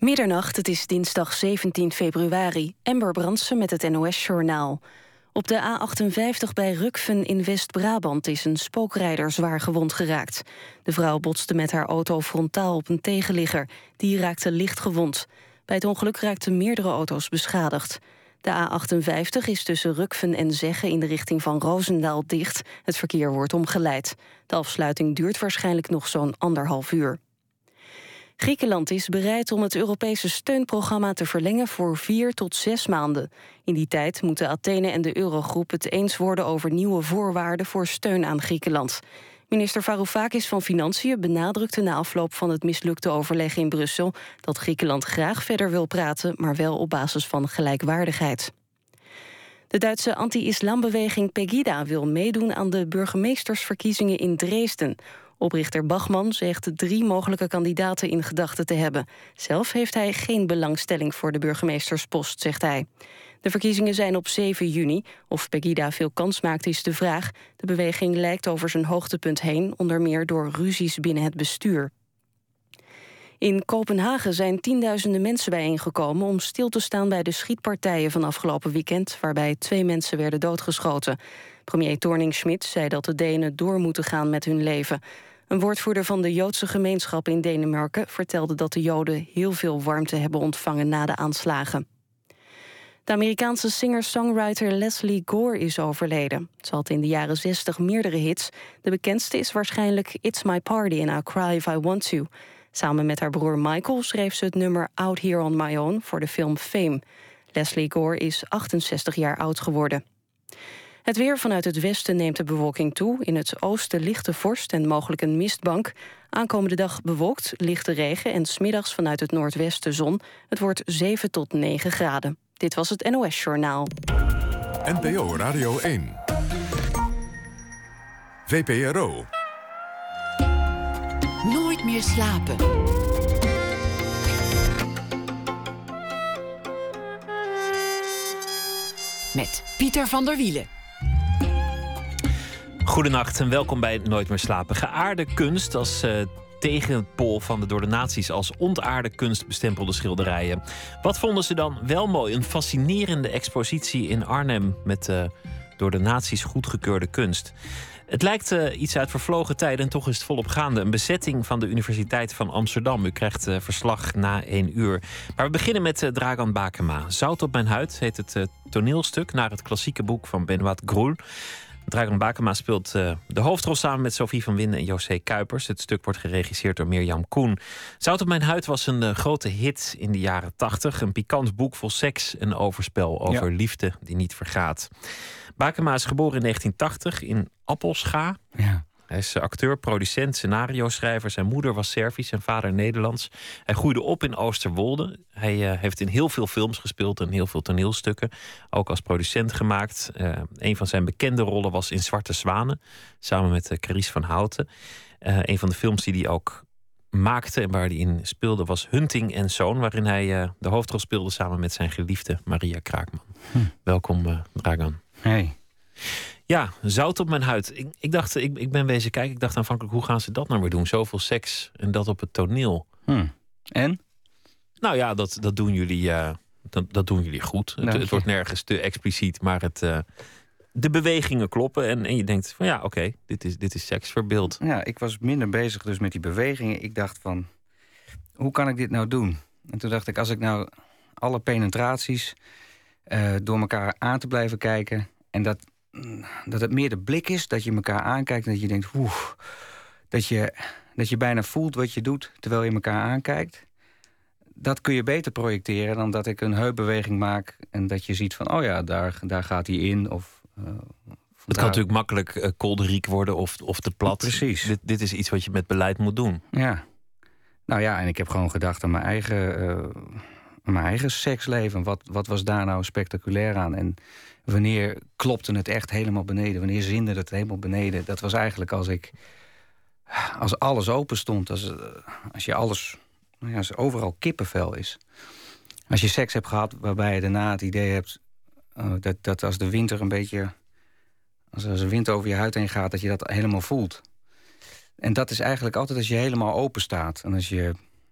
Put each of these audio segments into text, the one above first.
Middernacht, het is dinsdag 17 februari. Amber Brandsen met het NOS-journaal. Op de A58 bij Rukven in West-Brabant is een spookrijder zwaar gewond geraakt. De vrouw botste met haar auto frontaal op een tegenligger. Die raakte licht gewond. Bij het ongeluk raakten meerdere auto's beschadigd. De A58 is tussen Rukven en Zegge in de richting van Roosendaal dicht. Het verkeer wordt omgeleid. De afsluiting duurt waarschijnlijk nog zo'n 1,5 uur. Griekenland is bereid om het Europese steunprogramma te verlengen voor 4 tot 6 maanden. In die tijd moeten Athene en de Eurogroep het eens worden over nieuwe voorwaarden voor steun aan Griekenland. Minister Varoufakis van Financiën benadrukte na afloop van het mislukte overleg in Brussel dat Griekenland graag verder wil praten, maar wel op basis van gelijkwaardigheid. De Duitse anti-islambeweging Pegida wil meedoen aan de burgemeestersverkiezingen in Dresden. Oprichter Bachmann zegt 3 mogelijke kandidaten in gedachten te hebben. Zelf heeft hij geen belangstelling voor de burgemeesterspost, zegt hij. De verkiezingen zijn op 7 juni. Of Pegida veel kans maakt is de vraag. De beweging lijkt over zijn hoogtepunt heen, onder meer door ruzies binnen het bestuur. In Kopenhagen zijn tienduizenden mensen bijeengekomen om stil te staan bij de schietpartijen van afgelopen weekend, waarbij 2 mensen werden doodgeschoten. Premier Thorning-Schmidt zei dat de Denen door moeten gaan met hun leven. Een woordvoerder van de Joodse gemeenschap in Denemarken vertelde dat de Joden heel veel warmte hebben ontvangen na de aanslagen. De Amerikaanse singer-songwriter Leslie Gore is overleden. Ze had in de jaren 60 meerdere hits. De bekendste is waarschijnlijk It's My Party and I'll Cry If I Want To. Samen met haar broer Michael schreef ze het nummer Out Here on My Own voor de film Fame. Leslie Gore is 68 jaar oud geworden. Het weer: vanuit het westen neemt de bewolking toe. In het oosten lichte vorst en mogelijk een mistbank. Aankomende dag bewolkt, lichte regen en 's middags vanuit het noordwesten zon. Het wordt 7 tot 9 graden. Dit was het NOS-journaal. NPO Radio 1. VPRO. Nooit meer slapen. Met Pieter van der Wielen. Goedenacht en welkom bij Nooit meer slapen. Geaarde kunst als tegenpool van de door de nazi's als ontaarde kunst bestempelde schilderijen. Wat vonden ze dan wel mooi? Een fascinerende expositie in Arnhem met door de nazi's goedgekeurde kunst. Het lijkt iets uit vervlogen tijden en toch is het volop gaande. Een bezetting van de Universiteit van Amsterdam. U krijgt verslag na 1 uur. Maar we beginnen met Dragan Bakema. Zout op mijn huid heet het toneelstuk naar het klassieke boek van Benoît Groul. Dragan Bakema speelt de hoofdrol samen met Sophie van Winden en José Kuipers. Het stuk wordt geregisseerd door Mirjam Koen. Zout op mijn huid was een grote hit in de jaren 80. Een pikant boek vol seks en overspel over liefde die niet vergaat. Bakema is geboren in 1980 in Appelscha. Ja. Hij is acteur, producent, scenario-schrijver. Zijn moeder was Servisch en vader Nederlands. Hij groeide op in Oosterwolde. Hij heeft in heel veel films gespeeld en heel veel toneelstukken. Ook als producent gemaakt. Een van zijn bekende rollen was in Zwarte Zwanen. Samen met Carice van Houten. Een van de films die hij ook maakte en waar hij in speelde was Hunting en Zoon. Waarin hij de hoofdrol speelde samen met zijn geliefde Maria Kraakman. Welkom, Dragan. Hey. Ja, zout op mijn huid. Ik dacht, ik ben wezen kijken. Ik dacht aanvankelijk, hoe gaan ze dat nou weer doen? Zoveel seks en dat op het toneel. En? Nou ja, dat doen jullie, dat doen jullie goed. Het wordt nergens te expliciet, maar de bewegingen kloppen. En je denkt van ja, oké, dit is seks verbeeld. Ja, ik was minder bezig dus met die bewegingen. Ik dacht van, hoe kan ik dit nou doen? En toen dacht ik, als ik nou alle penetraties door elkaar aan te blijven kijken en dat het meer de blik is, dat je elkaar aankijkt en dat je denkt, dat je bijna voelt wat je doet terwijl je elkaar aankijkt. Dat kun je beter projecteren dan dat ik een heupbeweging maak en dat je ziet van, oh ja, daar gaat hij in. Het kan natuurlijk makkelijk kolderiek worden of te plat. Precies. Dit is iets wat je met beleid moet doen. Ja. Nou ja, en ik heb gewoon gedacht aan mijn eigen seksleven. Wat was daar nou spectaculair aan? En wanneer klopte het echt helemaal beneden? Wanneer zinde het helemaal beneden? Dat was eigenlijk als alles open stond. Als je alles, als overal kippenvel is. Als je seks hebt gehad waarbij je daarna het idee hebt dat als de wind er een beetje, als er wind over je huid heen gaat, dat je dat helemaal voelt. En dat is eigenlijk altijd als je helemaal open staat. En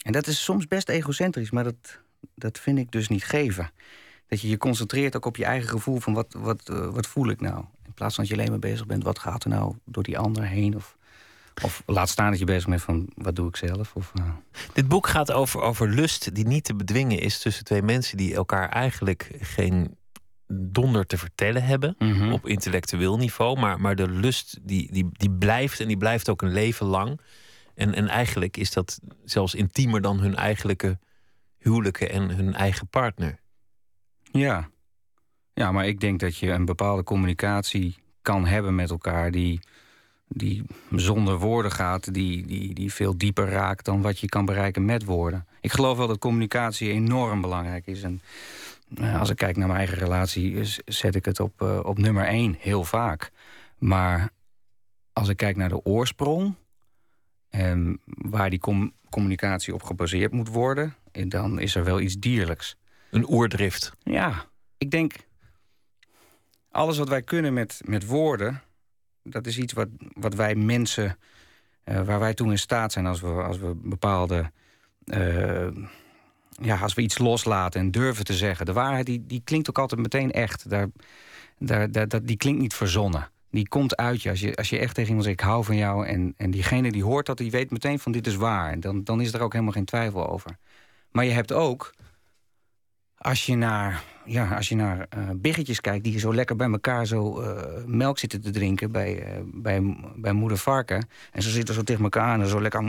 En dat is soms best egocentrisch, maar dat vind ik dus niet geven. Dat je je concentreert ook op je eigen gevoel van wat voel ik nou? In plaats van dat je alleen maar bezig bent, wat gaat er nou door die ander heen? Of laat staan dat je bezig bent van, wat doe ik zelf? Dit boek gaat over lust die niet te bedwingen is tussen twee mensen die elkaar eigenlijk geen donder te vertellen hebben op intellectueel niveau. Maar de lust die blijft en die blijft ook een leven lang. En eigenlijk is dat zelfs intiemer dan hun eigenlijke huwelijken en hun eigen partner. Ja, maar ik denk dat je een bepaalde communicatie kan hebben met elkaar die zonder woorden gaat, die veel dieper raakt dan wat je kan bereiken met woorden. Ik geloof wel dat communicatie enorm belangrijk is. En als ik kijk naar mijn eigen relatie, zet ik het op nummer 1 heel vaak. Maar als ik kijk naar de oorsprong en waar die communicatie op gebaseerd moet worden, dan is er wel iets dierlijks. Een oerdrift. Ja, ik denk, alles wat wij kunnen met woorden, dat is iets wat wij mensen, waar wij toe in staat zijn als we bepaalde, als we iets loslaten en durven te zeggen. De waarheid die klinkt ook altijd meteen echt. Die klinkt niet verzonnen. Die komt uit je. Als je echt tegen iemand zegt, ik hou van jou, en diegene die hoort dat, die weet meteen van dit is waar. En dan is er ook helemaal geen twijfel over. Maar je hebt ook, als je naar biggetjes kijkt die zo lekker bij elkaar zo melk zitten te drinken bij moeder varken, en ze zitten zo tegen elkaar aan en zo lekker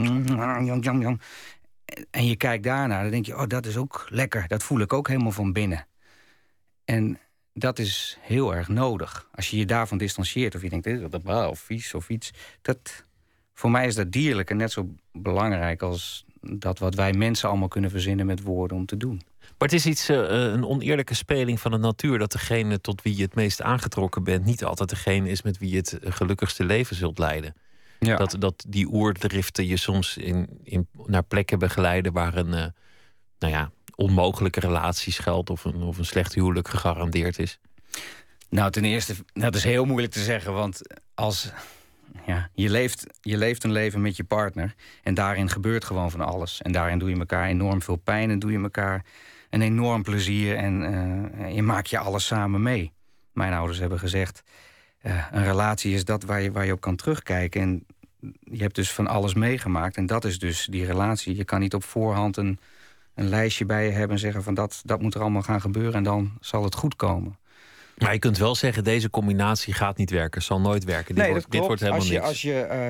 en je kijkt daarnaar, dan denk je, oh, dat is ook lekker. Dat voel ik ook helemaal van binnen. En dat is heel erg nodig. Als je je daarvan distancieert, of je denkt, of vies of iets, voor mij is dat dierlijk en net zo belangrijk als dat wat wij mensen allemaal kunnen verzinnen met woorden om te doen. Maar het is een oneerlijke speling van de natuur, dat degene tot wie je het meest aangetrokken bent niet altijd degene is met wie je het gelukkigste leven zult leiden. Ja. Dat die oerdriften je soms naar plekken begeleiden waar een onmogelijke relatie schuilt of een slecht huwelijk gegarandeerd is. Nou, ten eerste, dat is heel moeilijk te zeggen, want je leeft een leven met je partner en daarin gebeurt gewoon van alles. En daarin doe je elkaar enorm veel pijn en doe je elkaar een enorm plezier en je maakt je alles samen mee. Mijn ouders hebben gezegd, een relatie is dat waar je op kan terugkijken. En je hebt dus van alles meegemaakt en dat is dus die relatie. Je kan niet op voorhand een lijstje bij je hebben en zeggen van dat moet er allemaal gaan gebeuren en dan zal het goed komen. Maar je kunt wel zeggen, deze combinatie gaat niet werken, zal nooit werken. Dit wordt helemaal niks.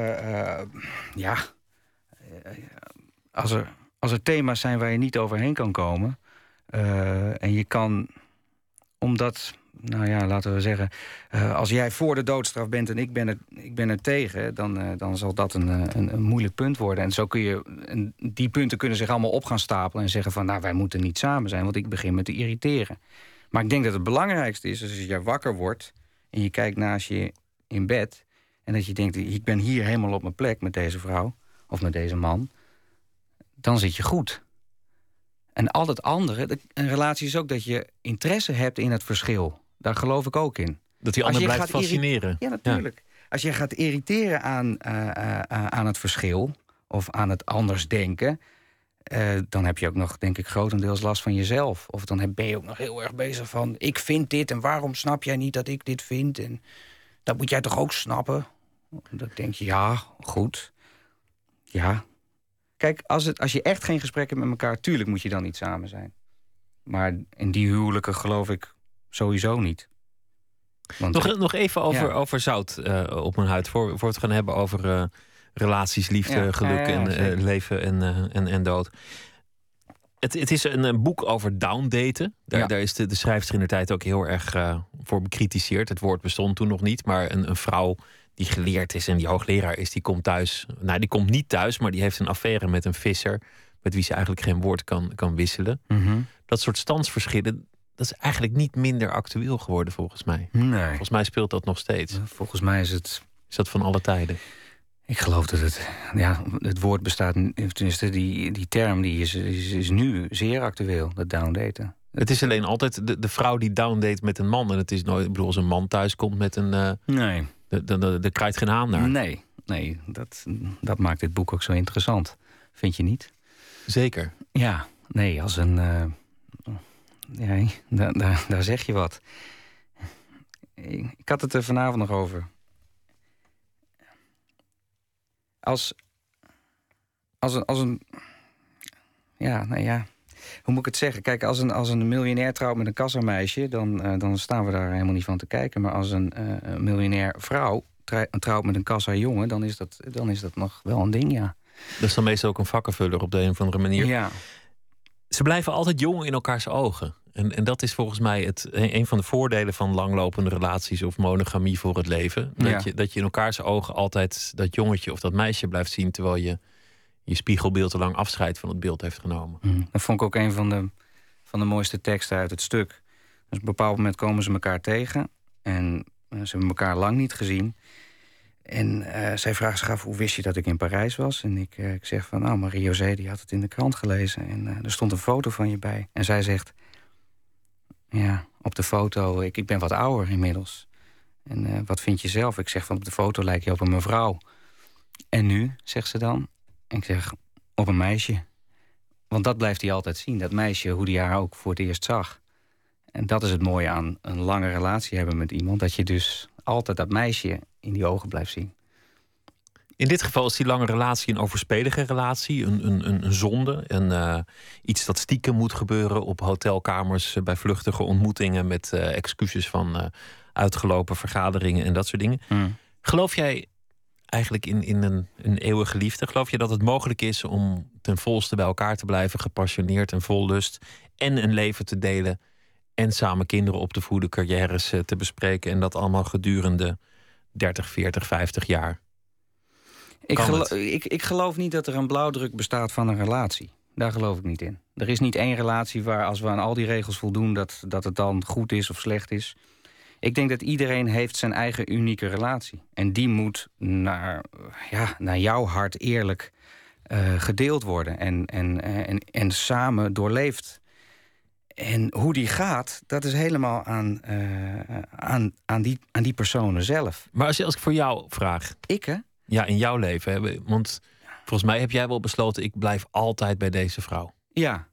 Als er thema's zijn waar je niet overheen kan komen, en je kan, omdat, laten we zeggen, als jij voor de doodstraf bent en ik ben er tegen, dan zal dat een moeilijk punt worden. En zo kun je, die punten kunnen zich allemaal op gaan stapelen en zeggen van, wij moeten niet samen zijn, want ik begin me te irriteren. Maar ik denk dat het belangrijkste is, als je wakker wordt en je kijkt naast je in bed en dat je denkt, ik ben hier helemaal op mijn plek met deze vrouw of met deze man, dan zit je goed. En al het andere, een relatie is ook dat je interesse hebt in het verschil. Daar geloof ik ook in. Dat die ander blijft fascineren. Ja, natuurlijk. Ja. Als je gaat irriteren aan het verschil of aan het anders denken, dan heb je ook nog, denk ik, grotendeels last van jezelf. Of dan ben je ook nog heel erg bezig van, ik vind dit en waarom snap jij niet dat ik dit vind? En dat moet jij toch ook snappen? Dan denk je, ja, goed. Ja. Kijk, als je echt geen gesprek hebt met elkaar, tuurlijk moet je dan niet samen zijn. Maar in die huwelijken geloof ik sowieso niet. Want nog even over zout op mijn huid. Voor we het gaan hebben over relaties, liefde, geluk en leven en dood. Het is een boek over downdaten. Daar is de schrijfster in de tijd ook heel erg voor bekritiseerd. Het woord bestond toen nog niet, maar een vrouw die geleerd is en die hoogleraar is, die komt thuis. Nou, die komt niet thuis, maar die heeft een affaire met een visser met wie ze eigenlijk geen woord kan wisselen. Mm-hmm. Dat soort standsverschillen, dat is eigenlijk niet minder actueel geworden volgens mij. Nee. Volgens mij speelt dat nog steeds. Volgens mij is dat van alle tijden. Ik geloof dat het woord bestaat, tenminste die term die is nu zeer actueel, dat downdaten. Het is alleen altijd de vrouw die downdate met een man. En het is nooit, ik bedoel, als een man thuis komt met een... Nee. Er krijgt geen haan naar. Nee, dat maakt dit boek ook zo interessant. Vind je niet? Zeker. Ja, nee, als een... ja, daar zeg je wat. Ik had het er vanavond nog over. Als een... Ja, nou ja... Hoe moet ik het zeggen? Kijk, als een miljonair trouwt met een kassameisje... dan staan we daar helemaal niet van te kijken. Maar als een miljonair vrouw trouwt met een kassajongen... dan is dat nog wel een ding, ja. Dat is dan meestal ook een vakkenvuller op de een of andere manier. Ja. Ze blijven altijd jong in elkaars ogen. En dat is volgens mij een van de voordelen van langlopende relaties... of monogamie voor het leven. Dat je in elkaars ogen altijd dat jongetje of dat meisje blijft zien... terwijl je spiegelbeeld te lang afscheid van het beeld heeft genomen. Dat vond ik ook een van de mooiste teksten uit het stuk. Dus op een bepaald moment komen ze elkaar tegen... en ze hebben elkaar lang niet gezien... En zij vraagt zich af, hoe wist je dat ik in Parijs was? En ik zeg van, nou, Marie-José die had het in de krant gelezen... en er stond een foto van je bij. En zij zegt, ja, op de foto, ik ben wat ouder inmiddels. En wat vind je zelf? Ik zeg van, op de foto lijk je op een mevrouw. En nu, zegt ze dan? Ik zeg, op een meisje. Want dat blijft hij altijd zien, dat meisje, hoe hij haar ook voor het eerst zag. En dat is het mooie aan een lange relatie hebben met iemand... dat je dus altijd dat meisje in die ogen blijft zien. In dit geval is die lange relatie een overspelige relatie, een zonde. Iets dat stiekem moet gebeuren op hotelkamers... bij vluchtige ontmoetingen met excuses van uitgelopen vergaderingen... en dat soort dingen. Geloof jij eigenlijk in een eeuwige liefde? Geloof je dat het mogelijk is om ten volste bij elkaar te blijven... gepassioneerd en vol lust en een leven te delen... en samen kinderen op te voeden, carrières te bespreken... en dat allemaal gedurende 30, 40, 50 jaar? Ik geloof niet dat er een blauwdruk bestaat van een relatie. Daar geloof ik niet in. Er is niet één relatie waar, als we aan al die regels voldoen... dat het dan goed is of slecht is. Ik denk dat iedereen heeft zijn eigen unieke relatie. En die moet naar jouw hart eerlijk gedeeld worden... en samen doorleefd. En hoe die gaat, dat is helemaal aan die personen zelf. Maar als ik voor jou vraag... Ik, hè? Ja, in jouw leven. Hè? Want volgens mij heb jij wel besloten... ik blijf altijd bij deze vrouw. Ja.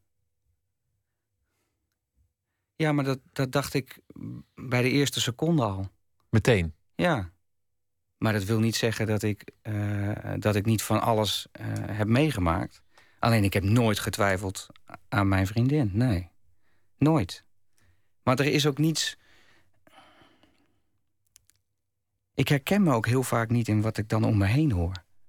Ja, maar dat dacht ik bij de eerste seconde al. Meteen? Ja. Maar dat wil niet zeggen dat ik niet van alles heb meegemaakt. Alleen ik heb nooit getwijfeld aan mijn vriendin. Nee. Nooit. Maar er is ook niets... Ik herken me ook heel vaak niet in wat ik dan om me heen hoor.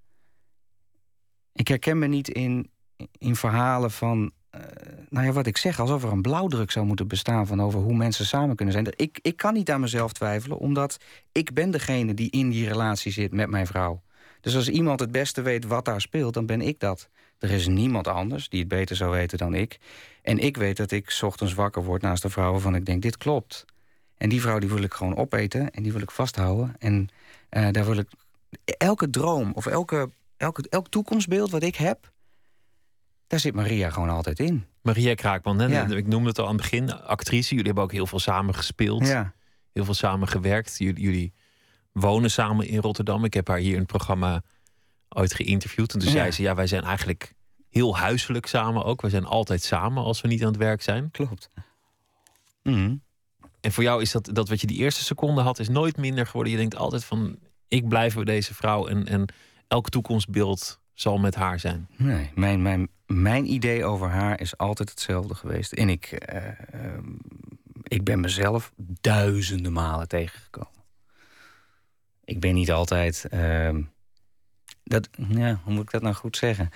Ik herken me niet in verhalen van... wat ik zeg, alsof er een blauwdruk zou moeten bestaan... van over hoe mensen samen kunnen zijn. Ik kan niet aan mezelf twijfelen, omdat ik ben degene die in die relatie zit met mijn vrouw. Dus als iemand het beste weet wat daar speelt, dan ben ik dat. Er is niemand anders die het beter zou weten dan ik. En ik weet dat ik 's ochtends wakker word naast een vrouw waarvan ik denk, dit klopt. En die vrouw die wil ik gewoon opeten en die wil ik vasthouden. En daar wil ik... Elke droom of elk toekomstbeeld wat ik heb... daar zit Maria gewoon altijd in. Maria Kraakman, hè? Ja. Ik noemde het al aan het begin. Actrice, jullie hebben ook heel veel samen gespeeld. Ja. Heel veel samen gewerkt. Jullie wonen samen in Rotterdam. Ik heb haar hier in het programma ooit geïnterviewd. En toen zei ze, wij zijn eigenlijk heel huiselijk samen ook. We zijn altijd samen als we niet aan het werk zijn. Klopt. En voor jou is dat wat je die eerste seconde had... is nooit minder geworden. Je denkt altijd van, ik blijf bij deze vrouw... en elk toekomstbeeld zal met haar zijn. Nee, mijn idee over haar is altijd hetzelfde geweest. En ik ben mezelf duizenden malen tegengekomen. Ik ben niet altijd... hoe moet ik dat nou goed zeggen?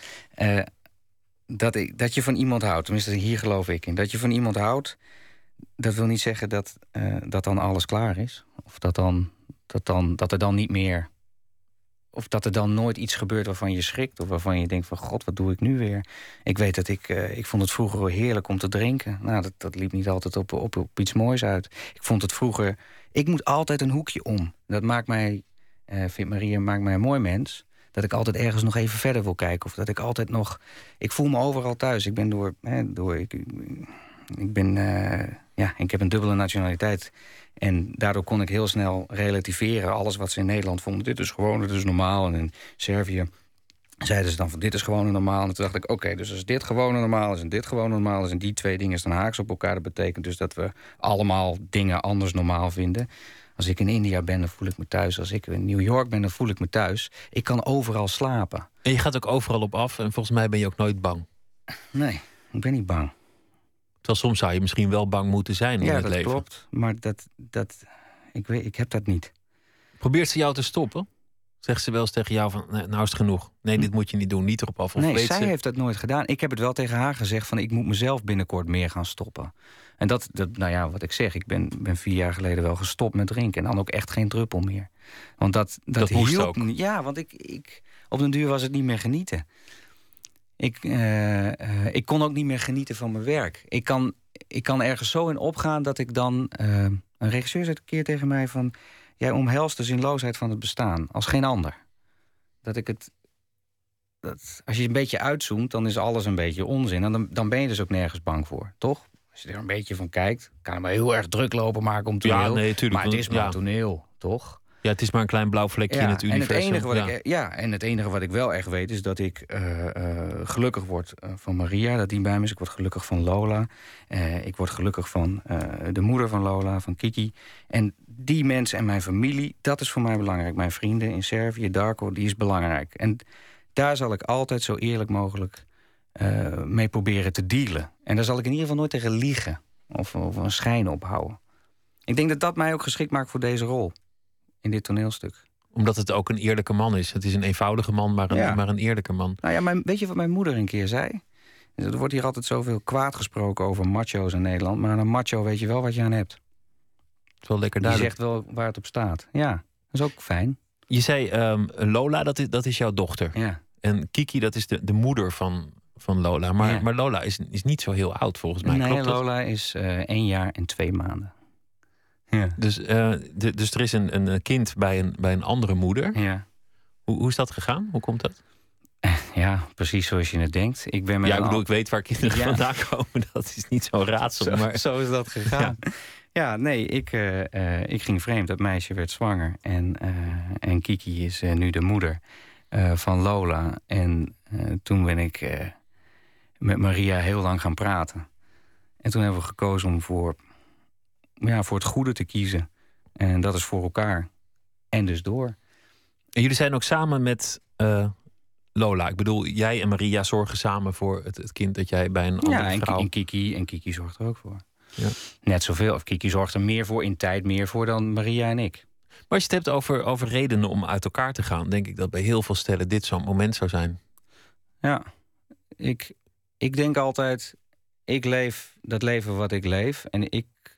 Dat je van iemand houdt, tenminste hier geloof ik in. Dat je van iemand houdt, dat wil niet zeggen dat dan alles klaar is. Of dat er dan niet meer... Of dat er dan nooit iets gebeurt waarvan je schrikt... of waarvan je denkt van, god, wat doe ik nu weer? Ik weet dat ik vond het vroeger heerlijk om te drinken. Nou, dat liep niet altijd op iets moois uit. Ik vond het vroeger... Ik moet altijd een hoekje om. Dat maakt mij, vindt Maria, maakt mij een mooi mens. Dat ik altijd ergens nog even verder wil kijken. Of dat ik altijd nog... Ik voel me overal thuis. Ik ben ik heb een dubbele nationaliteit... En daardoor kon ik heel snel relativeren alles wat ze in Nederland vonden. Dit is gewoon, dit is normaal. En in Servië zeiden ze dan van dit is gewoon normaal. En toen dacht ik, oké, dus als dit gewoon normaal is en dit gewoon normaal is en die twee dingen staan haaks op elkaar, dat betekent dus dat we allemaal dingen anders normaal vinden. Als ik in India ben, dan voel ik me thuis. Als ik in New York ben, dan voel ik me thuis. Ik kan overal slapen. En je gaat ook overal op af en volgens mij ben je ook nooit bang. Nee, ik ben niet bang. Terwijl soms zou je misschien wel bang moeten zijn in het leven. Ja, dat klopt. Maar ik heb dat niet. Probeert ze jou te stoppen? Zegt ze wel eens tegen jou van, nou is het genoeg. Nee, dit moet je niet doen, niet erop af. Of nee, weet zij heeft dat nooit gedaan. Ik heb het wel tegen haar gezegd van ik moet mezelf binnenkort meer gaan stoppen. En dat nou ja, wat ik zeg, ik ben 4 jaar geleden wel gestopt met drinken. En dan ook echt geen druppel meer. Want dat moest hielp ook. Ja, want ik op den duur was het niet meer genieten. Ik kon ook niet meer genieten van mijn werk. Ik kan ergens zo in opgaan dat ik dan... een regisseur zei een keer tegen mij van... jij omhelst de zinloosheid van het bestaan, als geen ander. Als je een beetje uitzoomt, dan is alles een beetje onzin. En dan ben je dus ook nergens bang voor, toch? Als je er een beetje van kijkt, kan het maar heel erg druk lopen maken om toneel. Ja, nee, tuurlijk, maar het is maar toneel, toch? Ja, het is maar een klein blauw vlekje in het universum. En het enige wat ik wel echt weet is dat ik gelukkig word van Maria, dat die bij me is. Ik word gelukkig van Lola. Ik word gelukkig van de moeder van Lola, van Kiki. En die mensen en mijn familie, dat is voor mij belangrijk. Mijn vrienden in Servië, Darko, die is belangrijk. En daar zal ik altijd zo eerlijk mogelijk mee proberen te dealen. En daar zal ik in ieder geval nooit tegen liegen of een schijn ophouden. Ik denk dat dat mij ook geschikt maakt voor deze rol. In dit toneelstuk. Omdat het ook een eerlijke man is. Het is een eenvoudige man, maar een eerlijke man. Nou ja, weet je wat mijn moeder een keer zei? Er wordt hier altijd zoveel kwaad gesproken over macho's in Nederland. Maar aan een macho weet je wel wat je aan hebt. Het is wel lekker Die duidelijk. zegt wel waar het op staat. Ja, dat is ook fijn. Je zei Lola, dat is jouw dochter. Ja. En Kiki, dat is de moeder van Lola. Maar Lola is niet zo heel oud volgens mij. Nee, klopt dat? Lola is 1 jaar en 2 maanden. Ja. Dus er is een kind bij een andere moeder. Ja. Hoe is dat gegaan? Hoe komt dat? Ja, precies zoals je het denkt. Ik weet waar kinderen vandaan komen. Dat is niet zo'n raadsel. Maar zo is dat gegaan. Ja, nee, ik ging vreemd. Dat meisje werd zwanger. En Kiki is nu de moeder van Lola. En toen ben ik met Maria heel lang gaan praten. En toen hebben we gekozen om voor het goede te kiezen. En dat is voor elkaar. En dus door. En jullie zijn ook samen met Lola. Ik bedoel, jij en Maria zorgen samen voor het kind dat jij bij een andere vrouw... En Kiki zorgt er ook voor. Ja. Net zoveel. Of Kiki zorgt er meer voor in tijd, meer voor dan Maria en ik. Maar als je het hebt over redenen om uit elkaar te gaan... denk ik dat bij heel veel stellen dit zo'n moment zou zijn. Ja, ik denk altijd... ik leef dat leven wat ik leef. En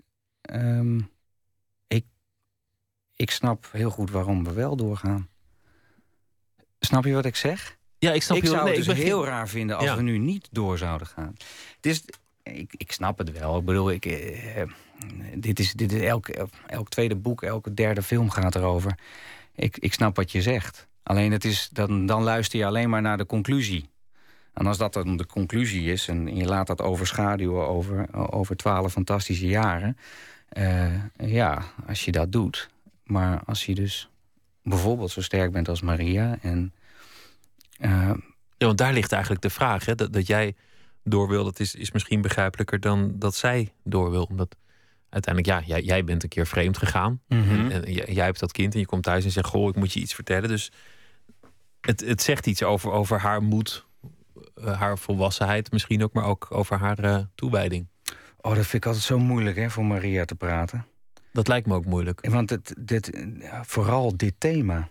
ik snap heel goed waarom we wel doorgaan. Snap je wat ik zeg? Ja, ik snap ik je zou wel. het dus heel raar vinden als we nu niet door zouden gaan. Dus ik snap het wel. Ik bedoel, dit is elk tweede boek, elke derde film gaat erover. Ik snap wat je zegt. Alleen dan luister je alleen maar naar de conclusie. En als dat dan de conclusie is en je laat dat overschaduwen over 12 fantastische jaren... als je dat doet. Maar als je dus bijvoorbeeld zo sterk bent als Maria... Ja, want daar ligt eigenlijk de vraag. Hè? Dat jij door wil, dat is misschien begrijpelijker dan dat zij door wil. Omdat uiteindelijk, jij bent een keer vreemd gegaan. Mm-hmm. En jij hebt dat kind en je komt thuis en zegt... goh, ik moet je iets vertellen. Dus het zegt iets over haar moed, haar volwassenheid misschien ook... maar ook over haar toewijding. Oh, dat vind ik altijd zo moeilijk, hè, voor Maria te praten. Dat lijkt me ook moeilijk. Want vooral dit thema...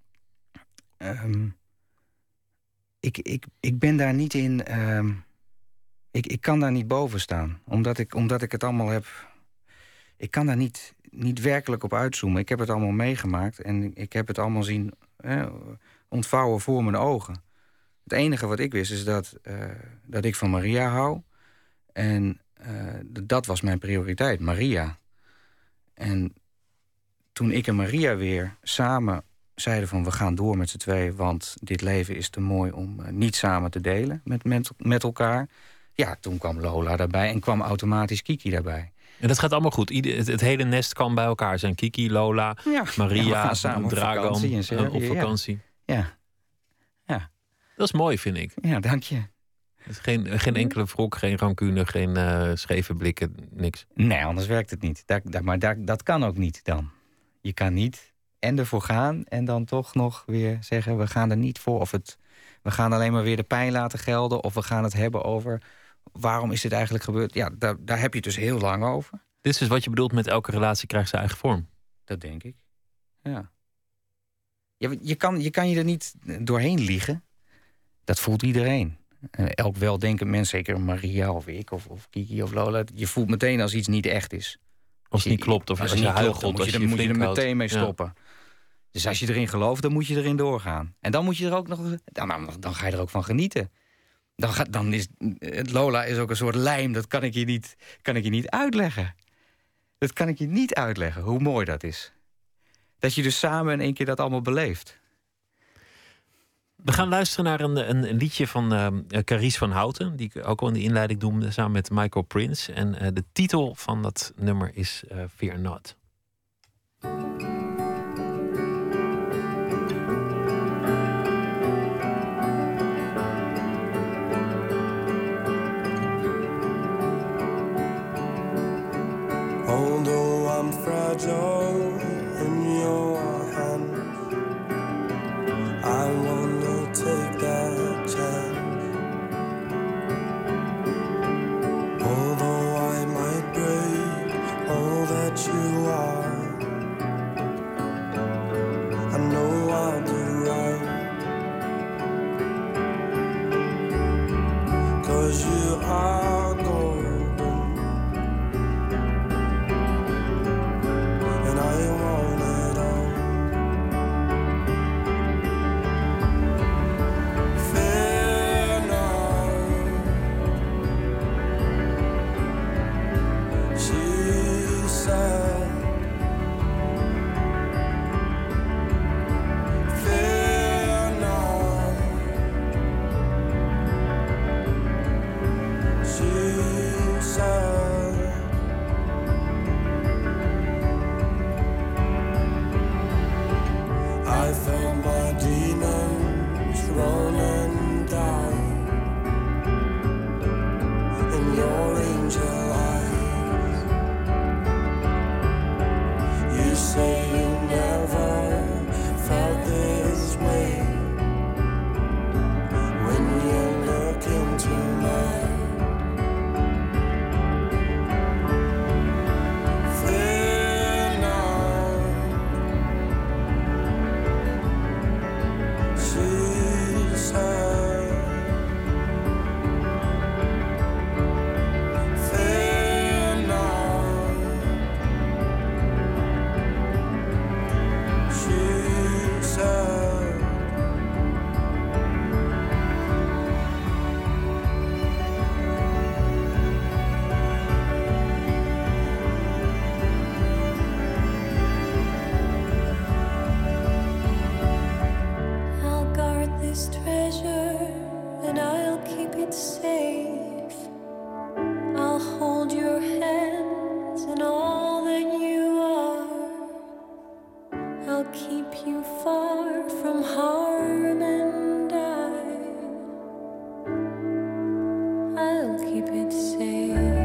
Ik ben daar niet in... Ik kan daar niet boven staan. Omdat ik het allemaal heb... Ik kan daar niet werkelijk op uitzoomen. Ik heb het allemaal meegemaakt. En ik heb het allemaal zien ontvouwen voor mijn ogen. Het enige wat ik wist is dat ik van Maria hou. En dat was mijn prioriteit, Maria. En toen ik en Maria weer samen zeiden van... we gaan door met z'n tweeën, want dit leven is te mooi om niet samen te delen met elkaar. Ja, toen kwam Lola daarbij en kwam automatisch Kiki daarbij. En dat gaat allemaal goed. Het hele nest kan bij elkaar zijn. Kiki, Lola, Maria, samen Dragan op vakantie. op vakantie. Ja. Dat is mooi, vind ik. Ja, dank je. Geen enkele wrok, geen rancune, geen scheve blikken, niks. Nee, anders werkt het niet. Dat kan ook niet dan. Je kan niet en ervoor gaan en dan toch nog weer zeggen... we gaan er niet voor, of we gaan alleen maar weer de pijn laten gelden... of we gaan het hebben over waarom is dit eigenlijk gebeurd. Ja, daar heb je het dus heel lang over. Dit is dus wat je bedoelt met elke relatie krijgt zijn eigen vorm. Dat denk ik, ja. Je kan je er niet doorheen liegen. Dat voelt iedereen. Elk weldenkend mens, zeker Maria of ik of Kiki of Lola... je voelt meteen als iets niet echt is. Als het niet klopt of als je huilt, dan moet je er meteen mee stoppen. Ja. Dus als je erin gelooft, dan moet je erin doorgaan. En dan moet je er ook nog... Dan ga je er ook van genieten. Dan is Lola is ook een soort lijm, dat kan ik je niet uitleggen. Dat kan ik je niet uitleggen, hoe mooi dat is. Dat je dus samen in één keer dat allemaal beleeft. We gaan luisteren naar een liedje van Carice van Houten... die ik ook al in de inleiding noemde, samen met Michael Prince. En de titel van dat nummer is Fear Not. Although I'm fragile in your hands, I wanna take that chance. Although I might break all that you are, I know I'll do right. 'Cause you are golden, and I want it all. Fear not, she said. Fear not, she said. I felt my demons rolling down in your angel eyes. You say you never felt this way when you look into mine. Fear not, she said. Fear not, she said. I'll guard this treasure and I'll keep it safe. I'll hold your hands and all that you are. I'll keep you far from harm and I'll keep it safe.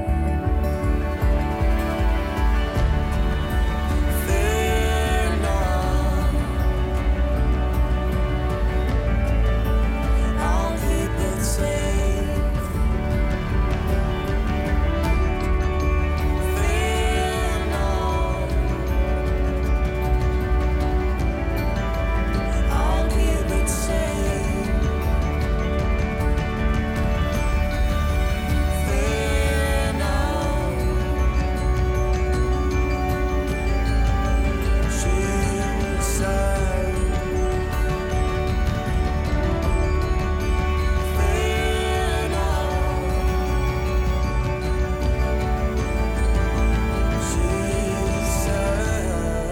Fear not, I'll keep it safe. Fear not, I'll keep it safe. Fear not, she said. Fear not, she said.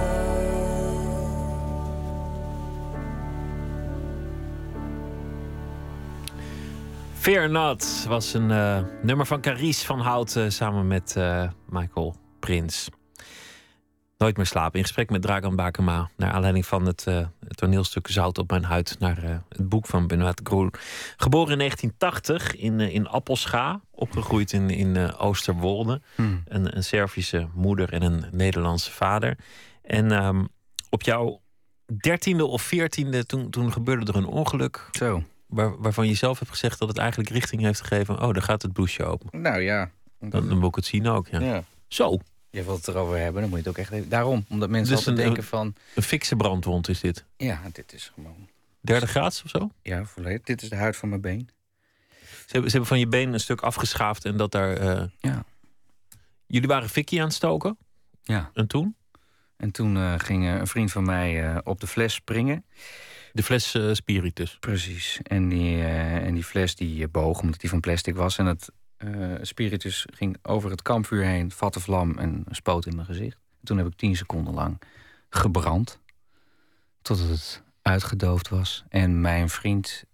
Fear Not was een nummer van Carice van Houten samen met Michael Prince. Nooit meer slapen. In gesprek met Dragan Bakema. Naar aanleiding van het toneelstuk Zout op mijn huid. Naar het boek van Benoît Groul. Geboren in 1980 in Appelscha. Opgegroeid in Oosterwolde. Een Servische moeder en een Nederlandse vader. En op jouw 13e of 14e, toen gebeurde er een ongeluk. Zo. Waarvan je zelf hebt gezegd dat het eigenlijk richting heeft gegeven. Oh, daar gaat het blouseje open. Nou ja. Dan moet ik het zien ook. Ja. Ja. Zo. Je wilt het erover hebben, dan moet je het ook echt even... Daarom, omdat mensen Dus altijd denken van... Een fikse brandwond is dit. Ja, dit is gewoon... 3e graads of zo? Ja, volledig. Dit is de huid van mijn been. Ze hebben van je been een stuk afgeschaafd en dat daar... Ja. Jullie waren fikkie aan het stoken? Ja. En toen? En toen ging een vriend van mij op de fles springen. De fles spiritus. Precies. En die fles die boog, omdat die van plastic was. En het spiritus ging over het kampvuur heen, vatte vlam en spoot in mijn gezicht. Toen heb ik 10 seconden lang gebrand. Totdat het uitgedoofd was. En mijn vriend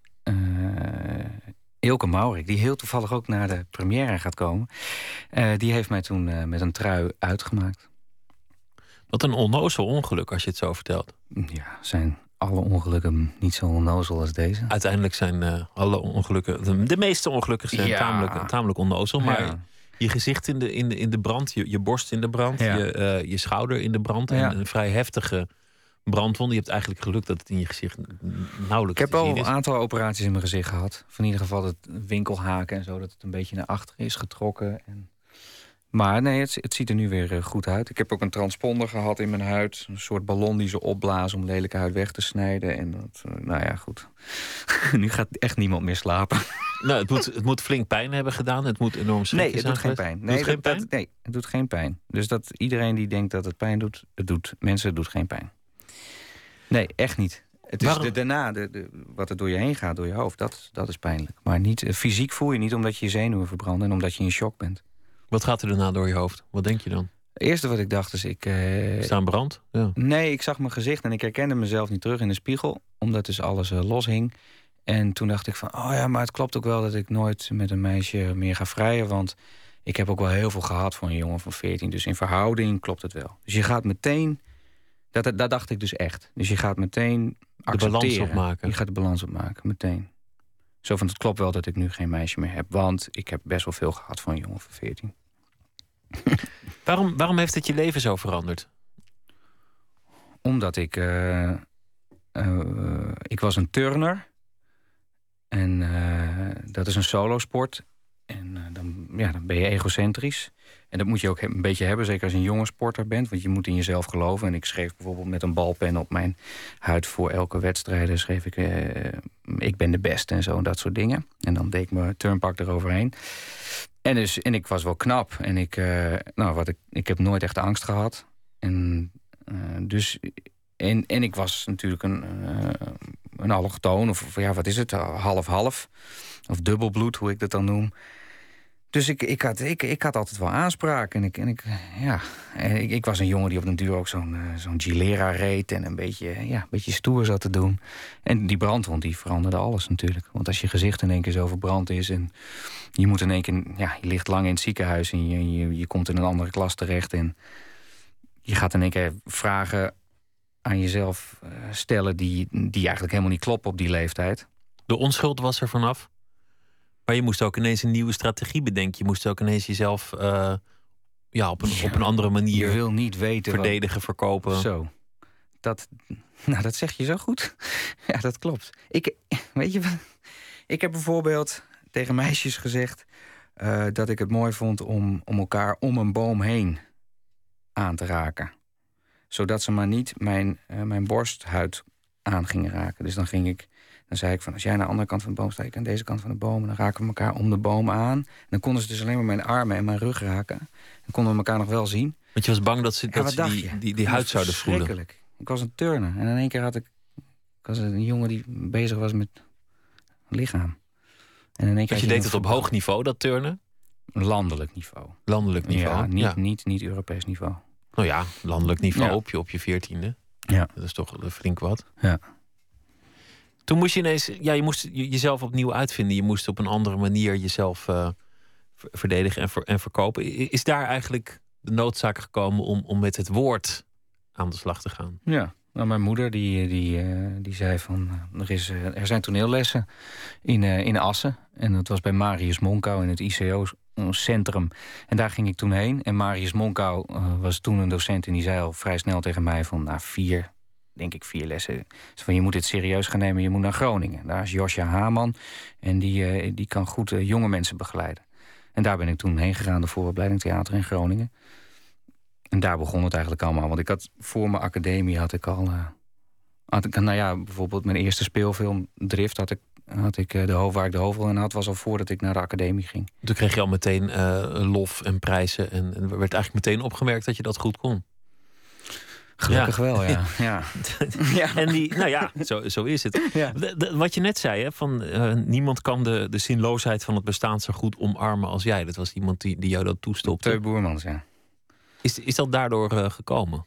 Ilke Maurik, die heel toevallig ook naar de première gaat komen... die heeft mij toen met een trui uitgemaakt. Wat een onnozel ongeluk als je het zo vertelt. Ja, zijn alle ongelukken niet zo onnozel als deze? Uiteindelijk zijn alle ongelukken... De meeste ongelukken zijn tamelijk onnozel. Maar Ja. je gezicht in de brand, je borst in de brand... Ja. je schouder in de brand... Ja. En een vrij heftige brandwond. Je hebt eigenlijk geluk dat het in je gezicht nauwelijks Ik heb te zien al is. een aantal operaties in mijn gezicht gehad. Van in ieder geval het winkelhaken en zo, dat het een beetje naar achteren is getrokken. Maar nee, het ziet er nu weer goed uit. Ik heb ook een transponder gehad in mijn huid. Een soort ballon die ze opblazen om lelijke huid weg te snijden. En dat, nou ja, goed. Nu gaat echt niemand meer slapen. Nou, het moet flink pijn hebben gedaan. Het moet enorm schrikken Nee, het doet zijn geen geweest. pijn. Doet geen pijn? Nee, het doet geen pijn. Dus dat iedereen die denkt dat het pijn doet, het doet geen pijn. Nee, echt niet. Het is daarna, wat er door je heen gaat, door je hoofd, dat is pijnlijk. Maar niet, fysiek voel je niet omdat je zenuwen verbranden en omdat je in shock bent. Wat gaat er daarna door je hoofd? Wat denk je dan? Het eerste wat ik dacht is, Staan brand? Ja. Nee, ik zag mijn gezicht en ik herkende mezelf niet terug in de spiegel. Omdat dus alles los hing. En toen dacht ik van, oh ja, maar het klopt ook wel dat ik nooit met een meisje meer ga vrijen. Want ik heb ook wel heel veel gehad voor een jongen van 14. Dus in verhouding klopt het wel. Dus je gaat meteen, dat dacht ik dus echt. Dus je gaat meteen accepteren. De balans opmaken. Je gaat de balans opmaken, meteen. Zo van, het klopt wel dat ik nu geen meisje meer heb. Want ik heb best wel veel gehad voor een jongen van 14. Waarom heeft het je leven zo veranderd? Omdat ik was een turner. En dat is een solosport. En dan ben je egocentrisch. En dat moet je ook een beetje hebben, zeker als je een jonge sporter bent. Want je moet in jezelf geloven. En ik schreef bijvoorbeeld met een balpen op mijn huid voor elke wedstrijd. Schreef ik ben de beste en zo en dat soort dingen. En dan deed ik mijn turnpak eroverheen. En ik was wel knap. En ik heb nooit echt angst gehad. En ik was natuurlijk een allochtoon. Of ja, wat is het? Half-half. Of dubbelbloed, hoe ik dat dan noem. Dus ik had altijd wel aanspraak. En ik was een jongen die op den duur ook zo'n Gilera reed. En een beetje stoer zat te doen. En die brandwond, die veranderde alles natuurlijk. Want als je gezicht in één keer zo verbrand is. En je moet in één keer, je ligt lang in het ziekenhuis. En je komt in een andere klas terecht. En je gaat in één keer vragen aan jezelf stellen die eigenlijk helemaal niet kloppen op die leeftijd. De onschuld was er vanaf. Maar je moest ook ineens een nieuwe strategie bedenken. Je moest ook ineens jezelf op een andere manier je wil niet weten verdedigen, verkopen. Zo. Dat zeg je zo goed. Ja, dat klopt. Weet je wat? Ik heb bijvoorbeeld tegen meisjes gezegd dat ik het mooi vond om elkaar om een boom heen aan te raken. Zodat ze maar niet mijn borsthuid aan gingen raken. Dus dan zei ik van, als jij aan de andere kant van de boom staat, ik aan deze kant van de boom, en dan raken we elkaar om de boom aan. En dan konden ze dus alleen maar mijn armen en mijn rug raken. Dan konden we elkaar nog wel zien. Want je was bang dat ze die huid zouden voelen. Verschrikkelijk. Ik was een turner. En in één keer was een jongen die bezig was met lichaam. En in één keer dus je deed het op hoog niveau, dat turnen? Landelijk niveau. Landelijk niveau? Ja, niet Europees niveau. Nou ja, landelijk niveau op je 14e. Ja. Dat is toch flink wat. Ja. Toen moest je ineens, je moest jezelf opnieuw uitvinden. Je moest op een andere manier jezelf verdedigen en verkopen. Is daar eigenlijk de noodzaak gekomen om met het woord aan de slag te gaan. Ja, nou, mijn moeder die zei van... er zijn toneellessen in Assen. En dat was bij Marius Monkau in het ICO-centrum. En daar ging ik toen heen. En Marius Monkau was toen een docent en die zei al vrij snel tegen mij van... 4 lessen. Dus van, je moet dit serieus gaan nemen, je moet naar Groningen. Daar is Josja Haman en die kan goed jonge mensen begeleiden. En daar ben ik toen heen gegaan, de vooropleiding theater in Groningen. En daar begon het eigenlijk allemaal. Want ik had voor mijn academie had ik bijvoorbeeld mijn eerste speelfilm Drift had ik waar ik de hoofdrol in had, was al voordat ik naar de academie ging. Toen kreeg je al meteen lof en prijzen en werd eigenlijk meteen opgemerkt dat je dat goed kon. Gelukkig wel, ja. Ja. En zo is het. Ja. Wat je net zei, hè, van niemand kan de zinloosheid van het bestaan zo goed omarmen als jij. Dat was iemand die jou dat toestopte. Teu Boermans, ja. Is dat daardoor gekomen?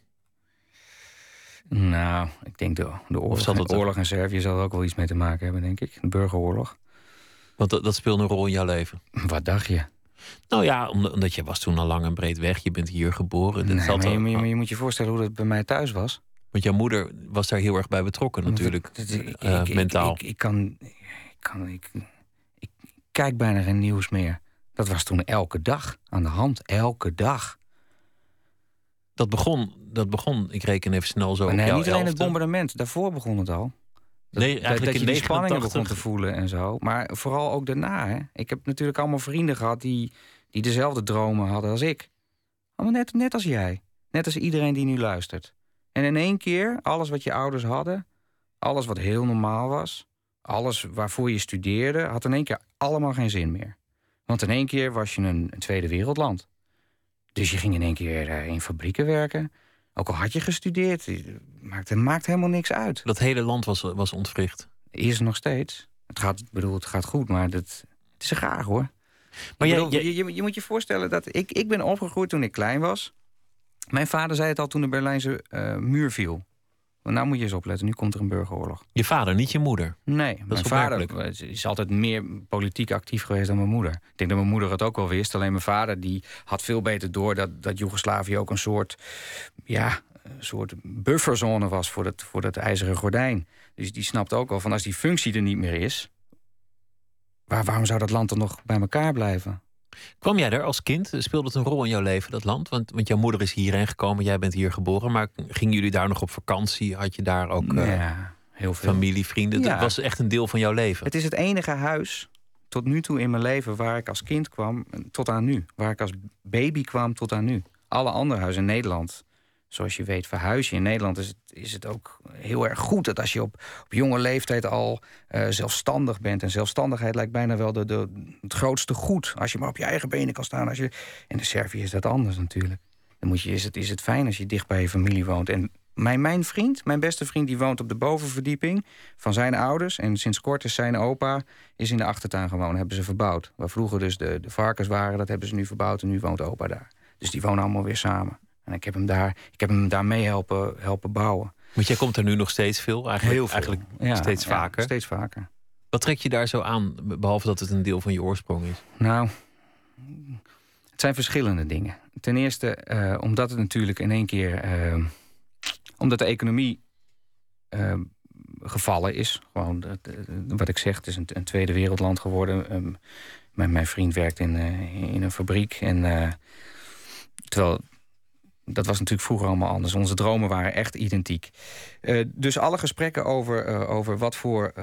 Nou, ik denk de oorlog in Servië zal er ook wel iets mee te maken hebben, denk ik. De burgeroorlog. Want dat speelde een rol in jouw leven? Wat dacht je? Nou ja, omdat je was toen al lang en breed weg. Je bent hier geboren. Maar je moet je voorstellen hoe dat bij mij thuis was. Want jouw moeder was daar heel erg bij betrokken natuurlijk. Mentaal. Ik kijk bijna geen nieuws meer. Dat was toen elke dag aan de hand. Elke dag. Dat begon, ik reken even snel zo. Nee, niet alleen 11e. het bombardement. Daarvoor begon het al. Dat je die spanningen begon te voelen en zo. Maar vooral ook daarna. Hè. Ik heb natuurlijk allemaal vrienden gehad die dezelfde dromen hadden als ik. Allemaal net als jij. Net als iedereen die nu luistert. En in één keer, alles wat je ouders hadden, alles wat heel normaal was, alles waarvoor je studeerde, had in één keer allemaal geen zin meer. Want in één keer was je een tweede wereldland. Dus je ging in één keer in fabrieken werken. Ook al had je gestudeerd, maakt helemaal niks uit. Dat hele land was ontwricht. Is nog steeds. Het gaat goed, maar het is graag hoor. Maar je moet je voorstellen dat ik ben opgegroeid toen ik klein was. Mijn vader zei het al toen de Berlijnse muur viel. Nou moet je eens opletten, nu komt er een burgeroorlog. Je vader, niet je moeder? Nee, mijn vader is altijd meer politiek actief geweest dan mijn moeder. Ik denk dat mijn moeder het ook wel wist. Alleen mijn vader die had veel beter door dat Joegoslavië ook een soort bufferzone was voor dat ijzeren gordijn. Dus die snapt ook wel van als die functie er niet meer is, waarom zou dat land dan nog bij elkaar blijven? Kwam jij er als kind? Speelde het een rol in jouw leven, dat land? Want jouw moeder is hierheen gekomen, jij bent hier geboren. Maar gingen jullie daar nog op vakantie? Had je daar ook heel veel familie, vrienden? Ja. Het was echt een deel van jouw leven? Het is het enige huis tot nu toe in mijn leven waar ik als kind kwam tot aan nu. Waar ik als baby kwam tot aan nu. Alle andere huizen in Nederland, zoals je weet, verhuis je. In Nederland is het ook heel erg goed dat als je op jonge leeftijd al zelfstandig bent. En zelfstandigheid lijkt bijna wel het grootste goed. Als je maar op je eigen benen kan staan. En in Servië is dat anders natuurlijk. Dan is het fijn als je dicht bij je familie woont. En mijn beste vriend, die woont op de bovenverdieping van zijn ouders. En sinds kort is zijn opa in de achtertuin gewoon, hebben ze verbouwd. Waar vroeger dus de varkens waren, dat hebben ze nu verbouwd. En nu woont opa daar. Dus die wonen allemaal weer samen. En ik heb hem daar mee helpen bouwen. Want jij komt er nu nog steeds veel? Eigenlijk steeds vaker? Ja, steeds vaker. Wat trek je daar zo aan, behalve dat het een deel van je oorsprong is? Nou, het zijn verschillende dingen. Ten eerste, omdat het natuurlijk in één keer omdat de economie gevallen is. Gewoon, wat ik zeg, het is een tweede wereldland geworden. Mijn vriend werkt in een fabriek. En terwijl, dat was natuurlijk vroeger allemaal anders. Onze dromen waren echt identiek. Dus alle gesprekken over wat voor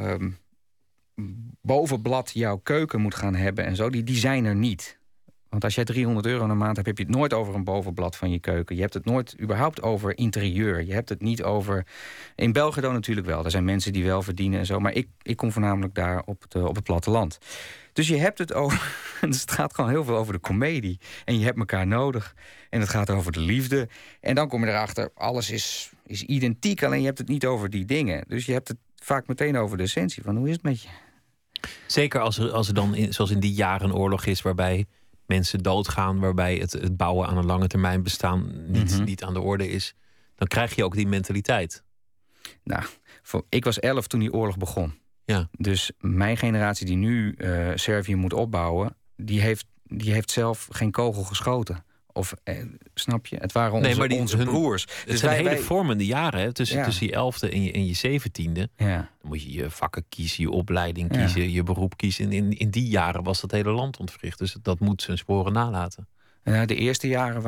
bovenblad jouw keuken moet gaan hebben en zo, die zijn er niet. Want als jij €300 een maand hebt, heb je het nooit over een bovenblad van je keuken. Je hebt het nooit überhaupt over interieur. Je hebt het niet over... In België dan natuurlijk wel. Er zijn mensen die wel verdienen en zo. Maar ik kom voornamelijk daar op het platteland. Dus je hebt het over... Dus het gaat gewoon heel veel over de komedie. En je hebt elkaar nodig. En het gaat over de liefde. En dan kom je erachter, alles is identiek. Alleen je hebt het niet over die dingen. Dus je hebt het vaak meteen over de essentie van hoe is het met je? Zeker als er dan, zoals in die jaren, een oorlog is waarbij mensen doodgaan, waarbij het bouwen aan een lange termijn bestaan niet aan de orde is, dan krijg je ook die mentaliteit. Nou, ik was 11 toen die oorlog begon. Ja. Dus mijn generatie die nu Servië moet opbouwen, die heeft zelf geen kogel geschoten snap je? Het waren onze hun broers. Het zijn hele vormende jaren, hè? Tussen je 11e en je 17e. Ja. Dan moet je je vakken kiezen, je opleiding kiezen, je beroep kiezen. In die jaren was dat hele land ontwricht. Dus dat moet zijn sporen nalaten. De eerste jaren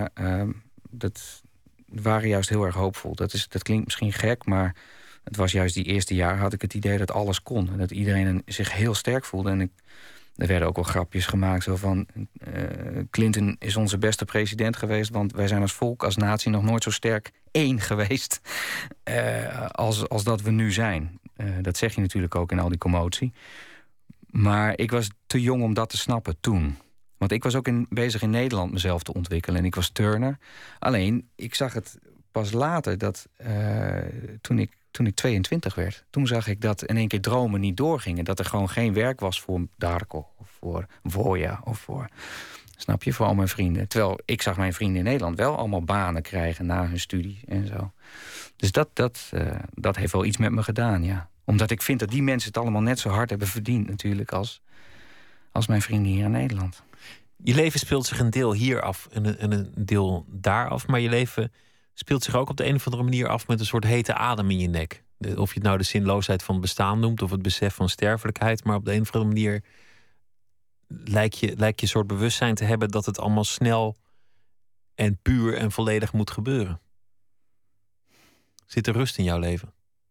waren juist heel erg hoopvol. Dat klinkt misschien gek, maar het was juist die eerste jaren had ik het idee dat alles kon. En dat iedereen zich heel sterk voelde. En er werden ook wel grapjes gemaakt. Zo van, Clinton is onze beste president geweest, want wij zijn als volk, als natie nog nooit zo sterk één geweest als dat we nu zijn. Dat zeg je natuurlijk ook in al die commotie. Maar ik was te jong om dat te snappen toen. Want ik was ook bezig in Nederland mezelf te ontwikkelen. En ik was turner. Alleen, ik zag het pas later dat toen ik 22 werd. Toen zag ik dat in één keer dromen niet doorgingen. Dat er gewoon geen werk was voor Darko of voor Voya of voor... Snap je? Voor al mijn vrienden. Terwijl ik zag mijn vrienden in Nederland wel allemaal banen krijgen na hun studie en zo. Dus dat heeft wel iets met me gedaan, ja. Omdat ik vind dat die mensen het allemaal net zo hard hebben verdiend natuurlijk als mijn vrienden hier in Nederland. Je leven speelt zich een deel hier af en een deel daar af. Maar je leven speelt zich ook op de een of andere manier af met een soort hete adem in je nek. Of je het nou de zinloosheid van het bestaan noemt of het besef van sterfelijkheid. Maar op de een of andere manier lijkt je een soort bewustzijn te hebben dat het allemaal snel en puur en volledig moet gebeuren. Zit er rust in jouw leven?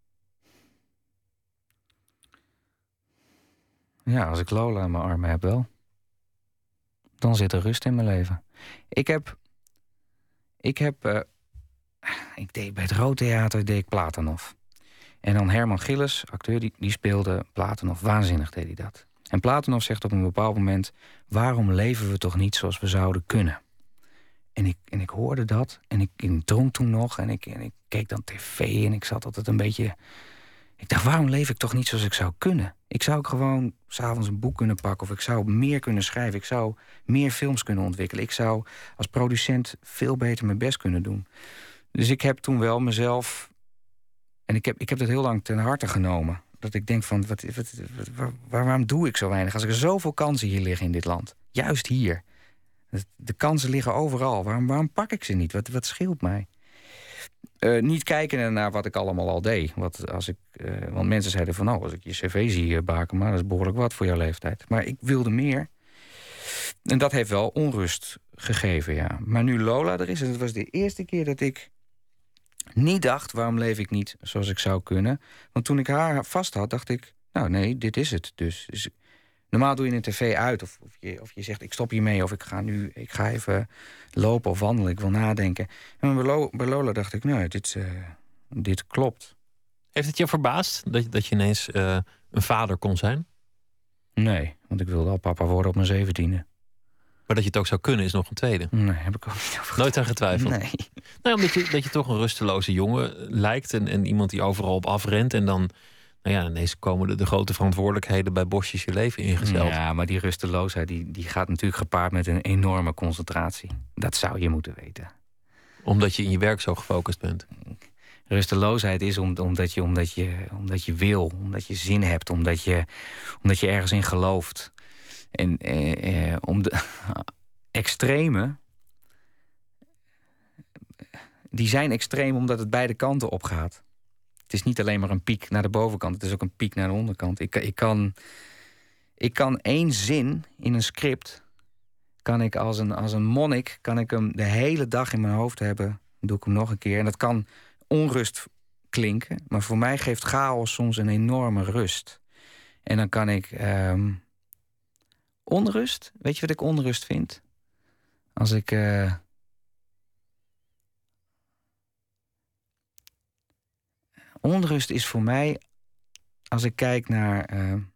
Ja, als ik Lola in mijn armen heb wel. Dan zit er rust in mijn leven. Ik deed bij het Rood Theater deed ik Platonov. En dan Herman Gillis, acteur, die speelde Platonov. Waanzinnig deed hij dat. En Platonov zegt op een bepaald moment: waarom leven we toch niet zoals we zouden kunnen? En ik hoorde dat. En ik dronk toen nog. En ik keek dan tv. En ik zat altijd een beetje... Ik dacht, waarom leef ik toch niet zoals ik zou kunnen? Ik zou ook gewoon 's avonds een boek kunnen pakken. Of ik zou meer kunnen schrijven. Ik zou meer films kunnen ontwikkelen. Ik zou als producent veel beter mijn best kunnen doen. Dus ik heb toen wel mezelf... En ik heb dat heel lang ten harte genomen. Dat ik denk van, waarom doe ik zo weinig? Als er zoveel kansen hier liggen in dit land. Juist hier. De kansen liggen overal. Waarom pak ik ze niet? Wat scheelt mij? Niet kijken naar wat ik allemaal al deed. Want mensen zeiden van, als ik je cv zie baken, maar dat is behoorlijk wat voor jouw leeftijd. Maar ik wilde meer. En dat heeft wel onrust gegeven, ja. Maar nu Lola er is, en het was de eerste keer dat ik niet dacht, waarom leef ik niet zoals ik zou kunnen? Want toen ik haar vast had, dacht ik, nou nee, dit is het. Dus normaal doe je een tv uit of je zegt, ik stop hiermee, of ik ga even lopen of wandelen, ik wil nadenken. En bij Lola dacht ik, nee, dit klopt. Heeft het je verbaasd dat je ineens een vader kon zijn? Nee, want ik wilde al papa worden op mijn 17e. Maar dat je het ook zou kunnen is nog een tweede. Nee, heb ik ook niet over. Nooit aan getwijfeld? Nee. Nou, omdat je toch een rusteloze jongen lijkt en iemand die overal op afrent. En dan, ineens komen de grote verantwoordelijkheden bij bosjes je leven ingezeld. Ja, maar die rusteloosheid die gaat natuurlijk gepaard met een enorme concentratie. Dat zou je moeten weten. Omdat je in je werk zo gefocust bent. Rusteloosheid is omdat je wil, omdat je zin hebt, omdat je ergens in gelooft. En om de extreme, die zijn extreem omdat het beide kanten opgaat. Het is niet alleen maar een piek naar de bovenkant, het is ook een piek naar de onderkant. Ik kan één zin in een script, kan ik als een monnik, kan ik hem de hele dag in mijn hoofd hebben. Doe ik hem nog een keer. En dat kan onrust klinken, maar voor mij geeft chaos soms een enorme rust. En dan kan ik onrust, weet je wat ik onrust vind? Als ik onrust is voor mij, als ik kijk naar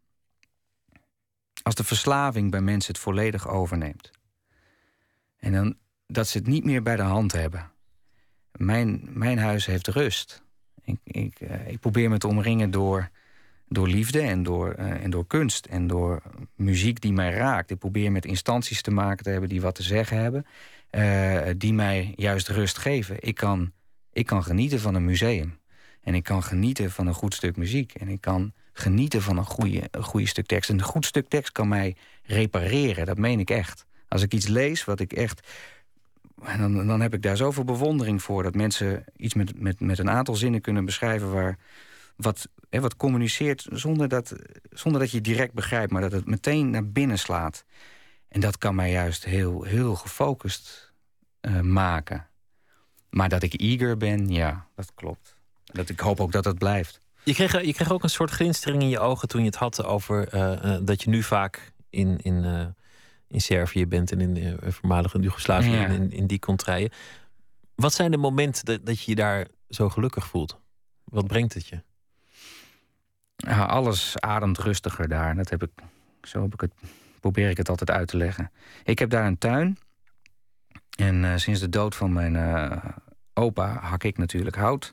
als de verslaving bij mensen het volledig overneemt. En dan dat ze het niet meer bij de hand hebben. Mijn huis heeft rust. Ik probeer me te omringen door liefde en door kunst en door muziek die mij raakt. Ik probeer met instanties te maken te hebben die wat te zeggen hebben. Die mij juist rust geven. Ik kan genieten van een museum. En ik kan genieten van een goed stuk muziek. En ik kan genieten van een goede stuk tekst. En een goed stuk tekst kan mij repareren, dat meen ik echt. Als ik iets lees wat ik echt En dan heb ik daar zoveel bewondering voor... dat mensen iets met een aantal zinnen kunnen beschrijven... wat communiceert zonder dat je direct begrijpt... maar dat het meteen naar binnen slaat. En dat kan mij juist heel, heel gefocust maken. Maar dat ik eager ben, ja, dat klopt. Ik hoop ook dat dat blijft. Je kreeg ook een soort glinstering in je ogen toen je het had over dat je nu vaak in Servië bent en in voormalige Joegoslavië en in die contraien. Wat zijn de momenten dat je je daar zo gelukkig voelt? Wat brengt het je? Ja, alles ademt rustiger daar. Probeer ik het altijd uit te leggen. Ik heb daar een tuin. En sinds de dood van mijn opa hak ik natuurlijk hout.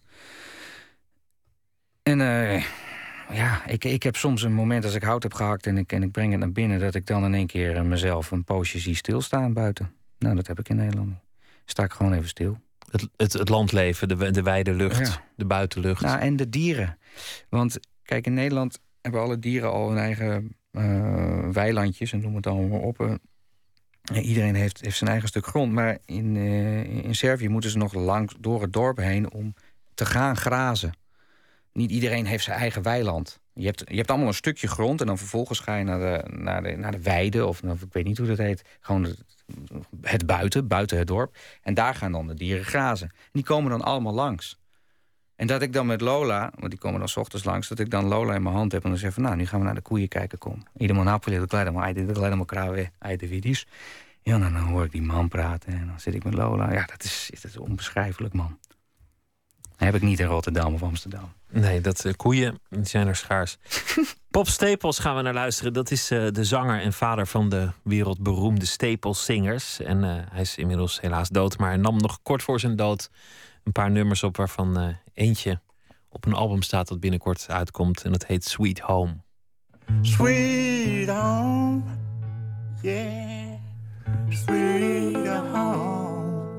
En ik heb soms een moment als ik hout heb gehakt en ik breng het naar binnen... dat ik dan in één keer mezelf een poosje zie stilstaan buiten. Nou, dat heb ik in Nederland niet. Sta ik gewoon even stil. Het landleven, de wijde lucht, de buitenlucht. Nou, en de dieren. Want kijk, in Nederland hebben alle dieren al hun eigen weilandjes... en noem het allemaal op. Iedereen heeft zijn eigen stuk grond. Maar in Servië moeten ze nog langs door het dorp heen om te gaan grazen. Niet iedereen heeft zijn eigen weiland. Je hebt allemaal een stukje grond en dan vervolgens ga je naar de weide... of ik weet niet hoe dat heet, gewoon het buiten het dorp. En daar gaan dan de dieren grazen. En die komen dan allemaal langs. En dat ik dan met Lola, want die komen dan 's ochtends langs... dat ik dan Lola in mijn hand heb en dan zeg van... nou, nu gaan we naar de koeien kijken, kom. Iedereen napoli, dat gledamo krave, de vidis. Ja, dan hoor ik die man praten en dan zit ik met Lola. Ja, dat is onbeschrijfelijk, man. Dat heb ik niet in Rotterdam of Amsterdam. Nee, koeien zijn er schaars. Pop Staples gaan we naar luisteren. Dat is de zanger en vader van de wereldberoemde Staples Singers. En hij is inmiddels helaas dood. Maar hij nam nog kort voor zijn dood een paar nummers op... waarvan eentje op een album staat dat binnenkort uitkomt. En dat heet Sweet Home. Sweet home, yeah, sweet home,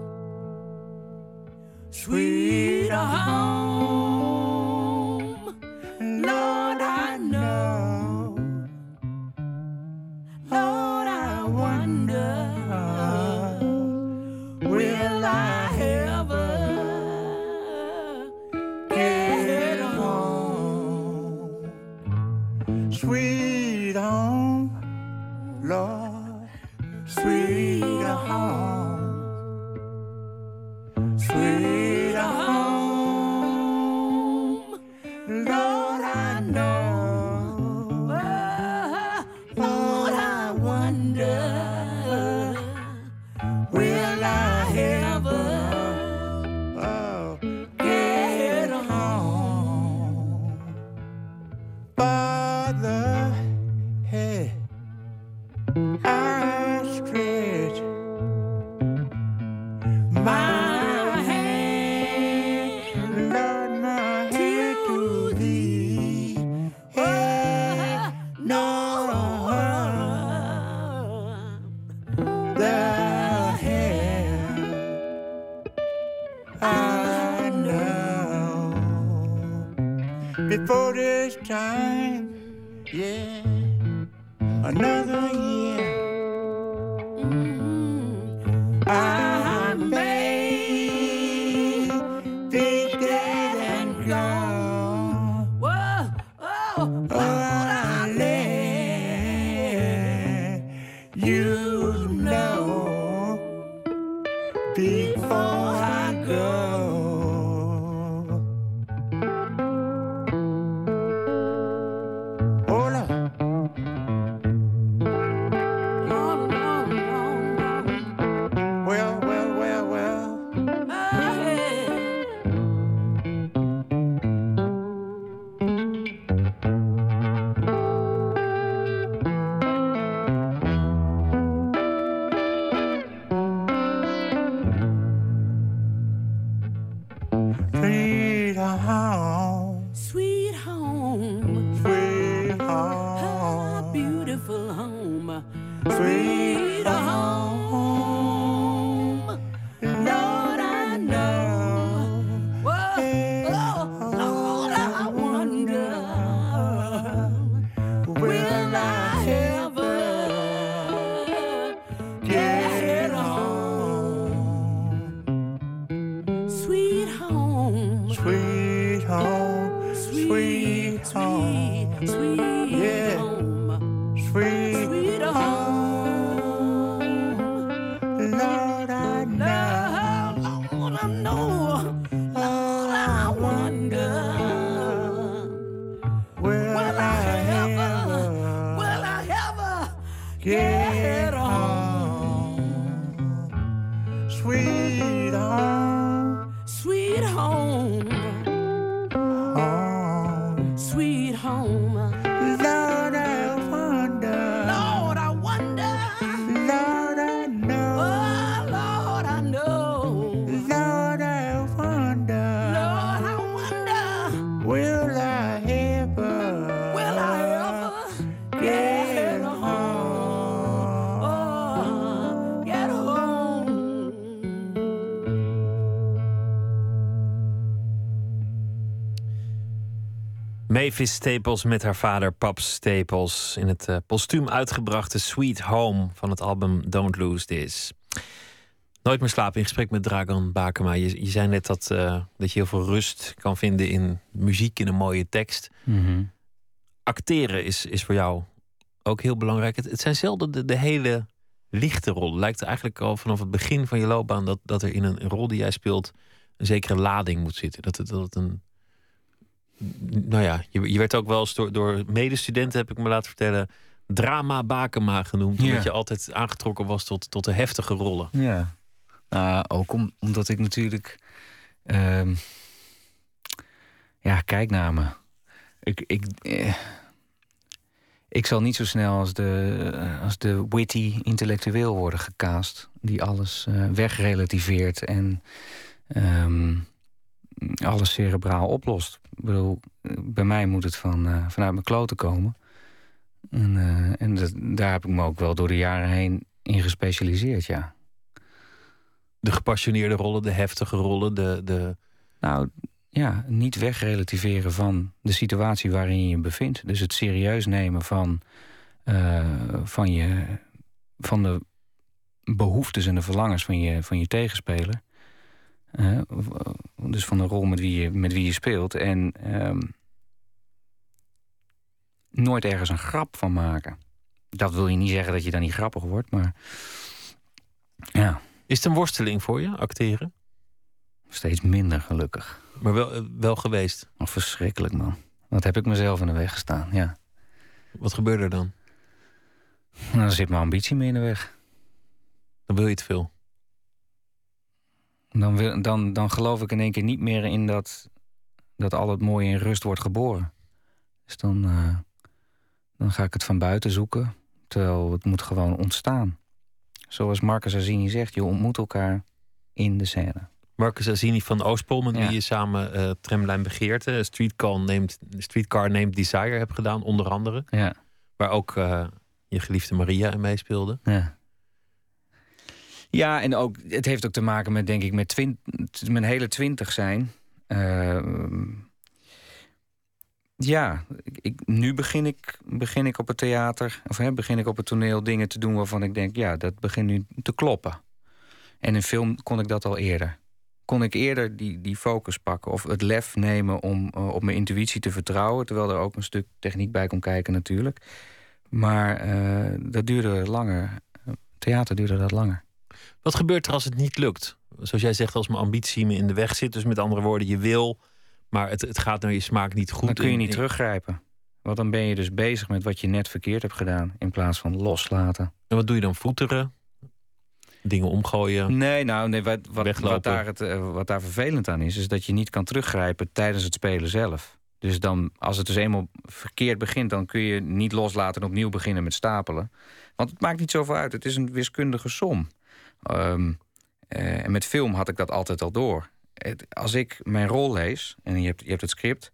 sweet home, Lord, I know, Lord, I wonder, will I ever get home? Sweet home, Lord, sweet home, sweet home, Lord, I know, Lord, I wonder, will I ever get home? Father, hey, I stretch my hand, Lord, my head to thee. Hey, no, the hand I know before this time, yeah, another year. I may be dead and gone. Whoa, oh, I let you know before I go. Hola. Well. Sweet home, Sweet home, sweet a home, beautiful home. sweet home, Lord, I know. Whoa, oh, Lord, I wonder, will I ever get home? home, sweet home, sweet yeah, home, sweet sweet home. Lord, I know, Lord, I know, Lord, I wonder, will I ever get home, sweet home, sweet home, home. sweet home. Lord, I wonder, Lord, I wonder, Lord, I know, oh, Lord, I know, Lord, I wonder, Lord, I wonder, will I ever get home? oh, get home. Mavis Staples met haar vader Paps Staples in het postuum uitgebrachte Sweet Home van het album Don't Lose This. Nooit meer slapen in gesprek met Dragan Bakema. Je zei net dat je heel veel rust kan vinden in muziek, in een mooie tekst. Mm-hmm. Acteren is voor jou ook heel belangrijk. Het zijn zelden de hele lichte rollen. Lijkt eigenlijk al vanaf het begin van je loopbaan dat er in een rol die jij speelt een zekere lading moet zitten. Dat het een... Nou ja, je werd ook wel eens door medestudenten, heb ik me laten vertellen, drama Bakema genoemd. Ja. Omdat je altijd aangetrokken was tot de heftige rollen. Ja. Ook omdat ik natuurlijk... kijk naar me. Ik zal niet zo snel als de witty intellectueel worden gecast. Die alles wegrelativeert en alles cerebraal oplost. Ik bedoel, bij mij moet het vanuit mijn kloten komen. Daar heb ik me ook wel door de jaren heen in gespecialiseerd, ja. De gepassioneerde rollen, de heftige rollen, Nou, ja, niet wegrelativeren van de situatie waarin je je bevindt. Dus het serieus nemen van de behoeftes en de verlangens van je tegenspeler. Dus van de rol met wie je speelt. En nooit ergens een grap van maken. Dat wil je niet zeggen dat je dan niet grappig wordt, maar ja. Is het een worsteling voor je, acteren? Steeds minder, gelukkig. Maar wel geweest? Oh, verschrikkelijk, man. Wat heb ik mezelf in de weg gestaan, ja. Wat gebeurde er dan? Nou, dan zit mijn ambitie me in de weg. Dan wil je het veel? Dan geloof ik in één keer niet meer in dat al het mooie in rust wordt geboren. Dus dan ga ik het van buiten zoeken. Terwijl het moet gewoon ontstaan. Zoals Marcus Azini zegt, je ontmoet elkaar in de scène. Marcus Azini van Oostpol, met wie je samen Tramlijn Begeerte, Streetcar Named Desire hebt gedaan, onder andere. Ja. Waar ook je geliefde Maria in meespeelde. Ja. Ja, en ook, het heeft ook te maken met, denk ik, met mijn hele 20 zijn. Nu begin ik op het theater, of begin ik op het toneel dingen te doen waarvan ik denk, ja, dat begint nu te kloppen. En in film kon ik dat al eerder. Kon ik eerder die focus pakken of het lef nemen om op mijn intuïtie te vertrouwen, terwijl er ook een stuk techniek bij kon kijken natuurlijk. Maar dat duurde langer. Theater duurde dat langer. Wat gebeurt er als het niet lukt? Zoals jij zegt, als mijn ambitie me in de weg zit. Dus met andere woorden, je wil, maar het gaat naar je smaak niet goed. Dan kun je niet teruggrijpen. Want dan ben je dus bezig met wat je net verkeerd hebt gedaan, in plaats van loslaten. En wat doe je dan? Voeteren? Dingen omgooien? Nee, wat daar vervelend aan is dat je niet kan teruggrijpen tijdens het spelen zelf. Dus dan, als het dus eenmaal verkeerd begint, dan kun je niet loslaten en opnieuw beginnen met stapelen. Want het maakt niet zoveel uit. Het is een wiskundige som. En met film had ik dat altijd al door. Als ik mijn rol lees, en je hebt het script,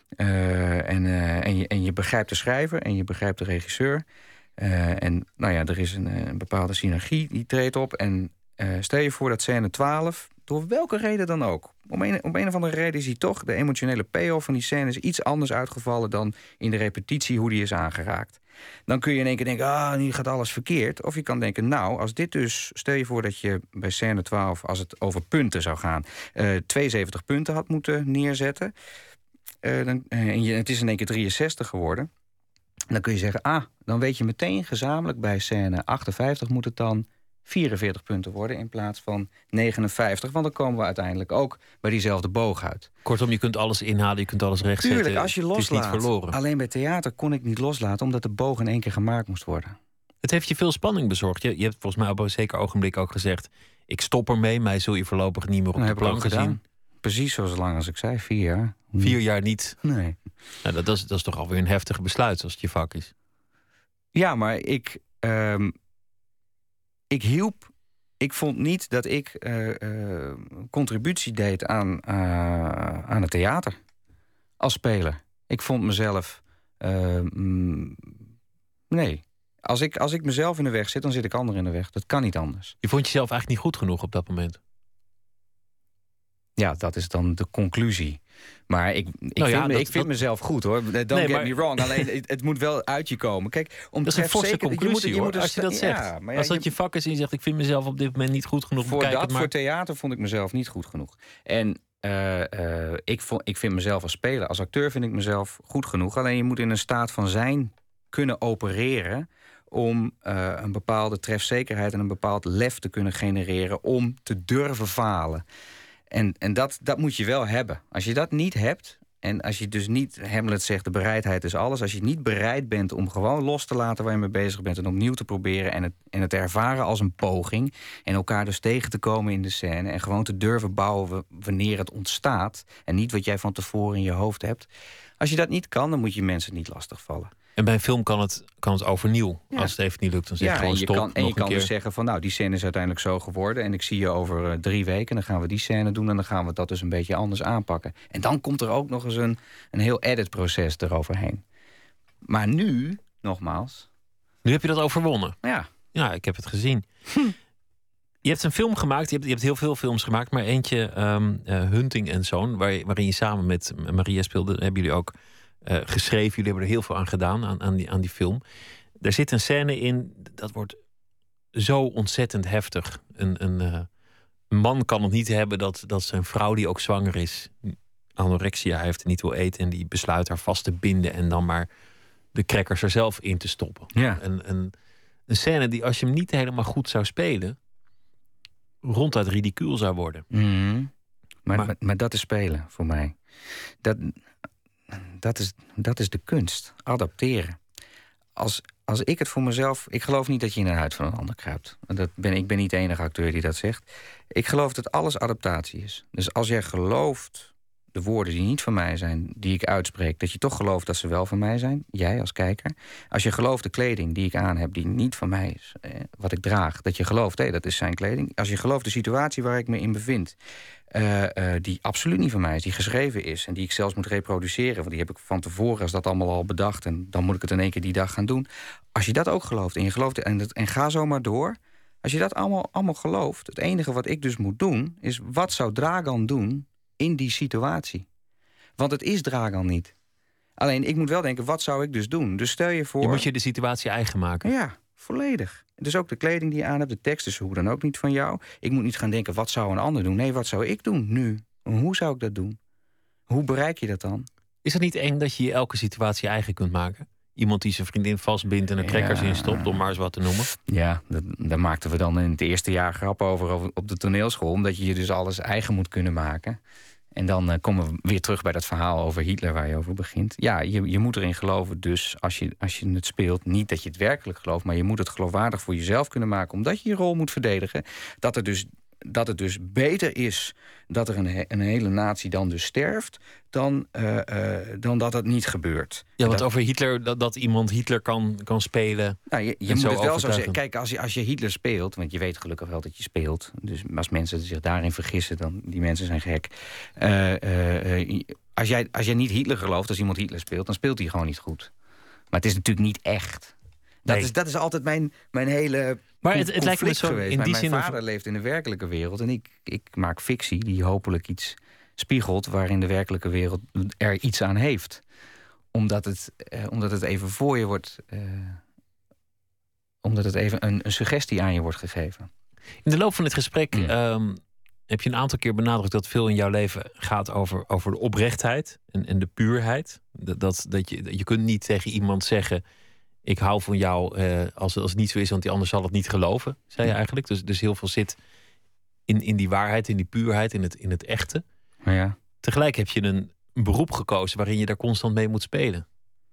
en je begrijpt de schrijver en je begrijpt de regisseur. En nou ja, er is een bepaalde synergie die treedt op. En stel je voor dat scène 12, door welke reden dan ook, om een of andere reden is die toch, de emotionele payoff van die scène is iets anders uitgevallen dan in de repetitie hoe die is aangeraakt. Dan kun je in één keer denken, nu gaat alles verkeerd. Of je kan denken, nou, als dit dus, stel je voor dat je bij scène 12, als het over punten zou gaan, 72 punten had moeten neerzetten. het is in één keer 63 geworden. Dan kun je zeggen, dan weet je meteen gezamenlijk bij scène 58 moet het dan 44 punten worden in plaats van 59. Want dan komen we uiteindelijk ook bij diezelfde boog uit. Kortom, je kunt alles inhalen, je kunt alles rechtzetten. Tuurlijk, als je loslaat. Het is niet verloren. Alleen bij theater kon ik niet loslaten, omdat de boog in één keer gemaakt moest worden. Het heeft je veel spanning bezorgd. Je hebt volgens mij op een zeker ogenblik ook gezegd, ik stop ermee, mij zul je voorlopig niet meer op de plank zien. Precies zo lang als ik zei, 4 jaar. 4 jaar niet? Nee. Nou, dat is toch alweer een heftige besluit als het je vak is. Ja, maar ik hielp. Ik vond niet dat ik contributie deed aan het theater als speler. Ik vond mezelf... nee. Als ik mezelf in de weg zit, dan zit ik anderen in de weg. Dat kan niet anders. Je vond jezelf eigenlijk niet goed genoeg op dat moment? Ja, dat is dan de conclusie. Maar ik vind mezelf goed, hoor. Don't get me wrong. Alleen, het moet wel uit je komen. Kijk, dat is een forse conclusie, je moet als je dat zegt. Ja, maar als dat je vak is en je zegt, ik vind mezelf op dit moment niet goed genoeg. Voor theater vond ik mezelf niet goed genoeg. En ik vind mezelf als speler, als acteur vind ik mezelf goed genoeg. Alleen je moet in een staat van zijn kunnen opereren om een bepaalde trefzekerheid en een bepaald lef te kunnen genereren om te durven falen. En dat moet je wel hebben. Als je dat niet hebt, en als je dus niet, Hamlet zegt, de bereidheid is alles. Als je niet bereid bent om gewoon los te laten waar je mee bezig bent en opnieuw te proberen en het ervaren als een poging en elkaar dus tegen te komen in de scène en gewoon te durven bouwen wanneer het ontstaat en niet wat jij van tevoren in je hoofd hebt. Als je dat niet kan, dan moet je mensen niet lastigvallen. En bij een film kan het overnieuw. Ja. Als het even niet lukt, dan zeg je gewoon stop. En je kan dus zeggen van, nou, die scène is uiteindelijk zo geworden en ik zie je over 3 weken. Dan gaan we die scène doen en dan gaan we dat dus een beetje anders aanpakken. En dan komt er ook nog eens een heel editproces eroverheen. Maar nu, nogmaals... Nu heb je dat overwonnen. Ja. Ja, ik heb het gezien. Je hebt een film gemaakt, je hebt heel veel films gemaakt, maar eentje, Hunting and Zoon, waarin je samen met Maria speelde, hebben jullie ook geschreven. Jullie hebben er heel veel aan gedaan, aan die film. Daar zit een scène in, dat wordt zo ontzettend heftig. Een man kan het niet hebben dat zijn vrouw, die ook zwanger is, anorexia heeft en niet wil eten, en die besluit haar vast te binden en dan maar de crackers er zelf in te stoppen. Ja. Een scène die, als je hem niet helemaal goed zou spelen, ronduit ridicuul zou worden. Mm-hmm. Maar dat is spelen voor mij. Dat is de kunst. Adapteren. Als ik het voor mezelf... Ik geloof niet dat je in de huid van een ander kruipt. Ik ben niet de enige acteur die dat zegt. Ik geloof dat alles adaptatie is. Dus als jij gelooft de woorden die niet van mij zijn, die ik uitspreek, dat je toch gelooft dat ze wel van mij zijn, jij als kijker. Als je gelooft de kleding die ik aan heb, die niet van mij is, wat ik draag, dat je gelooft, dat is zijn kleding. Als je gelooft de situatie waar ik me in bevind, die absoluut niet van mij is, die geschreven is en die ik zelfs moet reproduceren, want die heb ik van tevoren als dat allemaal al bedacht en dan moet ik het in één keer die dag gaan doen. Als je dat ook gelooft en je gelooft en ga zo maar door. Als je dat allemaal gelooft, het enige wat ik dus moet doen is, wat zou Dragan doen in die situatie? Want het is Dragan niet. Alleen, ik moet wel denken, wat zou ik dus doen? Dus stel je voor... Je moet je de situatie eigen maken. Ja, volledig. Dus ook de kleding die je aan hebt, de tekst is hoe dan ook niet van jou. Ik moet niet gaan denken, wat zou een ander doen? Nee, wat zou ik doen nu? Hoe zou ik dat doen? Hoe bereik je dat dan? Is het niet eng dat je elke situatie eigen kunt maken? Iemand die zijn vriendin vastbindt en er crackers in stopt, om maar eens wat te noemen. Ja, daar maakten we dan in het eerste jaar grap over op de toneelschool. Omdat je dus alles eigen moet kunnen maken. En dan komen we weer terug bij dat verhaal over Hitler waar je over begint. Ja, je moet erin geloven dus als je het speelt. Niet dat je het werkelijk gelooft, maar je moet het geloofwaardig voor jezelf kunnen maken. Omdat je je rol moet verdedigen. Dat het dus beter is dat er een hele natie dan dus sterft, dan dat het niet gebeurt. Ja, want over Hitler, dat iemand Hitler kan spelen. Nou, je moet het wel zo zeggen. Kijk, als je Hitler speelt, want je weet gelukkig wel dat je speelt. Dus als mensen zich daarin vergissen, dan die mensen zijn gek. Als jij niet Hitler gelooft, als iemand Hitler speelt, dan speelt hij gewoon niet goed. Maar het is natuurlijk niet echt. Dat is altijd mijn hele maar het lijkt me zo geweest. In die mijn vader leeft in de werkelijke wereld en ik maak fictie die hopelijk iets spiegelt waarin de werkelijke wereld er iets aan heeft. Omdat het even voor je wordt, omdat het even een suggestie aan je wordt gegeven. In de loop van het gesprek heb je een aantal keer benadrukt dat veel in jouw leven gaat over de oprechtheid en de puurheid. Dat je kunt niet tegen iemand zeggen: ik hou van jou, als het niet zo is, want die ander zal het niet geloven, zei je eigenlijk. Dus heel veel zit in die waarheid, in die puurheid, in het echte. Ja. Tegelijk heb je een beroep gekozen waarin je daar constant mee moet spelen.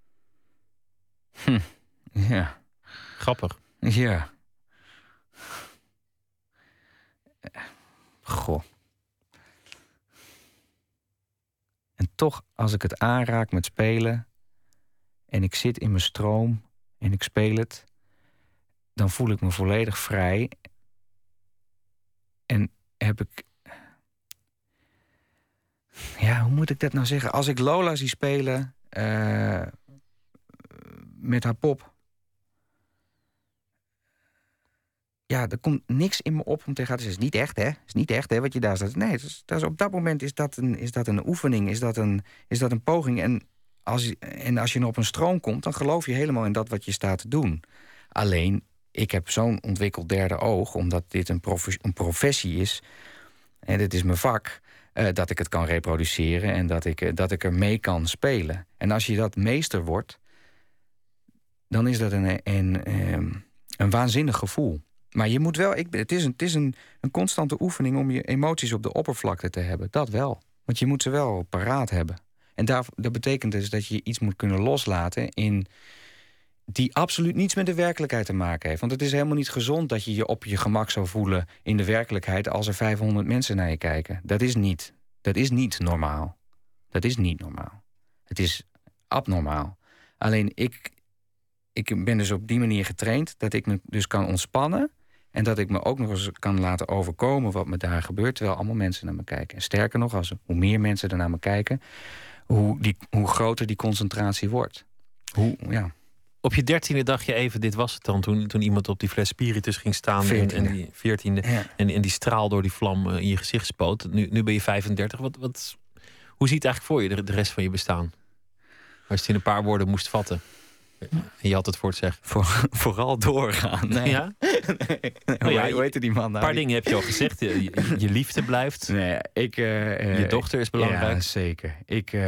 Ja. Grappig. Ja. Goh. En toch, als ik het aanraak met spelen en ik zit in mijn stroom en ik speel het, dan voel ik me volledig vrij. En heb ik... Ja, hoe moet ik dat nou zeggen? Als ik Lola zie spelen met haar pop, ja, er komt niks in me op om tegen haar te zeggen: het is niet echt, hè? Het is niet echt, hè, wat je daar staat. Nee, dat is op dat moment is dat een oefening, is dat een poging. En als je op een stroom komt, dan geloof je helemaal in dat wat je staat te doen. Alleen, ik heb zo'n ontwikkeld derde oog, omdat dit een professie is, en dit is mijn vak, dat ik het kan reproduceren en dat ik er mee kan spelen. En als je dat meester wordt, dan is dat een waanzinnig gevoel. Maar je moet wel, het is een constante oefening om je emoties op de oppervlakte te hebben. Dat wel. Want je moet ze wel paraat hebben. En dat betekent dus dat je iets moet kunnen loslaten die absoluut niets met de werkelijkheid te maken heeft. Want het is helemaal niet gezond dat je je op je gemak zou voelen in de werkelijkheid als er 500 mensen naar je kijken. Dat is niet normaal. Dat is niet normaal. Het is abnormaal. Alleen ik ben dus op die manier getraind dat ik me dus kan ontspannen en dat ik me ook nog eens kan laten overkomen wat me daar gebeurt, terwijl allemaal mensen naar me kijken. En sterker nog, hoe meer mensen er naar me kijken, hoe groter die concentratie wordt. Op je 13e dacht je even, dit was het dan, toen iemand op die fles spiritus ging staan 14e. en die 14e en die straal door die vlam in je gezicht spoot. Nu ben je 35. Hoe ziet het eigenlijk voor je de rest van je bestaan? Als je het in een paar woorden moest vatten. En je had het voor het zeggen. Vooral doorgaan. Nee. Ja? Nee. Hoe heette die man nou? Een paar dingen heb je al gezegd. Je liefde blijft. Nee, je dochter is belangrijk. Ja, zeker.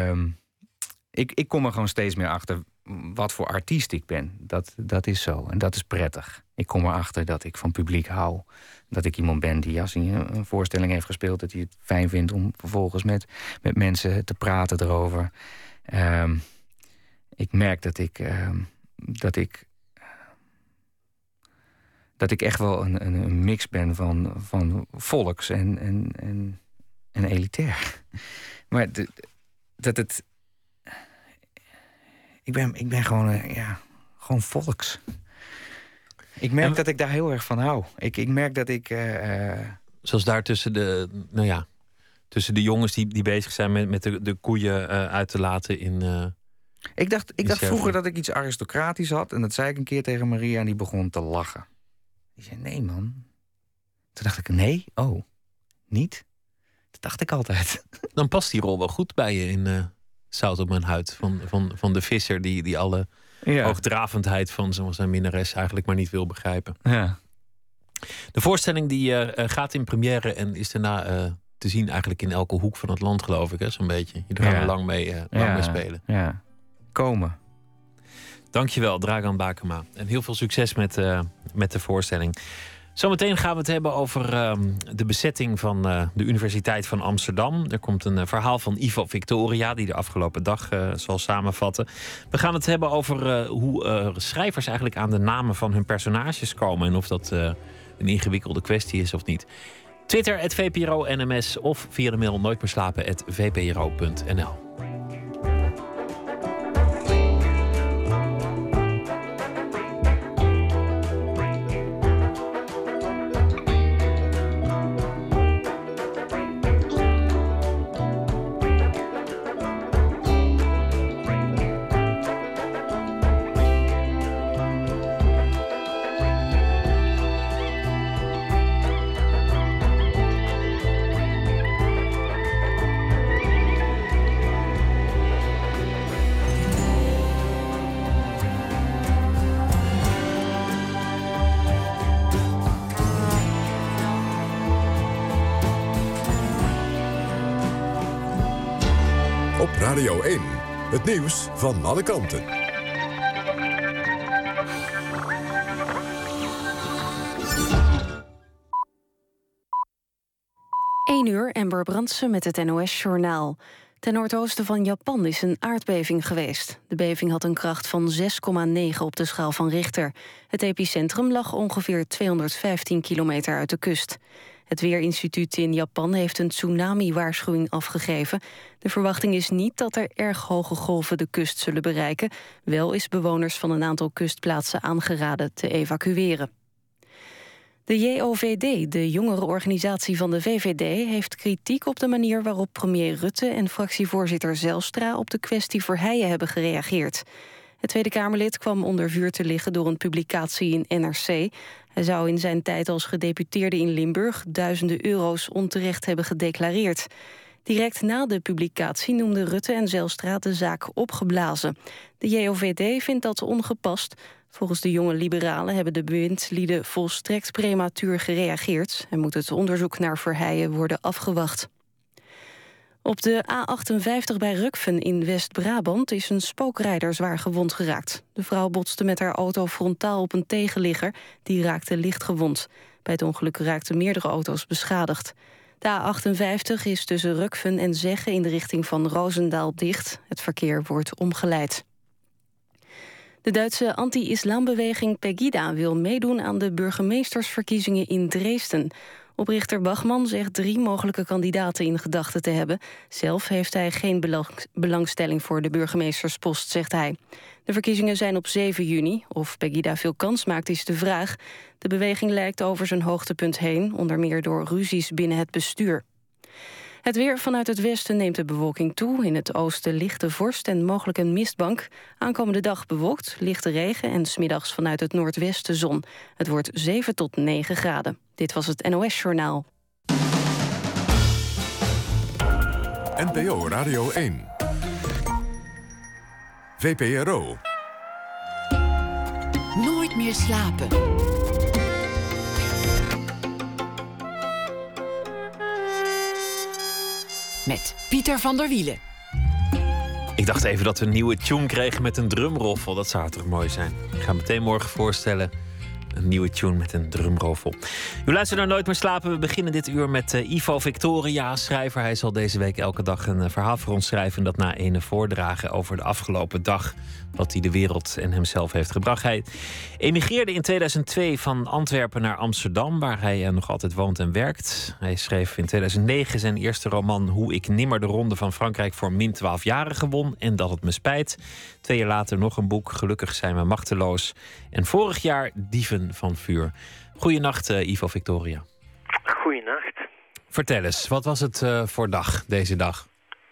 Ik kom er gewoon steeds meer achter wat voor artiest ik ben. Dat is zo. En dat is prettig. Ik kom erachter dat ik van publiek hou. Dat ik iemand ben die, als hij een voorstelling heeft gespeeld, dat hij het fijn vindt om vervolgens met mensen te praten erover. Ik merk dat ik echt wel een mix ben van volks en elitair. Maar ik ben gewoon volks. Ik merk dat ik daar heel erg van hou. Ik merk dat ik... Zoals daar tussen de jongens die bezig zijn met de koeien uit te laten in... Ik dacht vroeger dat ik iets aristocratisch had. En dat zei ik een keer tegen Maria en die begon te lachen. Die zei, nee man. Toen dacht ik, nee? Oh, niet? Dat dacht ik altijd. Dan past die rol wel goed bij je in Zout op mijn huid. Van de visser die alle hoogdravendheid van zijn minnares eigenlijk maar niet wil begrijpen. Ja. De voorstelling die gaat in première en is daarna te zien eigenlijk in elke hoek van het land, geloof ik. Zo'n beetje. Je gaat er lang mee spelen. Ja. Komen. Dankjewel, Dragan Bakema. En heel veel succes met de voorstelling. Zometeen gaan we het hebben over de bezetting van de Universiteit van Amsterdam. Er komt een verhaal van Ivo Victoria, die de afgelopen dag zal samenvatten. We gaan het hebben over hoe schrijvers eigenlijk aan de namen van hun personages komen. En of dat een ingewikkelde kwestie is of niet. Twitter @VPRO-NMS of via de mail nooitmeerslapen@vpro.nl. Op Radio 1, het nieuws van alle kanten. 1:00, Amber Brandsen met het NOS-journaal. Ten noordoosten van Japan is een aardbeving geweest. De beving had een kracht van 6,9 op de schaal van Richter. Het epicentrum lag ongeveer 215 kilometer uit de kust. Het Weerinstituut in Japan heeft een tsunami-waarschuwing afgegeven. De verwachting is niet dat er erg hoge golven de kust zullen bereiken. Wel is bewoners van een aantal kustplaatsen aangeraden te evacueren. De JOVD, de jongerenorganisatie van de VVD, heeft kritiek op de manier waarop premier Rutte en fractievoorzitter Zijlstra op de kwestie Verheijen hebben gereageerd. Het Tweede Kamerlid kwam onder vuur te liggen door een publicatie in NRC. Hij zou in zijn tijd als gedeputeerde in Limburg duizenden euro's onterecht hebben gedeclareerd. Direct na de publicatie noemden Rutte en Zijlstra de zaak opgeblazen. De JOVD vindt dat ongepast. Volgens de jonge liberalen hebben de bewindslieden volstrekt prematuur gereageerd en moet het onderzoek naar Verheijen worden afgewacht. Op de A58 bij Rukven in West-Brabant is een spookrijder zwaar gewond geraakt. De vrouw botste met haar auto frontaal op een tegenligger, die raakte licht gewond. Bij het ongeluk raakten meerdere auto's beschadigd. De A58 is tussen Rukven en Zegge in de richting van Roosendaal dicht. Het verkeer wordt omgeleid. De Duitse anti-islambeweging Pegida wil meedoen aan de burgemeestersverkiezingen in Dresden. Oprichter Bachmann zegt 3 mogelijke kandidaten in gedachten te hebben. Zelf heeft hij geen belangstelling voor de burgemeesterspost, zegt hij. De verkiezingen zijn op 7 juni. Of Pegida veel kans maakt is de vraag. De beweging lijkt over zijn hoogtepunt heen, onder meer door ruzies binnen het bestuur. Het weer vanuit het westen neemt de bewolking toe. In het oosten lichte vorst en mogelijk een mistbank. Aankomende dag bewolkt, lichte regen en 's middags vanuit het noordwesten zon. Het wordt 7 tot 9 graden. Dit was het NOS-journaal. NPO Radio 1. VPRO. Nooit meer slapen. Met Pieter van der Wielen. Ik dacht even dat we een nieuwe tune kregen met een drumroffel. Dat zou toch mooi zijn. Ik ga meteen morgen voorstellen. Een nieuwe tune met een drumroffel. U luistert naar Nooit meer slapen. We beginnen dit uur met Ivo Victoria, schrijver. Hij zal deze week elke dag een verhaal voor ons schrijven en dat na ene voordragen over de afgelopen dag. Wat hij de wereld en hemzelf heeft gebracht. Hij emigreerde in 2002 van Antwerpen naar Amsterdam, waar hij nog altijd woont en werkt. Hij schreef in 2009 zijn eerste roman Hoe ik nimmer de Ronde van Frankrijk voor min 12-jarigen won en dat het me spijt. 2 jaar later nog een boek, Gelukkig zijn we machteloos. En vorig jaar Dieven van vuur. Goeienacht, Ivo Victoria. Goeienacht. Vertel eens, wat was het voor dag, deze dag?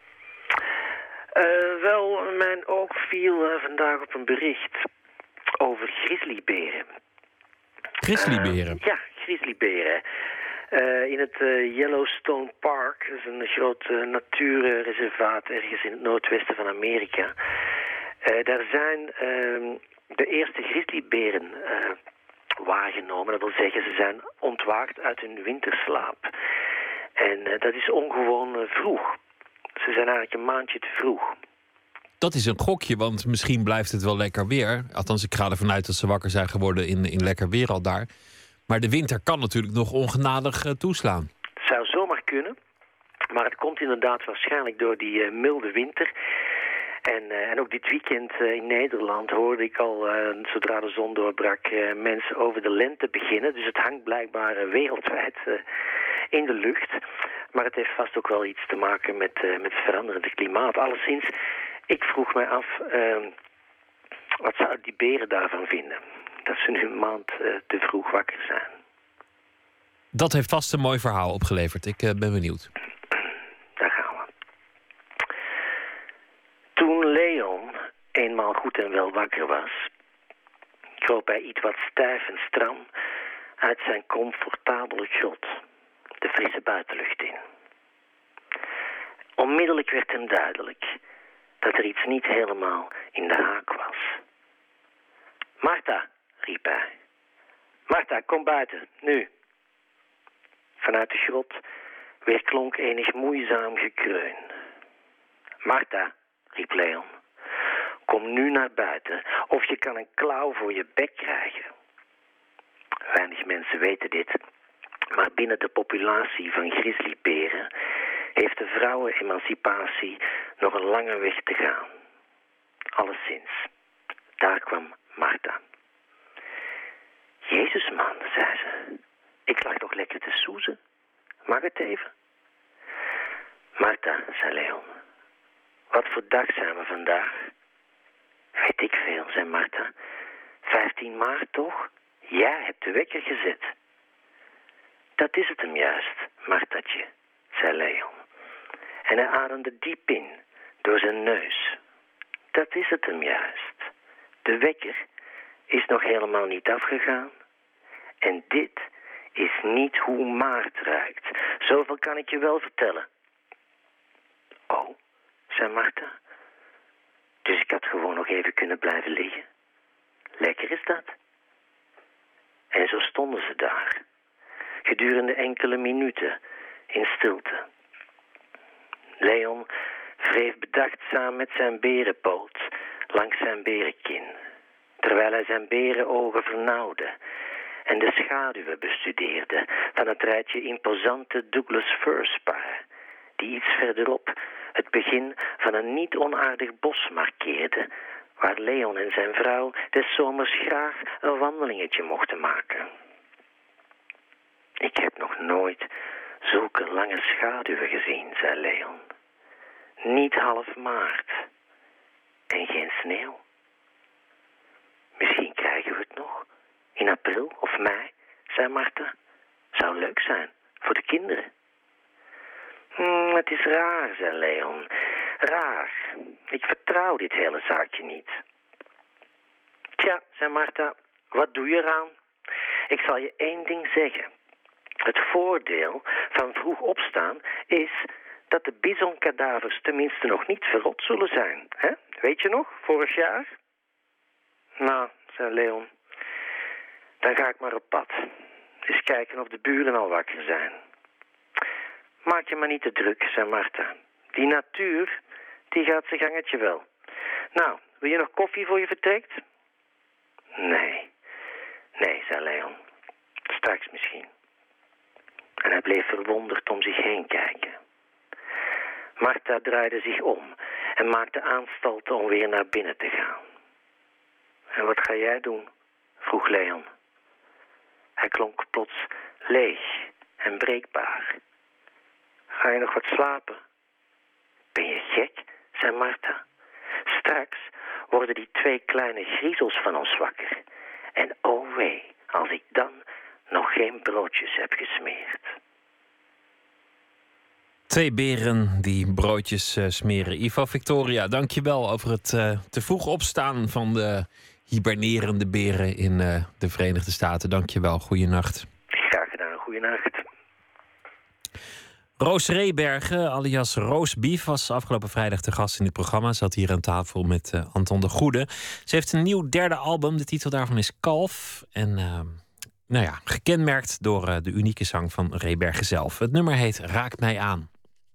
Wel, mijn oog viel vandaag op een bericht over grizzlyberen. Grizzlyberen? Ja, grizzlyberen. In het Yellowstone Park, dat is een groot natuurreservaat ergens in het noordwesten van Amerika. Daar zijn de eerste grizzlyberen waargenomen. Dat wil zeggen, ze zijn ontwaakt uit hun winterslaap. En dat is ongewoon vroeg. Ze zijn eigenlijk een maandje te vroeg. Dat is een gokje, want misschien blijft het wel lekker weer. Althans, ik ga ervan uit dat ze wakker zijn geworden in lekker weer al daar. Maar de winter kan natuurlijk nog ongenadig toeslaan. Het zou zomaar kunnen. Maar het komt inderdaad waarschijnlijk door die milde winter. En ook dit weekend in Nederland hoorde ik al, zodra de zon doorbrak, mensen over de lente beginnen. Dus het hangt blijkbaar wereldwijd in de lucht. Maar het heeft vast ook wel iets te maken met het veranderende klimaat. Alleszins, ik vroeg mij af, wat zouden die beren daarvan vinden? Dat ze nu een maand te vroeg wakker zijn. Dat heeft vast een mooi verhaal opgeleverd. Ik ben benieuwd. Daar gaan we. Toen Leon eenmaal goed en wel wakker was, kroop hij iets wat stijf en stram uit zijn comfortabele grot de frisse buitenlucht in. Onmiddellijk werd hem duidelijk dat er iets niet helemaal in de haak was. Martha, riep hij. Martha, kom buiten, nu. Vanuit de grot weerklonk enig moeizaam gekreun. Martha, riep Leon, kom nu naar buiten of je kan een klauw voor je bek krijgen. Weinig mensen weten dit, maar binnen de populatie van grizzlyberen heeft de vrouwenemancipatie nog een lange weg te gaan. Alleszins, daar kwam Martha. Jezus man, zei ze, ik lag nog lekker te soezen. Mag het even? Martha, zei Leon, wat voor dag zijn we vandaag? Weet ik veel, zei Martha. 15 maart toch? Jij hebt de wekker gezet. Dat is het hem juist, Marthatje, zei Leon. En hij ademde diep in, door zijn neus. Dat is het hem juist. De wekker is nog helemaal niet afgegaan. En dit is niet hoe maart ruikt. Zoveel kan ik je wel vertellen. Oh, zei Martha. Dus ik had gewoon nog even kunnen blijven liggen. Lekker is dat. En zo stonden ze daar, gedurende enkele minuten, in stilte. Leon wreef bedachtzaam met zijn berenpoot langs zijn berenkin, terwijl hij zijn berenogen vernauwde en de schaduwen bestudeerde van het rijtje imposante Douglas firs-parren, die iets verderop het begin van een niet onaardig bos markeerde, waar Leon en zijn vrouw des zomers graag een wandelingetje mochten maken. Ik heb nog nooit zulke lange schaduwen gezien, zei Leon. Niet half maart. En geen sneeuw. Misschien krijgen we het nog. In april of mei, zei Martha. Zou leuk zijn, voor de kinderen. Het is raar, zei Leon. Raar. Ik vertrouw dit hele zaakje niet. Tja, zei Martha, wat doe je eraan? Ik zal je één ding zeggen. Het voordeel van vroeg opstaan is dat de bisonkadavers tenminste nog niet verrot zullen zijn. Hè? Weet je nog, vorig jaar? Nou, zei Leon, dan ga ik maar op pad. Eens kijken of de buren al wakker zijn. Maak je maar niet te druk, zei Martha. Die natuur, die gaat zijn gangetje wel. Nou, wil je nog koffie voor je vertrekt? Nee, zei Leon. Straks misschien. En hij bleef verwonderd om zich heen kijken. Martha draaide zich om en maakte aanstalten om weer naar binnen te gaan. En wat ga jij doen? Vroeg Leon. Hij klonk plots leeg en breekbaar. Ga je nog wat slapen? Ben je gek? Zei Martha. Straks worden die 2 kleine griezels van ons wakker. En oh wee, als ik dan nog geen broodjes heb gesmeerd. 2 beren die broodjes smeren. Ivo Victoria, dank je wel over het te vroeg opstaan van de hibernerende beren in de Verenigde Staten. Dank je wel, goeienacht. Graag gedaan, goeienacht. Roos Rebergen, alias Roos Bief, was afgelopen vrijdag te gast in dit programma. Zat hier aan tafel met Anton de Goede. Ze heeft een nieuw 3e album. De titel daarvan is Kalf. En gekenmerkt door de unieke zang van Rebergen zelf. Het nummer heet Raak mij aan.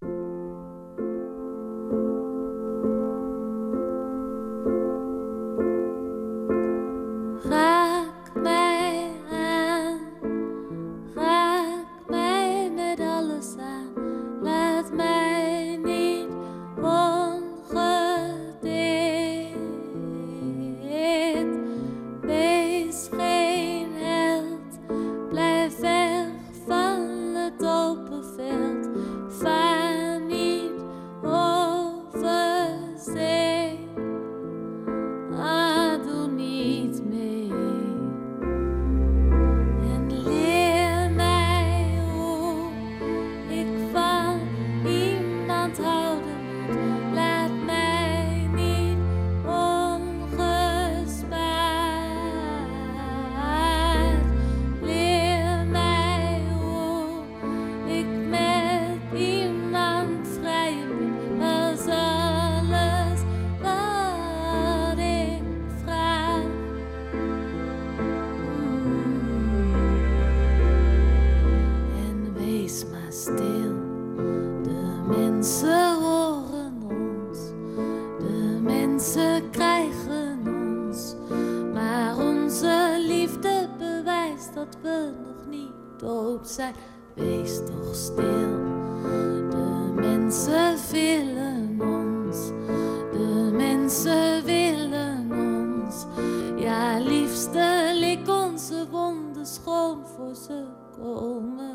Raak mij aan, raak mij met alles aan. Laat mij niet ongedeerd. Wees geen held, blijf weg van het open veld. Vaar niet over zee. Doe niet mee. En leer mij hoe ik van iemand houden moet. Laat mij niet ongespaard. Leer mij hoe ik met iemand vrij ben. Als alles wat ik vraag. En wees maar stil, de mensen horen ons. dood zijn. Wees toch stil. De mensen willen ons. De mensen willen ons. Ja, liefste, lik onze wonden schoon voor ze komen.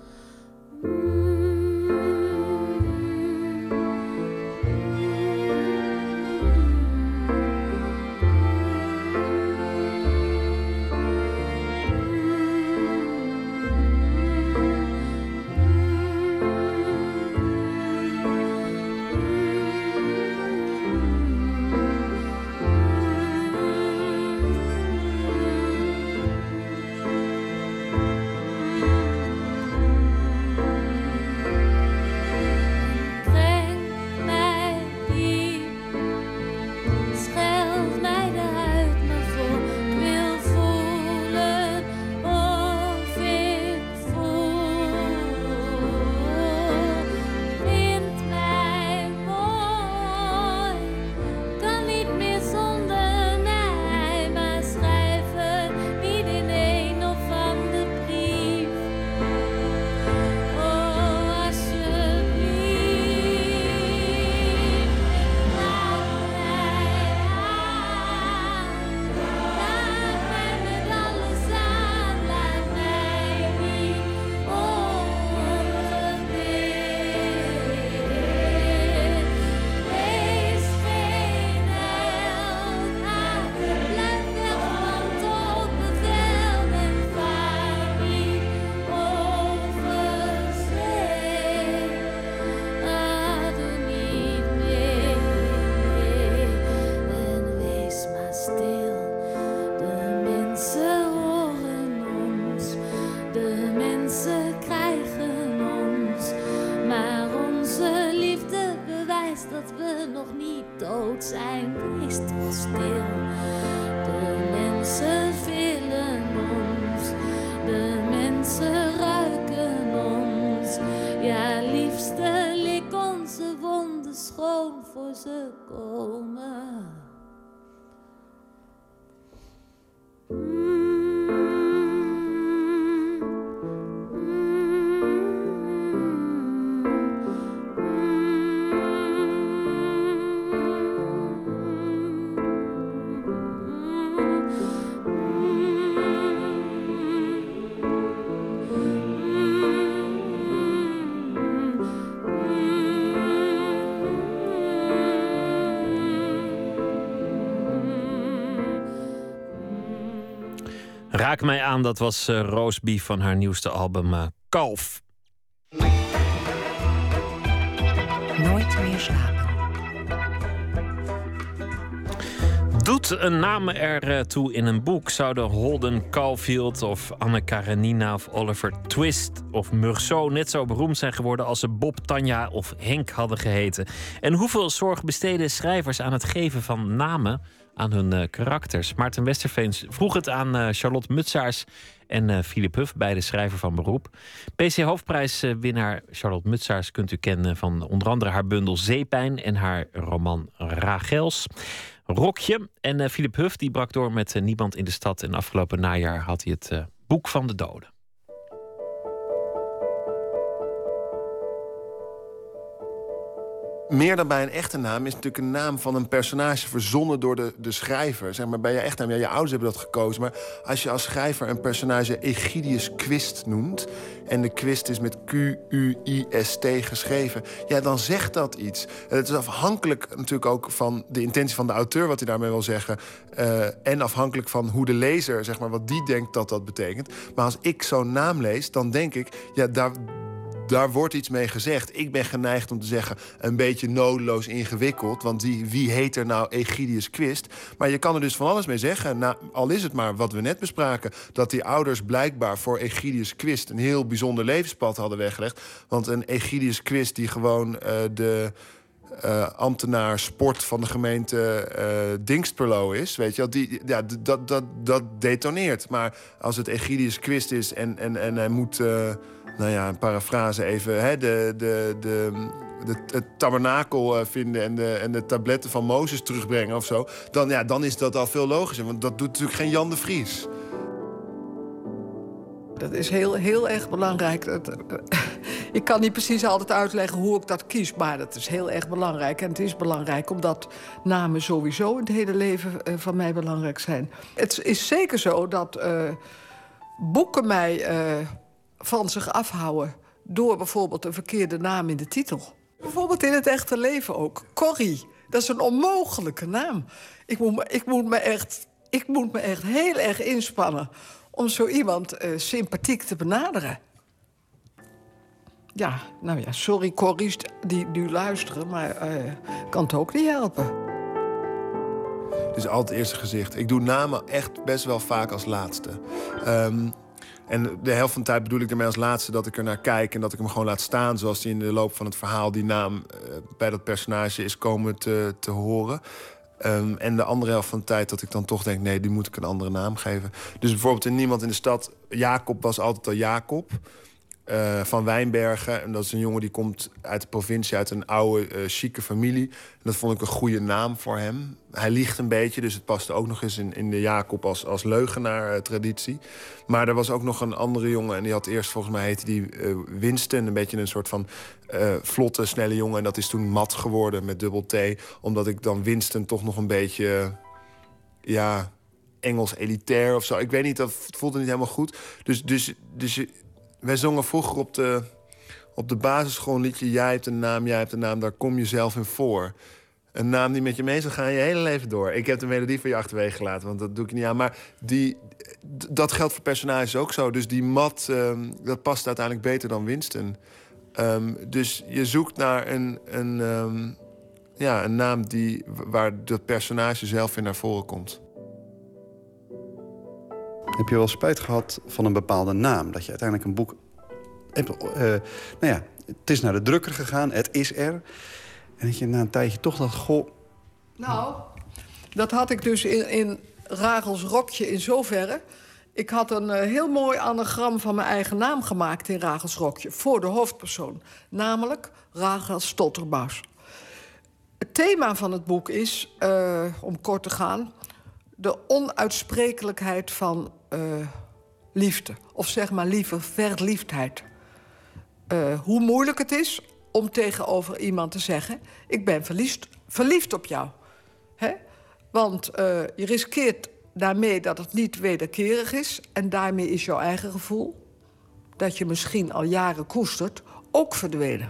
Raak mij aan, dat was Roastbeef van haar nieuwste album Kalf. Nooit meer slapen. Doet een naam ertoe in een boek? Zouden Holden Caulfield of Anne Karenina of Oliver Twist of Meursault net zo beroemd zijn geworden als ze Bob, Tanja of Henk hadden geheten? En hoeveel zorg besteden schrijvers aan het geven van namen aan hun karakters? Maarten Westerveen vroeg het aan Charlotte Mutsaars en Philip Huff, beide schrijver van beroep. PC-hoofdprijswinnaar Charlotte Mutsaars kunt u kennen van onder andere haar bundel Zeepijn en haar roman Rachels. Rokje. En Philip Huff die brak door met Niemand in de stad. En afgelopen najaar had hij het Boek van de Doden. Meer dan bij een echte naam is natuurlijk een naam van een personage verzonnen door de schrijver. Zeg maar, bij je echte naam, ja, je ouders hebben dat gekozen. Maar als je als schrijver een personage Egidius Quist noemt, en de Quist is met Q-U-I-S-T geschreven, ja, dan zegt dat iets. Het is afhankelijk natuurlijk ook van de intentie van de auteur, wat hij daarmee wil zeggen. En afhankelijk van hoe de lezer, zeg maar, wat die denkt dat dat betekent. Maar als ik zo'n naam lees, dan denk ik, ja, daar wordt iets mee gezegd. Ik ben geneigd om te zeggen, een beetje nodeloos ingewikkeld. Want wie heet er nou Egidius Quist? Maar je kan er dus van alles mee zeggen. Nou, al is het maar wat we net bespraken, dat die ouders blijkbaar voor Egidius Quist een heel bijzonder levenspad hadden weggelegd. Want een Egidius Quist die gewoon de ambtenaar sport van de gemeente Dinxperlo is, weet je wel, dat detoneert. Maar als het Egidius Quist is en hij moet, nou ja, een parafrase even, hè, het tabernakel vinden en de tabletten van Mozes terugbrengen of zo, dan is dat al veel logischer. Want dat doet natuurlijk geen Jan de Vries. dat is heel erg belangrijk. Ik kan niet precies altijd uitleggen hoe ik dat kies, maar dat is heel erg belangrijk. En het is belangrijk omdat namen sowieso in het hele leven van mij belangrijk zijn. Het is zeker zo dat boeken mij van zich afhouden door bijvoorbeeld een verkeerde naam in de titel. Bijvoorbeeld in het echte leven ook. Corrie, dat is een onmogelijke naam. Ik moet me echt heel erg inspannen om zo iemand sympathiek te benaderen. Ja, nou ja, sorry Corries die nu luisteren, maar kan het ook niet helpen. Het is altijd het eerste gezicht. Ik doe namen echt best wel vaak als laatste. En de helft van de tijd bedoel ik ermee als laatste dat ik er naar kijk en dat ik hem gewoon laat staan zoals die in de loop van het verhaal die naam bij dat personage is komen te horen. En de andere helft van de tijd dat ik dan toch denk, nee, die moet ik een andere naam geven. Dus bijvoorbeeld in Niemand in de Stad, Jacob was altijd al Jacob. Van Wijnbergen. En dat is een jongen die komt uit de provincie, uit een oude, chique familie. En dat vond ik een goede naam voor hem. Hij liegt een beetje, dus het paste ook nog eens in de Jacob als leugenaar traditie. Maar er was ook nog een andere jongen en die had eerst, volgens mij heette die Winston. Een beetje een soort van vlotte, snelle jongen. En dat is toen Matt geworden met dubbel T. Omdat ik dan Winston toch nog een beetje, ja, Engels elitair of zo. Ik weet niet, dat voelde niet helemaal goed. Dus wij zongen vroeger op de basisschool een liedje Jij hebt een naam, daar kom je zelf in voor. Een naam die met je mee zal gaan je hele leven door. Ik heb de melodie van je achterwege gelaten, want dat doe ik niet aan. Maar dat geldt voor personages ook zo. Dus die Matt, dat past uiteindelijk beter dan Winston. Dus je zoekt naar een naam waar dat personage zelf in naar voren komt. Heb je wel spijt gehad van een bepaalde naam? Dat je uiteindelijk een boek hebt... het is naar de drukker gegaan, het is er. En dat je na een tijdje toch dacht, goh... Nou, dat had ik dus in Rachels Rokje in zoverre. Ik had een heel mooi anagram van mijn eigen naam gemaakt in Rachels Rokje. Voor de hoofdpersoon. Namelijk Rachel Stottermaus. Het thema van het boek is, om kort te gaan, de onuitsprekelijkheid van liefde. Of zeg maar liever verliefdheid. Hoe moeilijk het is om tegenover iemand te zeggen, ik ben verliefd op jou. Hè? Want je riskeert daarmee dat het niet wederkerig is. En daarmee is jouw eigen gevoel, dat je misschien al jaren koestert, ook verdwenen.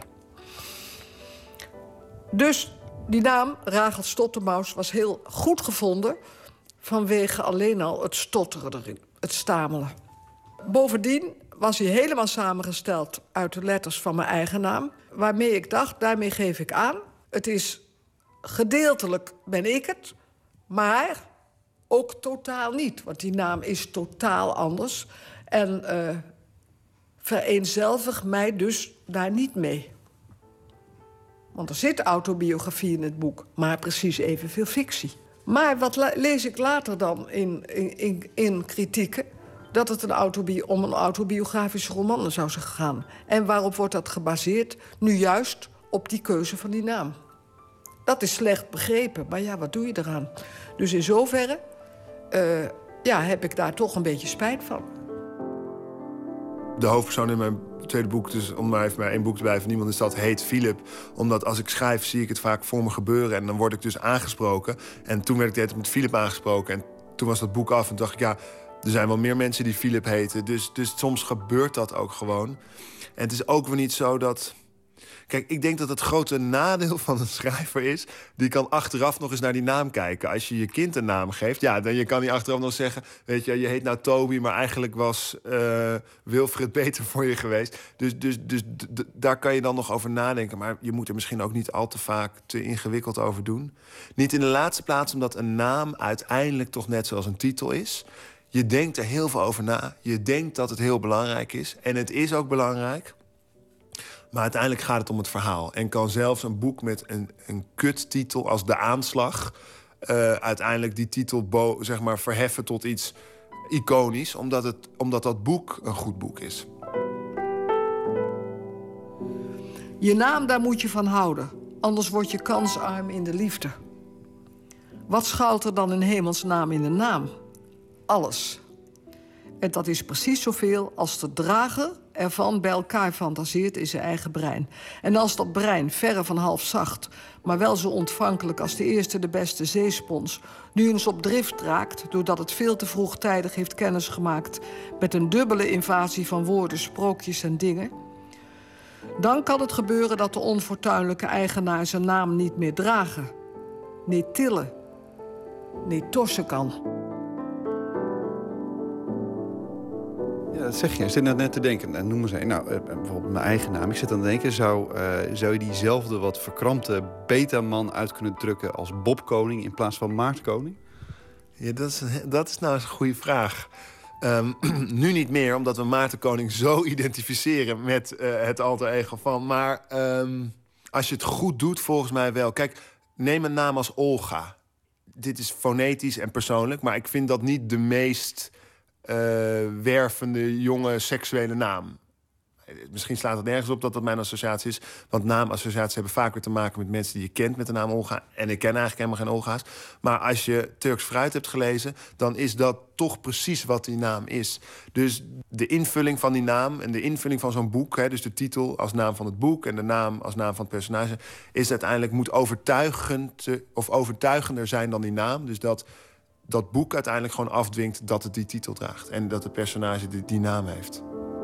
Dus die naam, Rachel Stottermaus, was heel goed gevonden vanwege alleen al het stotteren erin, het stamelen. Bovendien was hij helemaal samengesteld uit de letters van mijn eigen naam, waarmee ik dacht, daarmee geef ik aan. Het is gedeeltelijk ben ik het, maar ook totaal niet. Want die naam is totaal anders. En vereenzelvig mij dus daar niet mee. Want er zit autobiografie in het boek, maar precies evenveel fictie. Maar wat lees ik later dan in kritieken? Dat het om een autobiografische roman zou zijn gegaan. En waarop wordt dat gebaseerd? Nu juist op die keuze van die naam. Dat is slecht begrepen, maar ja, wat doe je eraan? Dus in zoverre heb ik daar toch een beetje spijt van. De hoofdpersoon in mijn tweede boek, dus om maar even bij één boek te blijven, Niemand in de Stad, heet Philip. Omdat als ik schrijf, zie ik het vaak voor me gebeuren. En dan word ik dus aangesproken. En toen werd ik de hele tijd met Philip aangesproken. En toen was dat boek af en dacht ik, ja, er zijn wel meer mensen die Philip heten. Dus soms gebeurt dat ook gewoon. En het is ook weer niet zo dat... Kijk, ik denk dat het grote nadeel van een schrijver is, die kan achteraf nog eens naar die naam kijken. Als je je kind een naam geeft, ja, dan je kan niet achteraf nog zeggen, weet je heet nou Toby, maar eigenlijk was Wilfred beter voor je geweest. Dus daar kan je dan nog over nadenken. Maar je moet er misschien ook niet al te vaak te ingewikkeld over doen. Niet in de laatste plaats omdat een naam uiteindelijk toch net zoals een titel is. Je denkt er heel veel over na. Je denkt dat het heel belangrijk is. En het is ook belangrijk. Maar uiteindelijk gaat het om het verhaal. En kan zelfs een boek met een kuttitel als De Aanslag uiteindelijk die titel verheffen tot iets iconisch. Omdat dat boek een goed boek is. Je naam, daar moet je van houden. Anders word je kansarm in de liefde. Wat schuilt er dan in hemelsnaam in de naam? Alles. En dat is precies zoveel als de drager ervan bij elkaar fantaseert in zijn eigen brein. En als dat brein, verre van half zacht, maar wel zo ontvankelijk als de eerste de beste zeespons, nu eens op drift raakt, doordat het veel te vroegtijdig heeft kennis gemaakt met een dubbele invasie van woorden, sprookjes en dingen, dan kan het gebeuren dat de onfortuinlijke eigenaar zijn naam niet meer dragen, niet tillen, niet torsen kan. Ja, dat zeg je. Ik zit net te denken. Noem eens een. Nou, bijvoorbeeld mijn eigen naam. Ik zit aan te denken, zou je diezelfde wat verkrampte beta-man uit kunnen drukken als Bob Koning in plaats van Maarten Koning? Ja, dat is nou eens een goede vraag. Nu niet meer, omdat we Maarten Koning zo identificeren met het alter ego van. Maar als je het goed doet, volgens mij wel. Kijk, neem een naam als Olga. Dit is fonetisch en persoonlijk, maar ik vind dat niet de meest wervende, jonge, seksuele naam. Misschien slaat het nergens op dat dat mijn associatie is. Want naamassociaties hebben vaak weer te maken met mensen die je kent met de naam Olga. En ik ken eigenlijk helemaal geen Olga's. Maar als je Turks Fruit hebt gelezen, dan is dat toch precies wat die naam is. Dus de invulling van die naam en de invulling van zo'n boek, hè, dus de titel als naam van het boek en de naam als naam van het personage, is uiteindelijk moet overtuigender zijn dan die naam. Dus dat boek uiteindelijk gewoon afdwingt dat het die titel draagt. En dat het personage die naam heeft.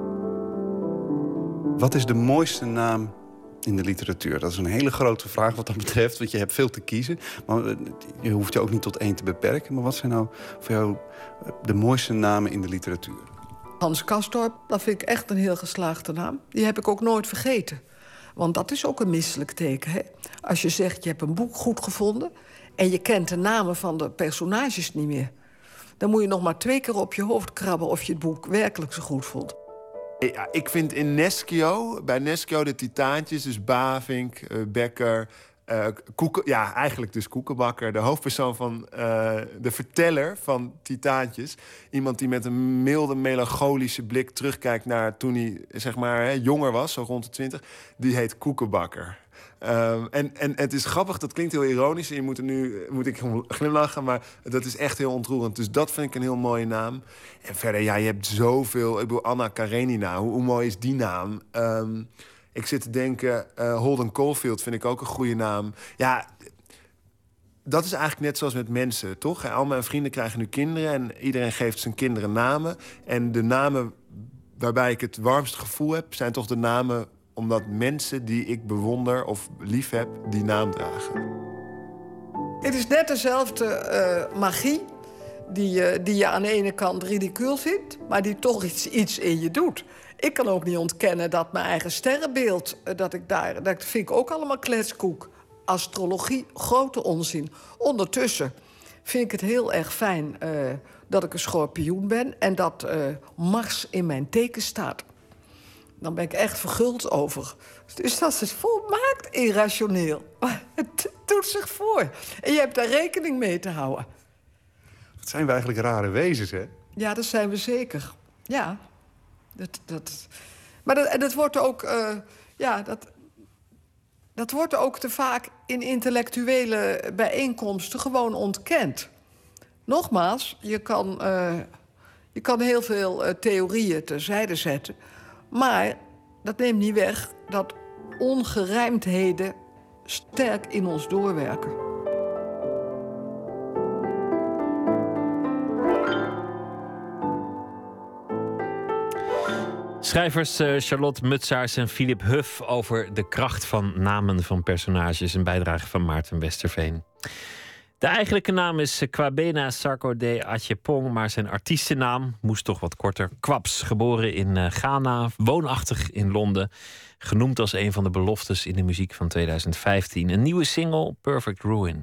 Wat is de mooiste naam in de literatuur? Dat is een hele grote vraag wat dat betreft, want je hebt veel te kiezen. Maar je hoeft je ook niet tot één te beperken. Maar wat zijn nou voor jou de mooiste namen in de literatuur? Hans Castorp, dat vind ik echt een heel geslaagde naam. Die heb ik ook nooit vergeten. Want dat is ook een misselijk teken, hè? Als je zegt, je hebt een boek goed gevonden en je kent de namen van de personages niet meer, dan moet je nog maar 2 keer op je hoofd krabben of je het boek werkelijk zo goed vond. Ja, ik vind bij Neschio de titaantjes, dus Bavink, Becker, eigenlijk dus Koekenbakker, de hoofdpersoon van de verteller van Titaantjes. Iemand die met een milde, melancholische blik terugkijkt naar toen hij, zeg maar, jonger was, zo rond de 20. Die heet Koekenbakker. En het is grappig, dat klinkt heel ironisch. En moet ik glimlachen, maar dat is echt heel ontroerend. Dus dat vind ik een heel mooie naam. En verder, ja, je hebt zoveel. Ik bedoel, Anna Karenina, hoe mooi is die naam? Ik zit te denken, Holden Caulfield vind ik ook een goede naam. Ja, dat is eigenlijk net zoals met mensen, toch? Al mijn vrienden krijgen nu kinderen en iedereen geeft zijn kinderen namen. En de namen waarbij ik het warmste gevoel heb, zijn toch de namen omdat mensen die ik bewonder of lief heb, die naam dragen. Het is net dezelfde magie die je aan de ene kant ridicuul vindt, maar die toch iets in je doet. Ik kan ook niet ontkennen dat mijn eigen sterrenbeeld, dat vind ik ook allemaal kletskoek. Astrologie, grote onzin. Ondertussen vind ik het heel erg fijn dat ik een schorpioen ben en dat Mars in mijn teken staat. Dan ben ik echt verguld over. Dus dat is volmaakt irrationeel. Maar het doet zich voor. En je hebt daar rekening mee te houden. Dat zijn we eigenlijk rare wezens, hè? Ja, dat zijn we zeker. Ja. Maar dat wordt ook... dat wordt ook te vaak in intellectuele bijeenkomsten gewoon ontkend. Nogmaals, je kan heel veel theorieën terzijde zetten, maar dat neemt niet weg dat ongerijmdheden sterk in ons doorwerken. Schrijvers Charlotte Mutsaars en Philip Huff over de kracht van namen van personages. Een bijdrage van Maarten Westerveen. De eigenlijke naam is Kwabena Sarkodie Atjepong, maar zijn artiestennaam moest toch wat korter. Kwabs, geboren in Ghana, woonachtig in Londen. Genoemd als een van de beloftes in de muziek van 2015. Een nieuwe single, Perfect Ruin.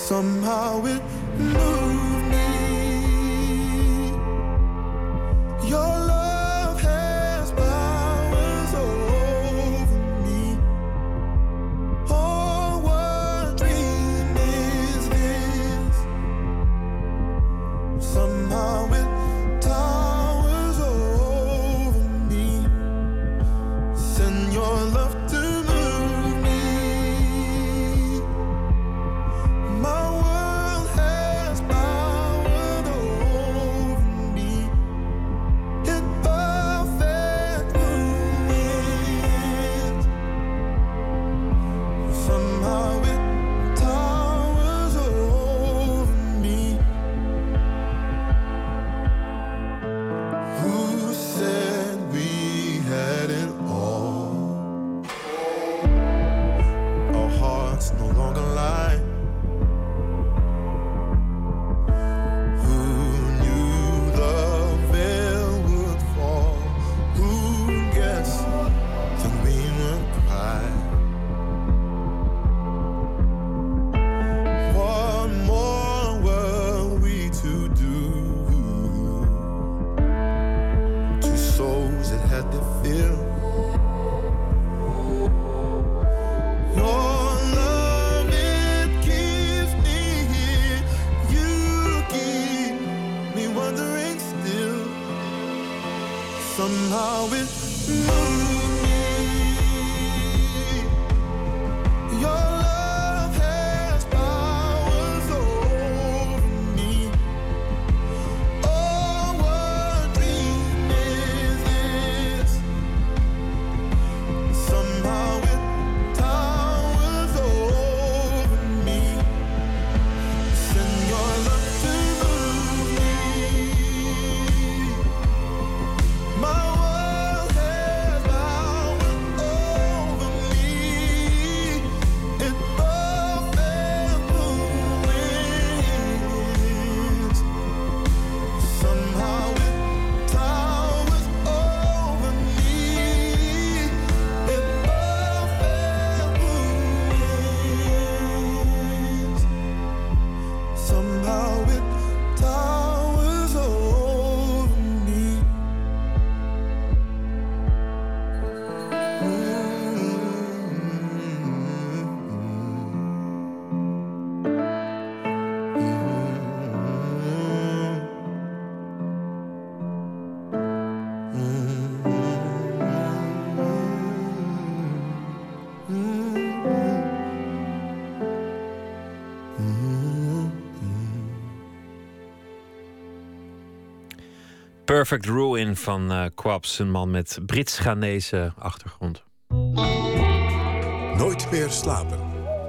Somehow it moved me. Your love has powers over me. Oh, what dream is this? Somehow it towers over me. Send your love to move me. My world has powered over me. In perfect ruins. Somehow it towers over me. Who said we had it all? Our hearts no longer lie. Who knew the veil would fall? Who guessed that we would cry? What more were we to do? Two souls that had to feel. Your love, it keeps me here. You keep me wondering still. Somehow it moved me. Your love has powers over me. Oh, what dream is this? Somehow it towers over me. Send your love to move me. My world has power over me. In perfect ruins. Somehow it towers over me. In perfect ruins. Somehow it towers over me. Perfect Ruin van Quabs, een man met Brits-Ghanese achtergrond. Nooit meer slapen.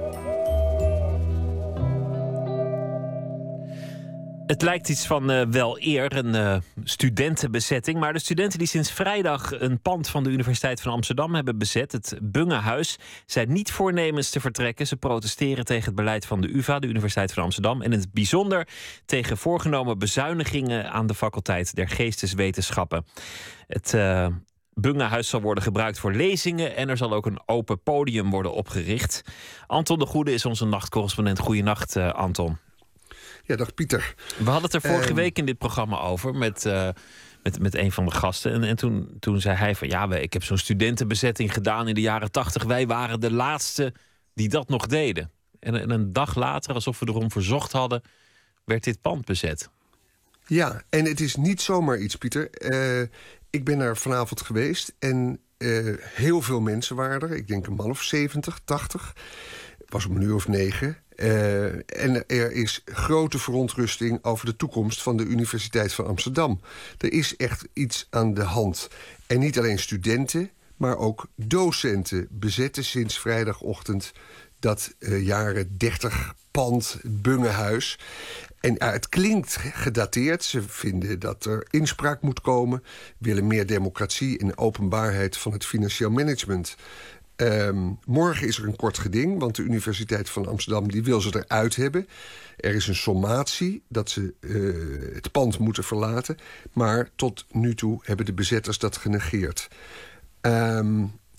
Het lijkt iets van wel eer, een studentenbezetting. Maar de studenten die sinds vrijdag een pand van de Universiteit van Amsterdam hebben bezet, het Bungehuis, zijn niet voornemens te vertrekken. Ze protesteren tegen het beleid van de UvA, de Universiteit van Amsterdam. En in het bijzonder tegen voorgenomen bezuinigingen aan de faculteit der Geesteswetenschappen. Het Bungehuis zal worden gebruikt voor lezingen en er zal ook een open podium worden opgericht. Anton de Goede is onze nachtcorrespondent. Goeienacht, Anton. Ja, dag Pieter. We hadden het er vorige week in dit programma over met een van de gasten. En toen zei hij van ja, ik heb zo'n studentenbezetting gedaan in de jaren 80. Wij waren de laatste die dat nog deden. En een dag later, alsof we erom verzocht hadden, werd dit pand bezet. Ja, en het is niet zomaar iets, Pieter. Ik ben er vanavond geweest en heel veel mensen waren er. Ik denk een man of 70, 80. Het was om 9:00. En er is grote verontrusting over de toekomst van de Universiteit van Amsterdam. Er is echt iets aan de hand. En niet alleen studenten, maar ook docenten bezetten sinds vrijdagochtend dat jaren 30 pand, Bungehuis. En het klinkt gedateerd. Ze vinden dat er inspraak moet komen. Willen meer democratie en openbaarheid van het financieel management. Morgen is er een kort geding, want de Universiteit van Amsterdam die wil ze eruit hebben. Er is een sommatie dat ze het pand moeten verlaten. Maar tot nu toe hebben de bezetters dat genegeerd.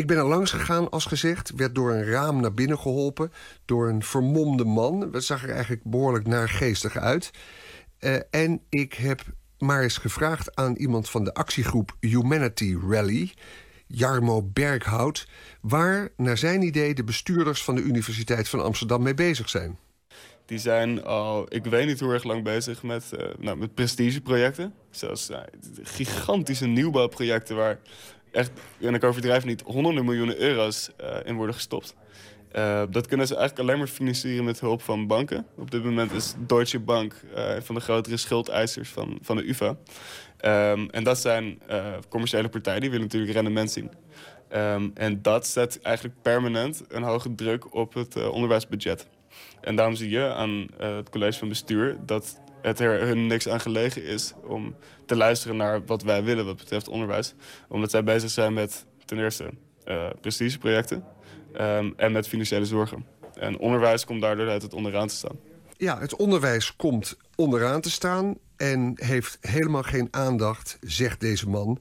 Ik ben er langs gegaan, als gezegd. Werd door een raam naar binnen geholpen. Door een vermomde man. Dat zag er eigenlijk behoorlijk naargeestig uit. En ik heb maar eens gevraagd aan iemand van de actiegroep Humanity Rally, Jarmo Berghout, waar naar zijn idee de bestuurders van de Universiteit van Amsterdam mee bezig zijn. Die zijn al, ik weet niet hoe erg lang bezig met prestigeprojecten. Zelfs gigantische nieuwbouwprojecten waar echt, en ik overdrijf niet, honderden miljoenen euro's in worden gestopt. Dat kunnen ze eigenlijk alleen maar financieren met hulp van banken. Op dit moment is Deutsche Bank een van de grotere schuldeisers van de UvA. En dat zijn commerciële partijen, die willen natuurlijk rendement zien. En dat zet eigenlijk permanent een hoge druk op het onderwijsbudget. En daarom zie je aan het college van bestuur dat het er hun niks aan gelegen is om te luisteren naar wat wij willen wat betreft onderwijs. Omdat zij bezig zijn met ten eerste prestigeprojecten en met financiële zorgen. En onderwijs komt daardoor uit het onderaan te staan. Ja, het onderwijs komt onderaan te staan en heeft helemaal geen aandacht, zegt deze man,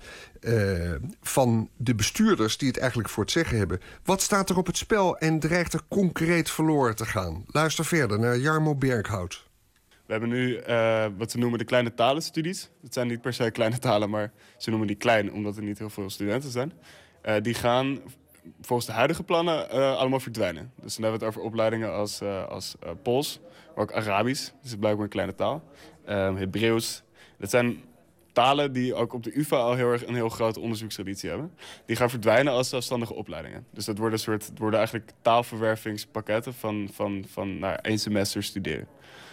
van de bestuurders die het eigenlijk voor het zeggen hebben. Wat staat er op het spel en dreigt er concreet verloren te gaan? Luister verder naar Jarmo Berghout. We hebben nu wat ze noemen de kleine talenstudies. Dat zijn niet per se kleine talen, maar ze noemen die klein omdat er niet heel veel studenten zijn. Die gaan volgens de huidige plannen allemaal verdwijnen. Dus dan hebben we het over opleidingen als Pools, maar ook Arabisch. Dat is blijkbaar een kleine taal. Hebreeuws. Dat zijn talen die ook op de UvA al een heel grote onderzoekstraditie hebben. Die gaan verdwijnen als zelfstandige opleidingen. Dus dat worden eigenlijk taalverwervingspakketten van 1 semester studeren.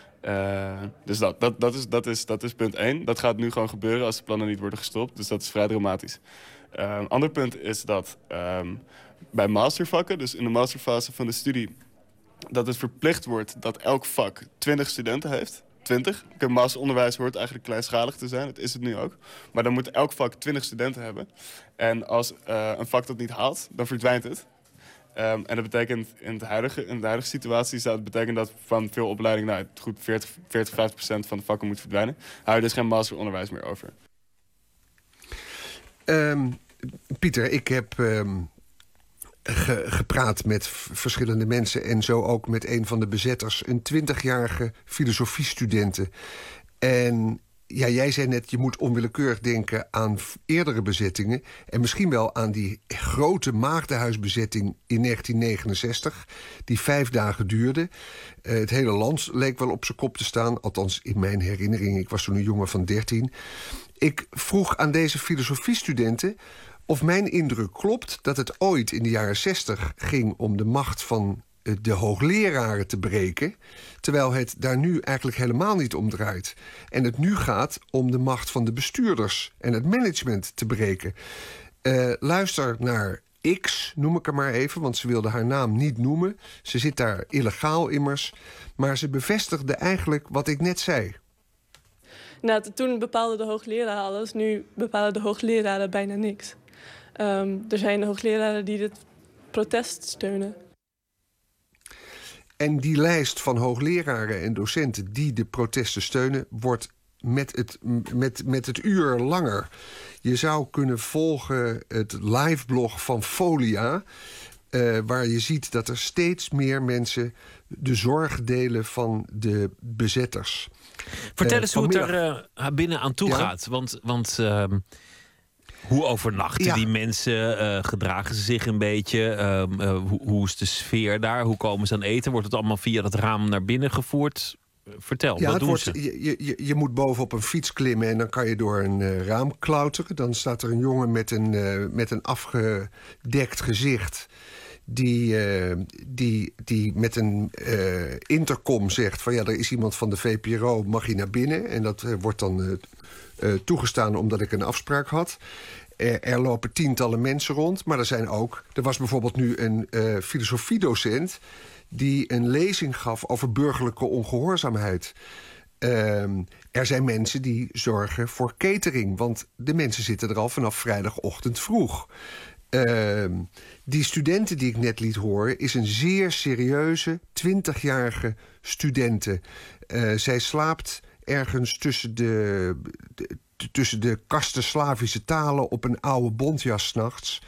Dus dat is punt 1. Dat gaat nu gewoon gebeuren als de plannen niet worden gestopt. Dus dat is vrij dramatisch. Een ander punt is dat bij mastervakken, dus in de masterfase van de studie, dat het verplicht wordt dat elk vak 20 studenten heeft. 20. Masteronderwijs hoort eigenlijk kleinschalig te zijn. Dat is het nu ook. Maar dan moet elk vak 20 studenten hebben. En als een vak dat niet haalt, dan verdwijnt het. En dat betekent in de huidige situatie zou het betekenen dat van veel opleidingen 40-50% van de vakken moet verdwijnen. Hou je dus geen masteronderwijs meer over. Pieter, ik heb gepraat met verschillende mensen en zo ook met een van de bezetters, een 20-jarige filosofiestudente. En ja, jij zei net, je moet onwillekeurig denken aan eerdere bezettingen en misschien wel aan die grote maagdenhuisbezetting in 1969, die 5 dagen duurde. Het hele land leek wel op zijn kop te staan, althans in mijn herinnering. Ik was toen een jongen van 13. Ik vroeg aan deze filosofiestudenten of mijn indruk klopt dat het ooit in de jaren 60 ging om de macht van de hoogleraren te breken, terwijl het daar nu eigenlijk helemaal niet om draait. En het nu gaat om de macht van de bestuurders en het management te breken. Luister naar X, noem ik haar maar even, want ze wilde haar naam niet noemen. Ze zit daar illegaal immers, maar ze bevestigde eigenlijk wat ik net zei. Nou, toen bepaalden de hoogleraren alles, nu bepalen de hoogleraren bijna niks. Er zijn hoogleraren die dit protest steunen. En die lijst van hoogleraren en docenten die de protesten steunen wordt met het uur langer. Je zou kunnen volgen het liveblog van Folia, waar je ziet dat er steeds meer mensen de zorg delen van de bezetters. Vertel eens hoe het er binnen aan toe gaat. Want hoe overnachten die mensen? Gedragen ze zich een beetje? Hoe is de sfeer daar? Hoe komen ze aan eten? Wordt het allemaal via dat raam naar binnen gevoerd? Vertel, wat doen ze? Je moet bovenop een fiets klimmen en dan kan je door een raam klauteren. Dan staat er een jongen met een afgedekt gezicht die met een intercom zegt van ja, er is iemand van de VPRO, mag je naar binnen? En dat wordt dan toegestaan omdat ik een afspraak had. Er lopen tientallen mensen rond, maar er was bijvoorbeeld nu een filosofiedocent die een lezing gaf over burgerlijke ongehoorzaamheid. Er zijn mensen die zorgen voor catering, want de mensen zitten er al vanaf vrijdagochtend vroeg. Die studenten die ik net liet horen is een zeer serieuze 20-jarige studente. Zij slaapt ergens tussen de kasten Slavische talen op een oude bontjas 's nachts.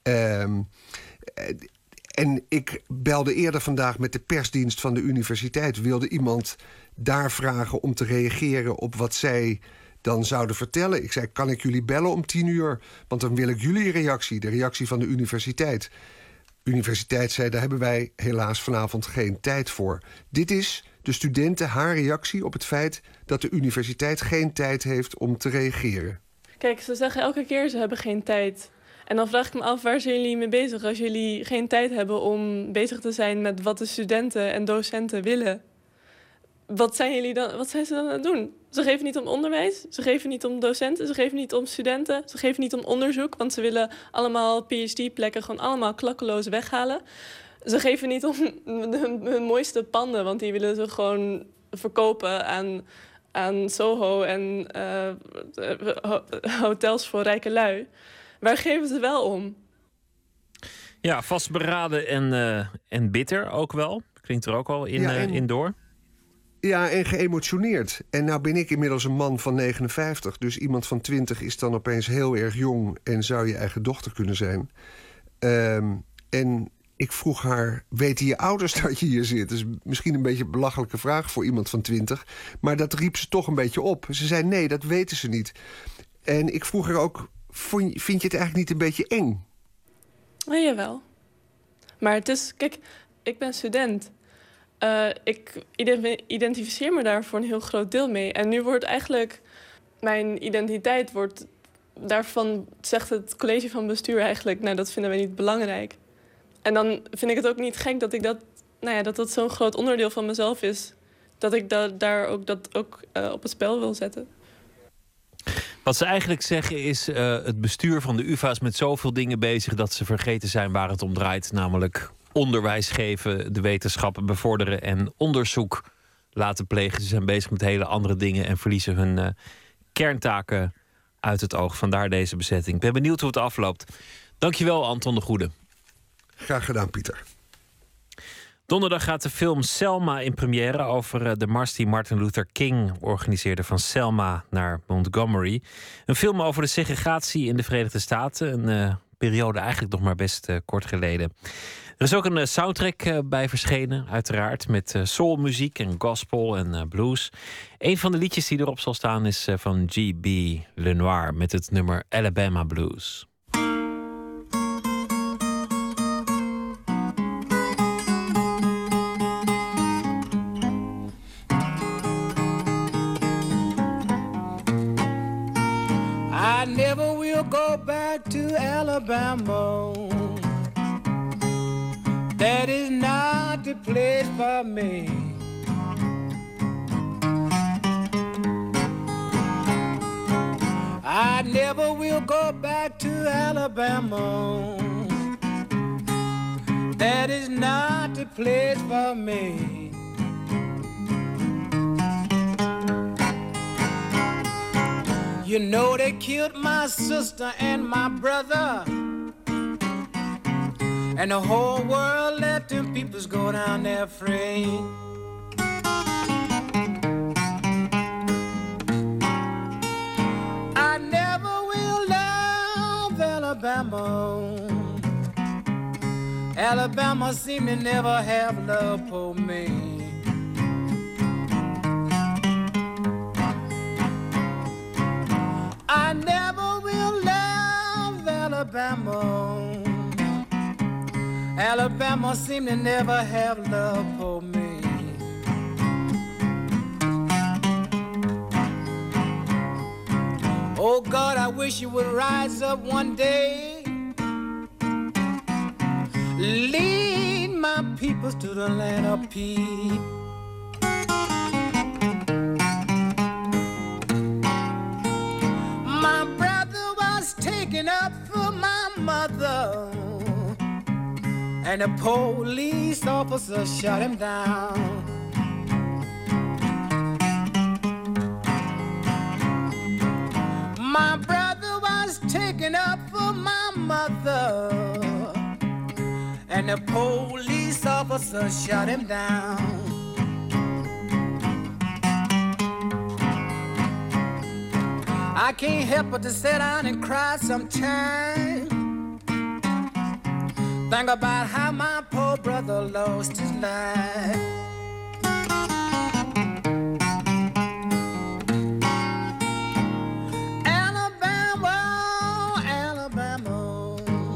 En ik belde eerder vandaag met de persdienst van de universiteit. Wilde iemand daar vragen om te reageren op wat zij dan zouden vertellen. Ik zei, kan ik jullie bellen om 10:00? Want dan wil ik jullie reactie, de reactie van de universiteit. De universiteit zei, daar hebben wij helaas vanavond geen tijd voor. Dit is de studenten haar reactie op het feit dat de universiteit geen tijd heeft om te reageren. Kijk, ze zeggen elke keer ze hebben geen tijd. En dan vraag ik me af, waar zijn jullie mee bezig als jullie geen tijd hebben om bezig te zijn met wat de studenten en docenten willen? Wat zijn ze dan aan het doen? Ze geven niet om onderwijs, ze geven niet om docenten, ze geven niet om studenten, ze geven niet om onderzoek, want ze willen allemaal PhD-plekken gewoon allemaal klakkeloos weghalen. Ze geven niet om hun mooiste panden, want die willen ze gewoon verkopen aan Soho en hotels voor rijke lui. Waar geven ze wel om? Ja, vastberaden en bitter ook wel. Klinkt er ook al in door. Ja, en geëmotioneerd. En nou ben ik inmiddels een man van 59. Dus iemand van 20 is dan opeens heel erg jong en zou je eigen dochter kunnen zijn. En ik vroeg haar, weten je ouders dat je hier zit? Dat is misschien een beetje een belachelijke vraag voor iemand van 20. Maar dat riep ze toch een beetje op. Ze zei, nee, dat weten ze niet. En ik vroeg haar ook, vind je het eigenlijk niet een beetje eng? Jawel. Maar het is, kijk, ik ben student. Ik identificeer me daar voor een heel groot deel mee. En nu wordt eigenlijk mijn identiteit daarvan zegt het college van bestuur eigenlijk, nou, dat vinden we niet belangrijk. En dan vind ik het ook niet gek dat dat zo'n groot onderdeel van mezelf is, dat ik dat ook op het spel wil zetten. Wat ze eigenlijk zeggen is, het bestuur van de UvA is met zoveel dingen bezig dat ze vergeten zijn waar het om draait, namelijk onderwijs geven, de wetenschappen bevorderen en onderzoek laten plegen. Ze zijn bezig met hele andere dingen en verliezen hun kerntaken uit het oog. Vandaar deze bezetting. Ik ben benieuwd hoe het afloopt. Dankjewel, Anton de Goede. Graag gedaan, Pieter. Donderdag gaat de film Selma in première over de mars die Martin Luther King organiseerde van Selma naar Montgomery. Een film over de segregatie in de Verenigde Staten. Een periode eigenlijk nog maar best kort geleden. Er is ook een soundtrack bij verschenen, uiteraard, met soulmuziek en gospel en blues. Een van de liedjes die erop zal staan is van G.B. Lenoir met het nummer Alabama Blues. I never will go back to Alabama. That is not the place for me. I never will go back to Alabama. That is not the place for me. You know they killed my sister and my brother, and the whole world let them peoples go down there free. I never will love Alabama. Alabama seem to never have love for me. I never will love Alabama. Alabama seem to never have love for me. Oh God, I wish you would rise up one day, lead my peoples to the land of peace. My brother was taken up for my mother, and the police officer shot him down. My brother was taken up for my mother, and the police officer shot him down. I can't help but to sit down and cry sometimes, Think about how my poor brother lost his life. Alabama, Alabama,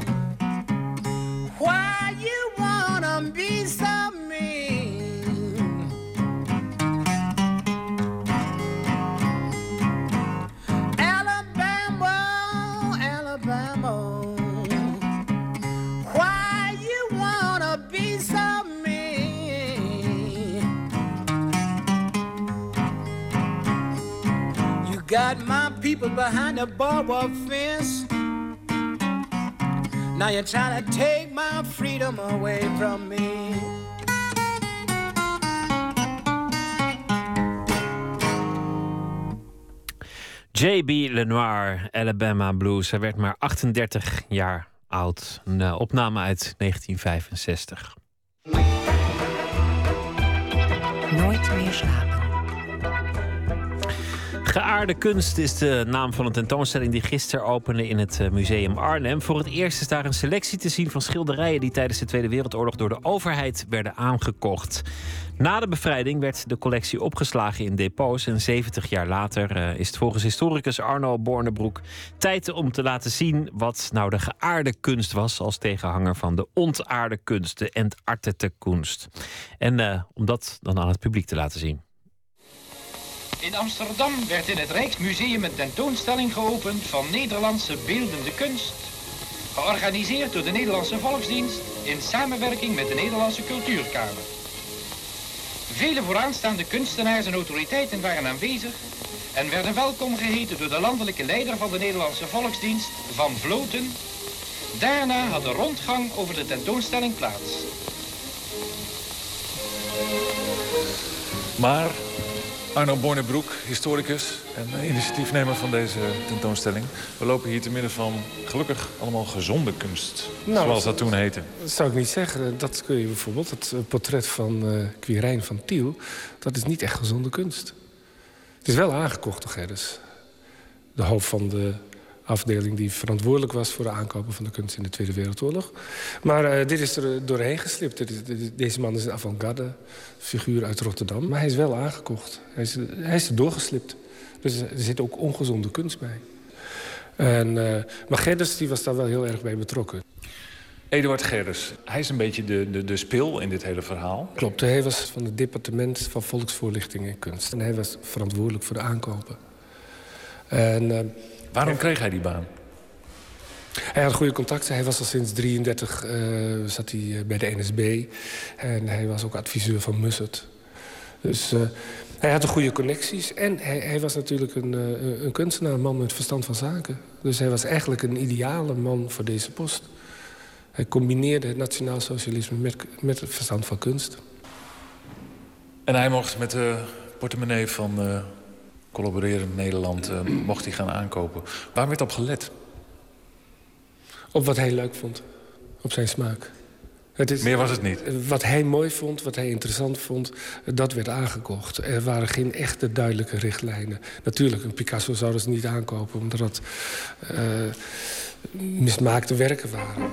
why you wanna be so mean? Alabama, Alabama, be so mean. You got my people behind the barbed wire fence. Now you're trying to take my freedom away from me. J.B. Lenoir, Alabama Blues. Hij werd maar 38 jaar oud. Een opname uit 1965. Nooit meer slapen. Geaarde kunst is de naam van een tentoonstelling die gisteren opende in het Museum Arnhem. Voor het eerst is daar een selectie te zien van schilderijen die tijdens de Tweede Wereldoorlog door de overheid werden aangekocht. Na de bevrijding werd de collectie opgeslagen in depots en 70 jaar later is het volgens historicus Arno Bornebroek tijd om te laten zien wat nou de geaarde kunst was als tegenhanger van de ontaarde kunst, de entartete kunst. En om dat dan aan het publiek te laten zien. In Amsterdam werd in het Rijksmuseum een tentoonstelling geopend van Nederlandse beeldende kunst, georganiseerd door de Nederlandse Volksdienst in samenwerking met de Nederlandse Cultuurkamer. Vele vooraanstaande kunstenaars en autoriteiten waren aanwezig en werden welkom geheten door de landelijke leider van de Nederlandse Volksdienst, Van Vloten. Daarna had de rondgang over de tentoonstelling plaats. Maar Arno Bornebroek, historicus en initiatiefnemer van deze tentoonstelling. We lopen hier te midden van gelukkig allemaal gezonde kunst, zoals dat toen heette. Dat zou ik niet zeggen. Dat kun je bijvoorbeeld, het portret van Quirijn van Tiel, dat is niet echt gezonde kunst. Het is wel aangekocht door Gerdes, de hoofd van de afdeling die verantwoordelijk was voor de aankopen van de kunst in de Tweede Wereldoorlog. Maar dit is er doorheen geslipt. Deze man is een avant-garde figuur uit Rotterdam. Maar hij is wel aangekocht. Hij is er doorgeslipt. Dus er zit ook ongezonde kunst bij. Maar Gerdes die was daar wel heel erg bij betrokken. Eduard Gerdes, hij is een beetje de spil in dit hele verhaal. Klopt, hij was van het departement van Volksvoorlichting en Kunst. En hij was verantwoordelijk voor de aankopen. Waarom kreeg hij die baan? Hij had goede contacten. Hij was al sinds 1933 zat hij bij de NSB. En hij was ook adviseur van Mussert. Dus hij had de goede connecties. En hij was natuurlijk een kunstenaar, een man met verstand van zaken. Dus hij was eigenlijk een ideale man voor deze post. Hij combineerde het nationaal socialisme met het verstand van kunst. En hij mocht met de portemonnee van collaborerend Nederland mocht hij gaan aankopen. Waar werd op gelet? Op wat hij leuk vond. Op zijn smaak. Meer was het niet? Wat hij mooi vond, wat hij interessant vond, dat werd aangekocht. Er waren geen echte duidelijke richtlijnen. Natuurlijk, een Picasso zouden ze niet aankopen, omdat dat mismaakte werken waren.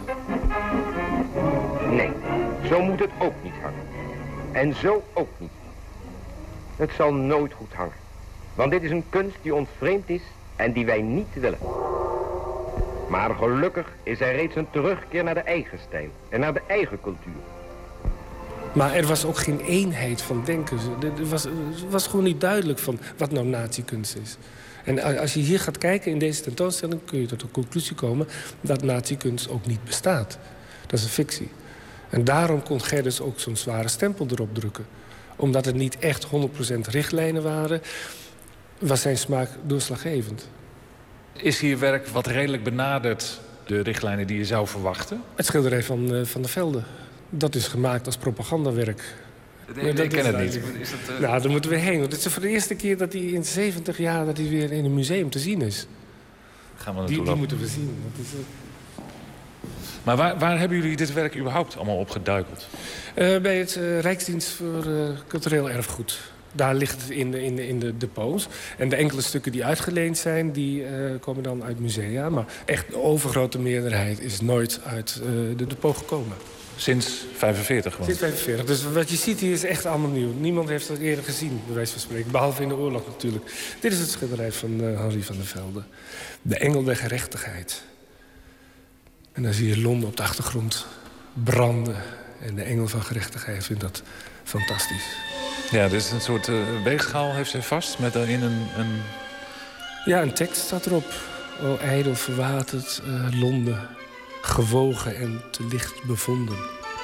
Nee, zo moet het ook niet hangen. En zo ook niet. Het zal nooit goed hangen. Want dit is een kunst die ons vreemd is en die wij niet willen. Maar gelukkig is er reeds een terugkeer naar de eigen stijl en naar de eigen cultuur. Maar er was ook geen eenheid van denken. Het was gewoon niet duidelijk van wat nou nazi-kunst is. En als je hier gaat kijken in deze tentoonstelling, kun je tot de conclusie komen dat nazi-kunst ook niet bestaat. Dat is een fictie. En daarom kon Gerdes ook zo'n zware stempel erop drukken. Omdat het niet echt 100% richtlijnen waren, was zijn smaak doorslaggevend. Is hier werk wat redelijk benadert de richtlijnen die je zou verwachten? Het schilderij van der Velde. Dat is gemaakt als propagandawerk. Ik ken het niet. Is dat, Nou, daar moeten we heen. Want het is voor de eerste keer dat hij in 70 jaar dat hij weer in een museum te zien is. Gaan we naartoe die moeten we zien. Dat is, Maar waar hebben jullie dit werk überhaupt allemaal op geduikeld? Bij het Rijksdienst voor Cultureel Erfgoed. Daar ligt het in de depots. En de enkele stukken die uitgeleend zijn, die komen dan uit musea. Maar echt de overgrote meerderheid is nooit uit de depot gekomen. Sinds 45 gewoon? Sinds 45. Dus wat je ziet hier is echt allemaal nieuw. Niemand heeft dat eerder gezien, bij wijze van spreken. Behalve in de oorlog natuurlijk. Dit is het schilderij van Henri van der Velde. De engel der gerechtigheid. En dan zie je Londen op de achtergrond branden. En de engel van gerechtigheid vindt dat fantastisch. Ja, dus een soort weegschaal heeft zij vast met daarin een... Ja, een tekst staat erop. O ijdel verwaterd Londen, gewogen en te licht bevonden.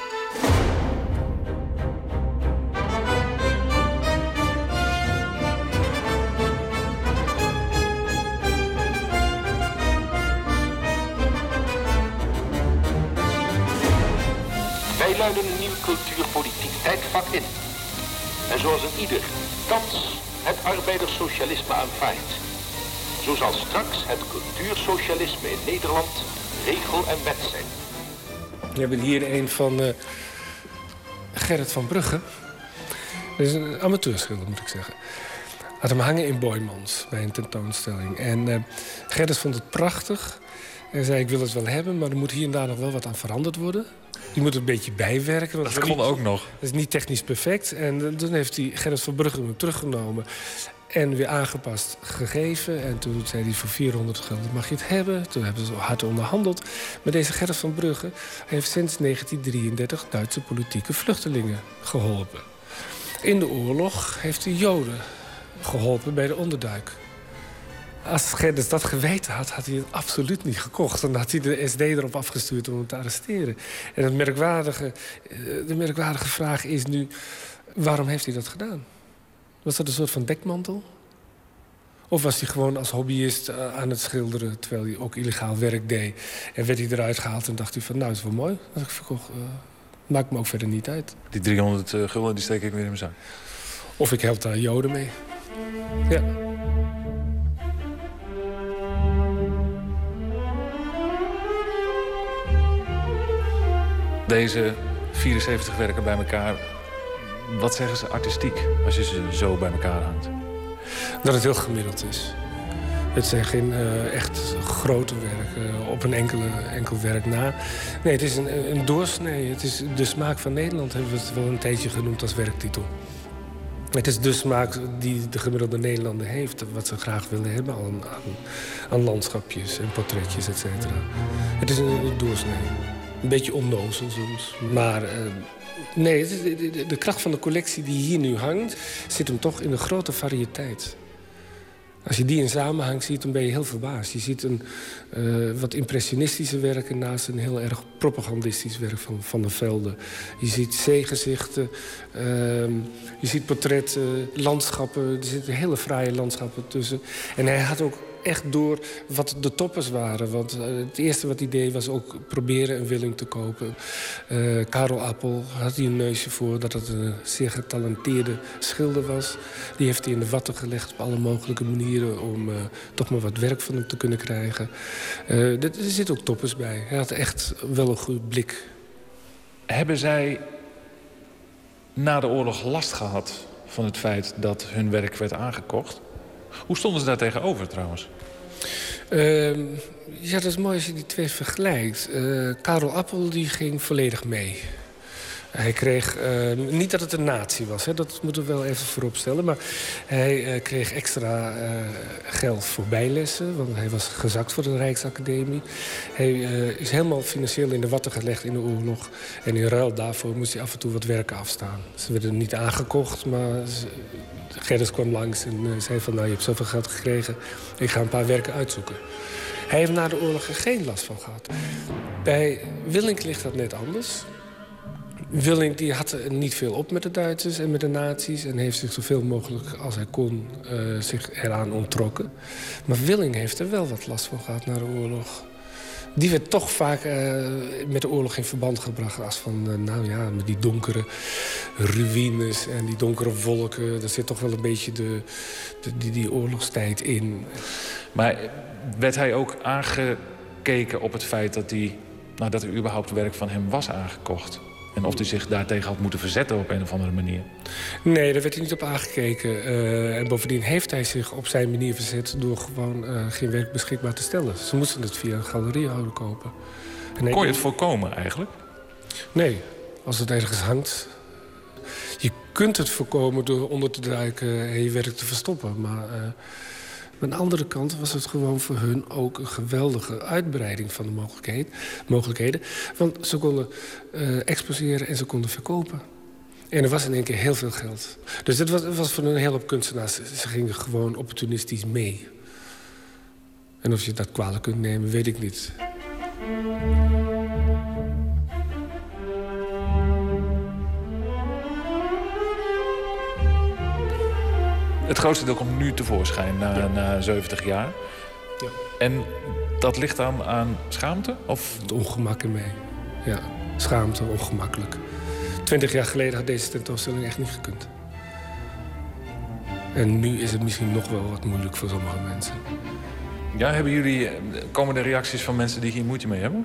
Wij luiden een nieuw cultuurpolitiek tijdvak in. En zoals een ieder thans het arbeiderssocialisme aanvaardt, zo zal straks het cultuursocialisme in Nederland regel en wet zijn. We hebben hier een van Gerrit van Brugge. Dat is een amateurschilder, moet ik zeggen. Had hem hangen in Boijmans bij een tentoonstelling. En Gerrit vond het prachtig. En zei, ik wil het wel hebben, maar er moet hier en daar nog wel wat aan veranderd worden. Die moet een beetje bijwerken. Dat kon ook nog. Dat is niet technisch perfect. En toen heeft hij Gerrit van Brugge hem teruggenomen en weer aangepast gegeven. En toen zei hij, voor 400 gulden mag je het hebben. Toen hebben ze hard onderhandeld. Maar deze Gerrit van Brugge heeft sinds 1933 Duitse politieke vluchtelingen geholpen. In de oorlog heeft hij Joden geholpen bij de onderduik. Als Gerrit dat geweten had, had hij het absoluut niet gekocht. Dan had hij de SD erop afgestuurd om hem te arresteren. En de merkwaardige vraag is nu, waarom heeft hij dat gedaan? Was dat een soort van dekmantel? Of was hij gewoon als hobbyist aan het schilderen, terwijl hij ook illegaal werk deed? En werd hij eruit gehaald en dacht hij van, nou, het is wel mooi dat ik verkocht. Maakt me ook verder niet uit. Die 300 gulden die steek ik weer in mijn zak. Of ik help daar Joden mee. Ja. Deze 74 werken bij elkaar. Wat zeggen ze artistiek als je ze zo bij elkaar hangt? Dat het heel gemiddeld is. Het zijn geen echt grote werken op een enkel werk na. Nee, het is een doorsnee. Het is de smaak van Nederland, hebben we het wel een tijdje genoemd als werktitel. Het is de smaak die de gemiddelde Nederlander heeft. Wat ze graag willen hebben aan landschapjes en portretjes, et cetera. Het is een doorsnee. Een beetje onnozel soms. Maar nee, de kracht van de collectie die hier nu hangt, zit hem toch in een grote variëteit. Als je die in samenhang ziet, dan ben je heel verbaasd. Je ziet wat impressionistische werken naast een heel erg propagandistisch werk van der Velde. Je ziet zeegezichten, je ziet portretten, landschappen. Er zitten hele fraaie landschappen tussen. En hij had ook echt door wat de toppers waren. Want het eerste wat hij deed was ook proberen een Willing te kopen. Karel Appel had hij een neusje voor dat het een zeer getalenteerde schilder was. Die heeft hij in de watten gelegd op alle mogelijke manieren om toch maar wat werk van hem te kunnen krijgen. Er zitten ook toppers bij. Hij had echt wel een goede blik. Hebben zij na de oorlog last gehad van het feit dat hun werk werd aangekocht? Hoe stonden ze daar tegenover trouwens? Ja, dat is mooi als je die twee vergelijkt. Karel Appel die ging volledig mee. Hij kreeg, niet dat het een nazi was, hè, dat moeten we wel even vooropstellen. Maar hij kreeg extra geld voor bijlessen, want hij was gezakt voor de Rijksacademie. Hij is helemaal financieel in de watten gelegd in de oorlog. En in ruil daarvoor moest hij af en toe wat werken afstaan. Ze werden niet aangekocht, maar Gerrit kwam langs en zei van, nou, je hebt zoveel geld gekregen, ik ga een paar werken uitzoeken. Hij heeft na de oorlog er geen last van gehad. Bij Willink ligt dat net anders. Willink die had er niet veel op met de Duitsers en met de nazi's en heeft zich zoveel mogelijk als hij kon zich eraan onttrokken. Maar Willink heeft er wel wat last van gehad na de oorlog. Die werd toch vaak met de oorlog in verband gebracht als van, nou ja, met die donkere ruïnes en die donkere wolken. Er zit toch wel een beetje die oorlogstijd in. Maar werd hij ook aangekeken op het feit dat er überhaupt werk van hem was aangekocht? En of hij zich daartegen had moeten verzetten op een of andere manier. Nee, daar werd hij niet op aangekeken. En bovendien heeft hij zich op zijn manier verzet door gewoon geen werk beschikbaar te stellen. Ze moesten het via een galeriehouder kopen. En kon je het voorkomen eigenlijk? Nee, als het ergens hangt. Je kunt het voorkomen door onder te duiken en je werk te verstoppen. Maar aan de andere kant was het gewoon voor hun ook een geweldige uitbreiding van de mogelijkheden. Want ze konden exposeren en ze konden verkopen. En er was in één keer heel veel geld. Dus het was voor een hele hoop kunstenaars. Ze gingen gewoon opportunistisch mee. En of je dat kwalijk kunt nemen, weet ik niet. Het grootste deel komt nu tevoorschijn na 70 jaar. Ja. En dat ligt aan schaamte? Of? Het ongemak ermee. Ja, schaamte, ongemakkelijk. 20 jaar geleden had deze tentoonstelling echt niet gekund. En nu is het misschien nog wel wat moeilijk voor sommige mensen. Ja, komen er reacties van mensen die hier moeite mee hebben?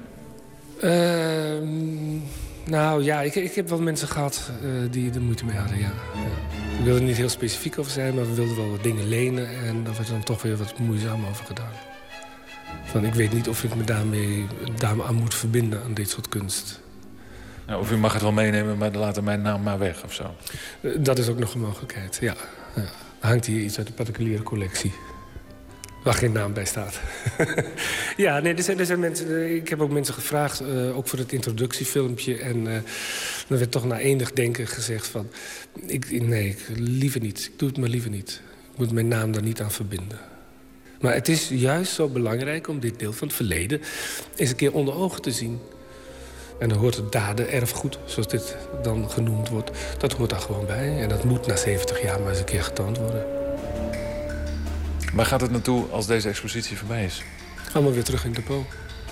Nou ja, ik heb wel mensen gehad die er moeite mee hadden, ja. We wilden er niet heel specifiek over zijn, maar we wilden wel wat dingen lenen. En daar werd dan toch weer wat moeizaam over gedaan. Van, ik weet niet of ik me daarmee aan moet verbinden aan dit soort kunst. Nou, of u mag het wel meenemen, maar laat mijn naam maar weg of zo. Dat is ook nog een mogelijkheid, ja. Er hangt hier iets uit de particuliere collectie. Waar geen naam bij staat. Ja, nee, er zijn mensen. Ik heb ook mensen gevraagd, ook voor het introductiefilmpje. En dan werd toch na enig denken gezegd van... liever niet. Ik doe het maar liever niet. Ik moet mijn naam daar niet aan verbinden. Maar het is juist zo belangrijk om dit deel van het verleden eens een keer onder ogen te zien. En dan hoort het dadenerfgoed, zoals dit dan genoemd wordt. Dat hoort daar gewoon bij. En dat moet na 70 jaar maar eens een keer getoond worden. Waar gaat het naartoe als deze expositie voorbij is? Allemaal weer terug in het depot.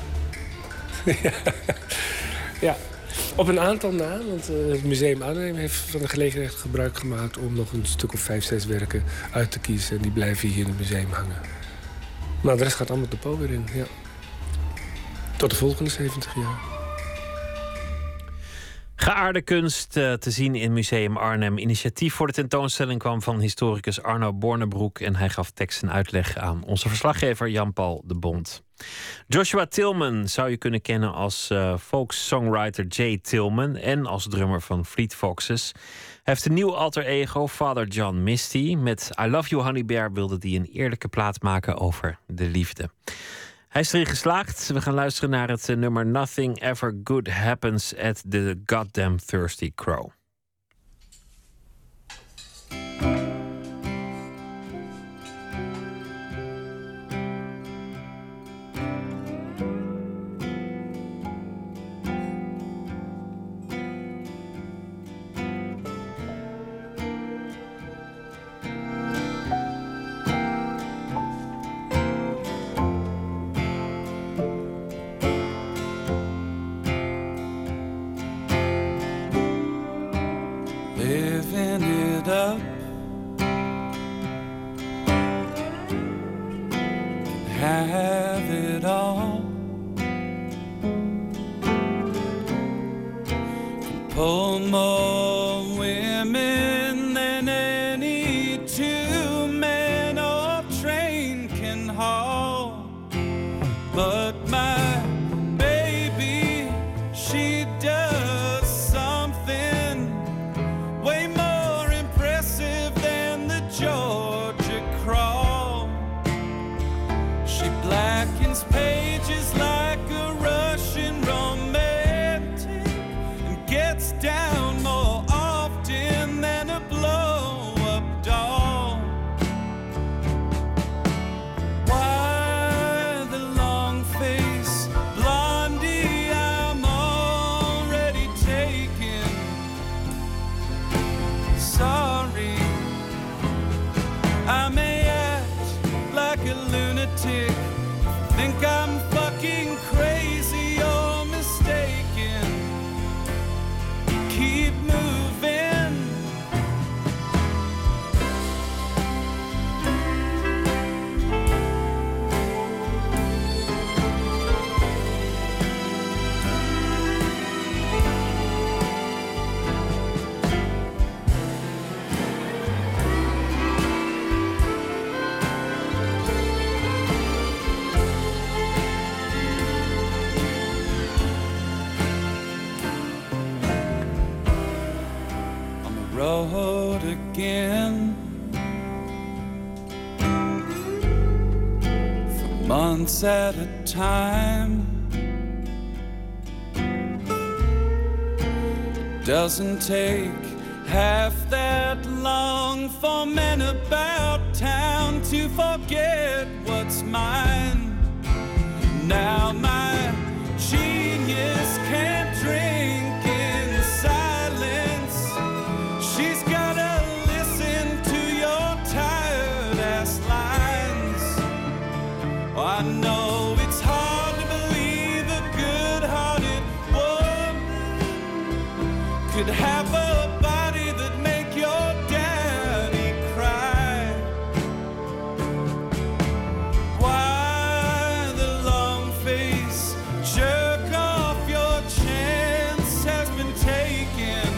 Ja, op een aantal na. Want het Museum Arnhem heeft van de gelegenheid gebruik gemaakt... om nog een stuk of 5, 6 werken uit te kiezen. En die blijven hier in het museum hangen. Maar de rest gaat allemaal het depot weer in, ja. Tot de volgende 70 jaar. Geaarde kunst te zien in Museum Arnhem. Initiatief voor de tentoonstelling kwam van historicus Arno Bornebroek... en hij gaf tekst en uitleg aan onze verslaggever Jan-Paul de Bond. Joshua Tillman zou je kunnen kennen als folk-songwriter Jay Tillman... en als drummer van Fleet Foxes. Hij heeft een nieuw alter ego, Father John Misty. Met I Love You Honey Bear wilde hij een eerlijke plaat maken over de liefde. Hij is erin geslaagd. We gaan luisteren naar het nummer Nothing Ever Good Happens at the Goddamn Thirsty Crow. road again. For months at a time. It doesn't take half that long for men about town to forget what's mine. Now my genius can't drink in silence. She's gotta listen to your tired ass lines. Oh, I know it's hard to believe a good-hearted woman could have a body that make your daddy cry. Why the long face jerk off? Your chance has been taken.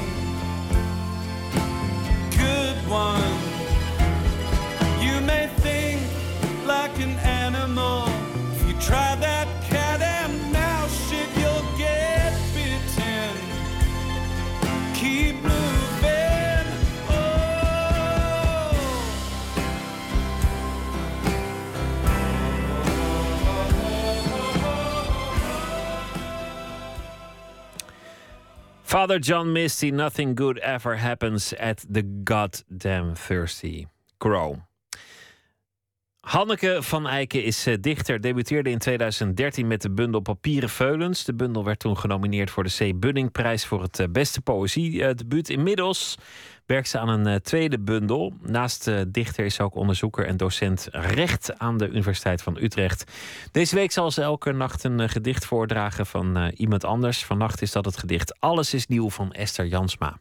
Good one. You may think like an animal. If you try that cat and mouse shit, you'll get bitten. Keep moving. Oh. Father John Misty, nothing good ever happens at the goddamn Thirsty Crow. Hanneke van Eycken is dichter, debuteerde in 2013 met de bundel Papieren Veulens. De bundel werd toen genomineerd voor de C. Buddingprijs voor het beste poëziedebuut. Inmiddels werkt ze aan een tweede bundel. Naast dichter is ze ook onderzoeker en docent recht aan de Universiteit van Utrecht. Deze week zal ze elke nacht een gedicht voordragen van iemand anders. Vannacht is dat het gedicht Alles is nieuw van Esther Jansma.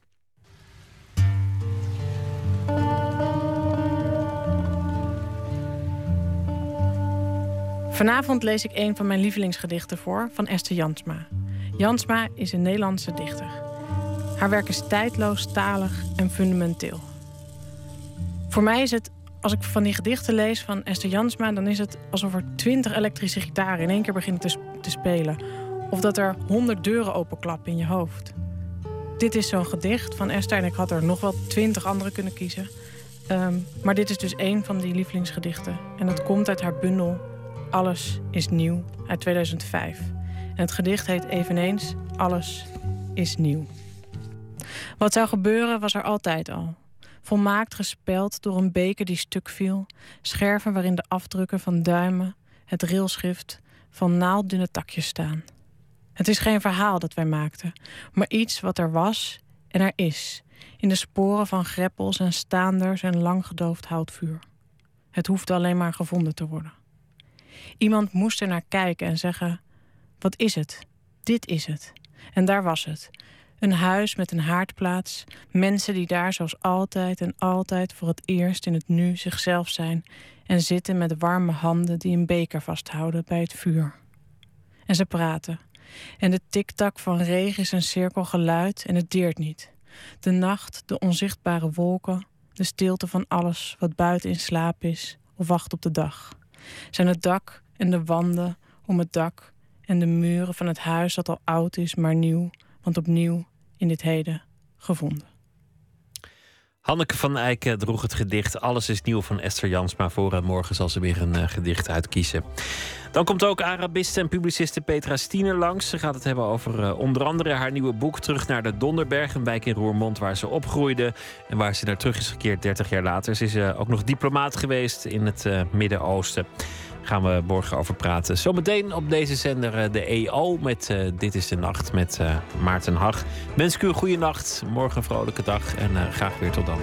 Vanavond lees ik een van mijn lievelingsgedichten voor van Esther Jansma. Jansma is een Nederlandse dichter. Haar werk is tijdloos, talig en fundamenteel. Voor mij is het, als ik van die gedichten lees van Esther Jansma, dan is het alsof er 20 elektrische gitaren in één keer beginnen te spelen. Of dat er 100 deuren openklappen in je hoofd. Dit is zo'n gedicht van Esther en ik had er nog wel 20 andere kunnen kiezen. Maar dit is dus één van die lievelingsgedichten. En dat komt uit haar bundel Alles is nieuw uit 2005. En het gedicht heet eveneens Alles is nieuw. Wat zou gebeuren was er altijd al. Volmaakt gespeld door een beker die stuk viel. Scherven waarin de afdrukken van duimen, het railschrift van naalddunne takjes staan. Het is geen verhaal dat wij maakten, maar iets wat er was en er is. In de sporen van greppels en staanders en lang gedoofd houtvuur. Het hoefde alleen maar gevonden te worden. Iemand moest er naar kijken en zeggen: wat is het? Dit is het. En daar was het. Een huis met een haardplaats. Mensen die daar zoals altijd en altijd voor het eerst in het nu zichzelf zijn. En zitten met warme handen die een beker vasthouden bij het vuur. En ze praten. En de tiktak van regen is een cirkelgeluid en het deert niet. De nacht, de onzichtbare wolken, de stilte van alles wat buiten in slaap is of wacht op de dag. Zijn het dak en de wanden om het dak en de muren van het huis dat al oud is, maar nieuw, want opnieuw in dit heden gevonden. Hanneke van Eycken droeg het gedicht Alles is nieuw van Esther Jansma voor. En morgen zal ze weer een gedicht uitkiezen. Dan komt ook Arabiste en publiciste Petra Stiener langs. Ze gaat het hebben over onder andere haar nieuwe boek Terug naar de Donderberg. Een wijk in Roermond waar ze opgroeide en waar ze naar terug is gekeerd 30 jaar later. Ze is ook nog diplomaat geweest in het Midden-Oosten. Gaan we morgen over praten. Zometeen op deze zender de EO met Dit is de Nacht met Maarten Hag. Wens ik u een goede nacht, morgen een vrolijke dag en graag weer tot dan.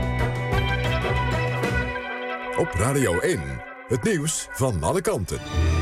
Op Radio 1, het nieuws van alle kanten.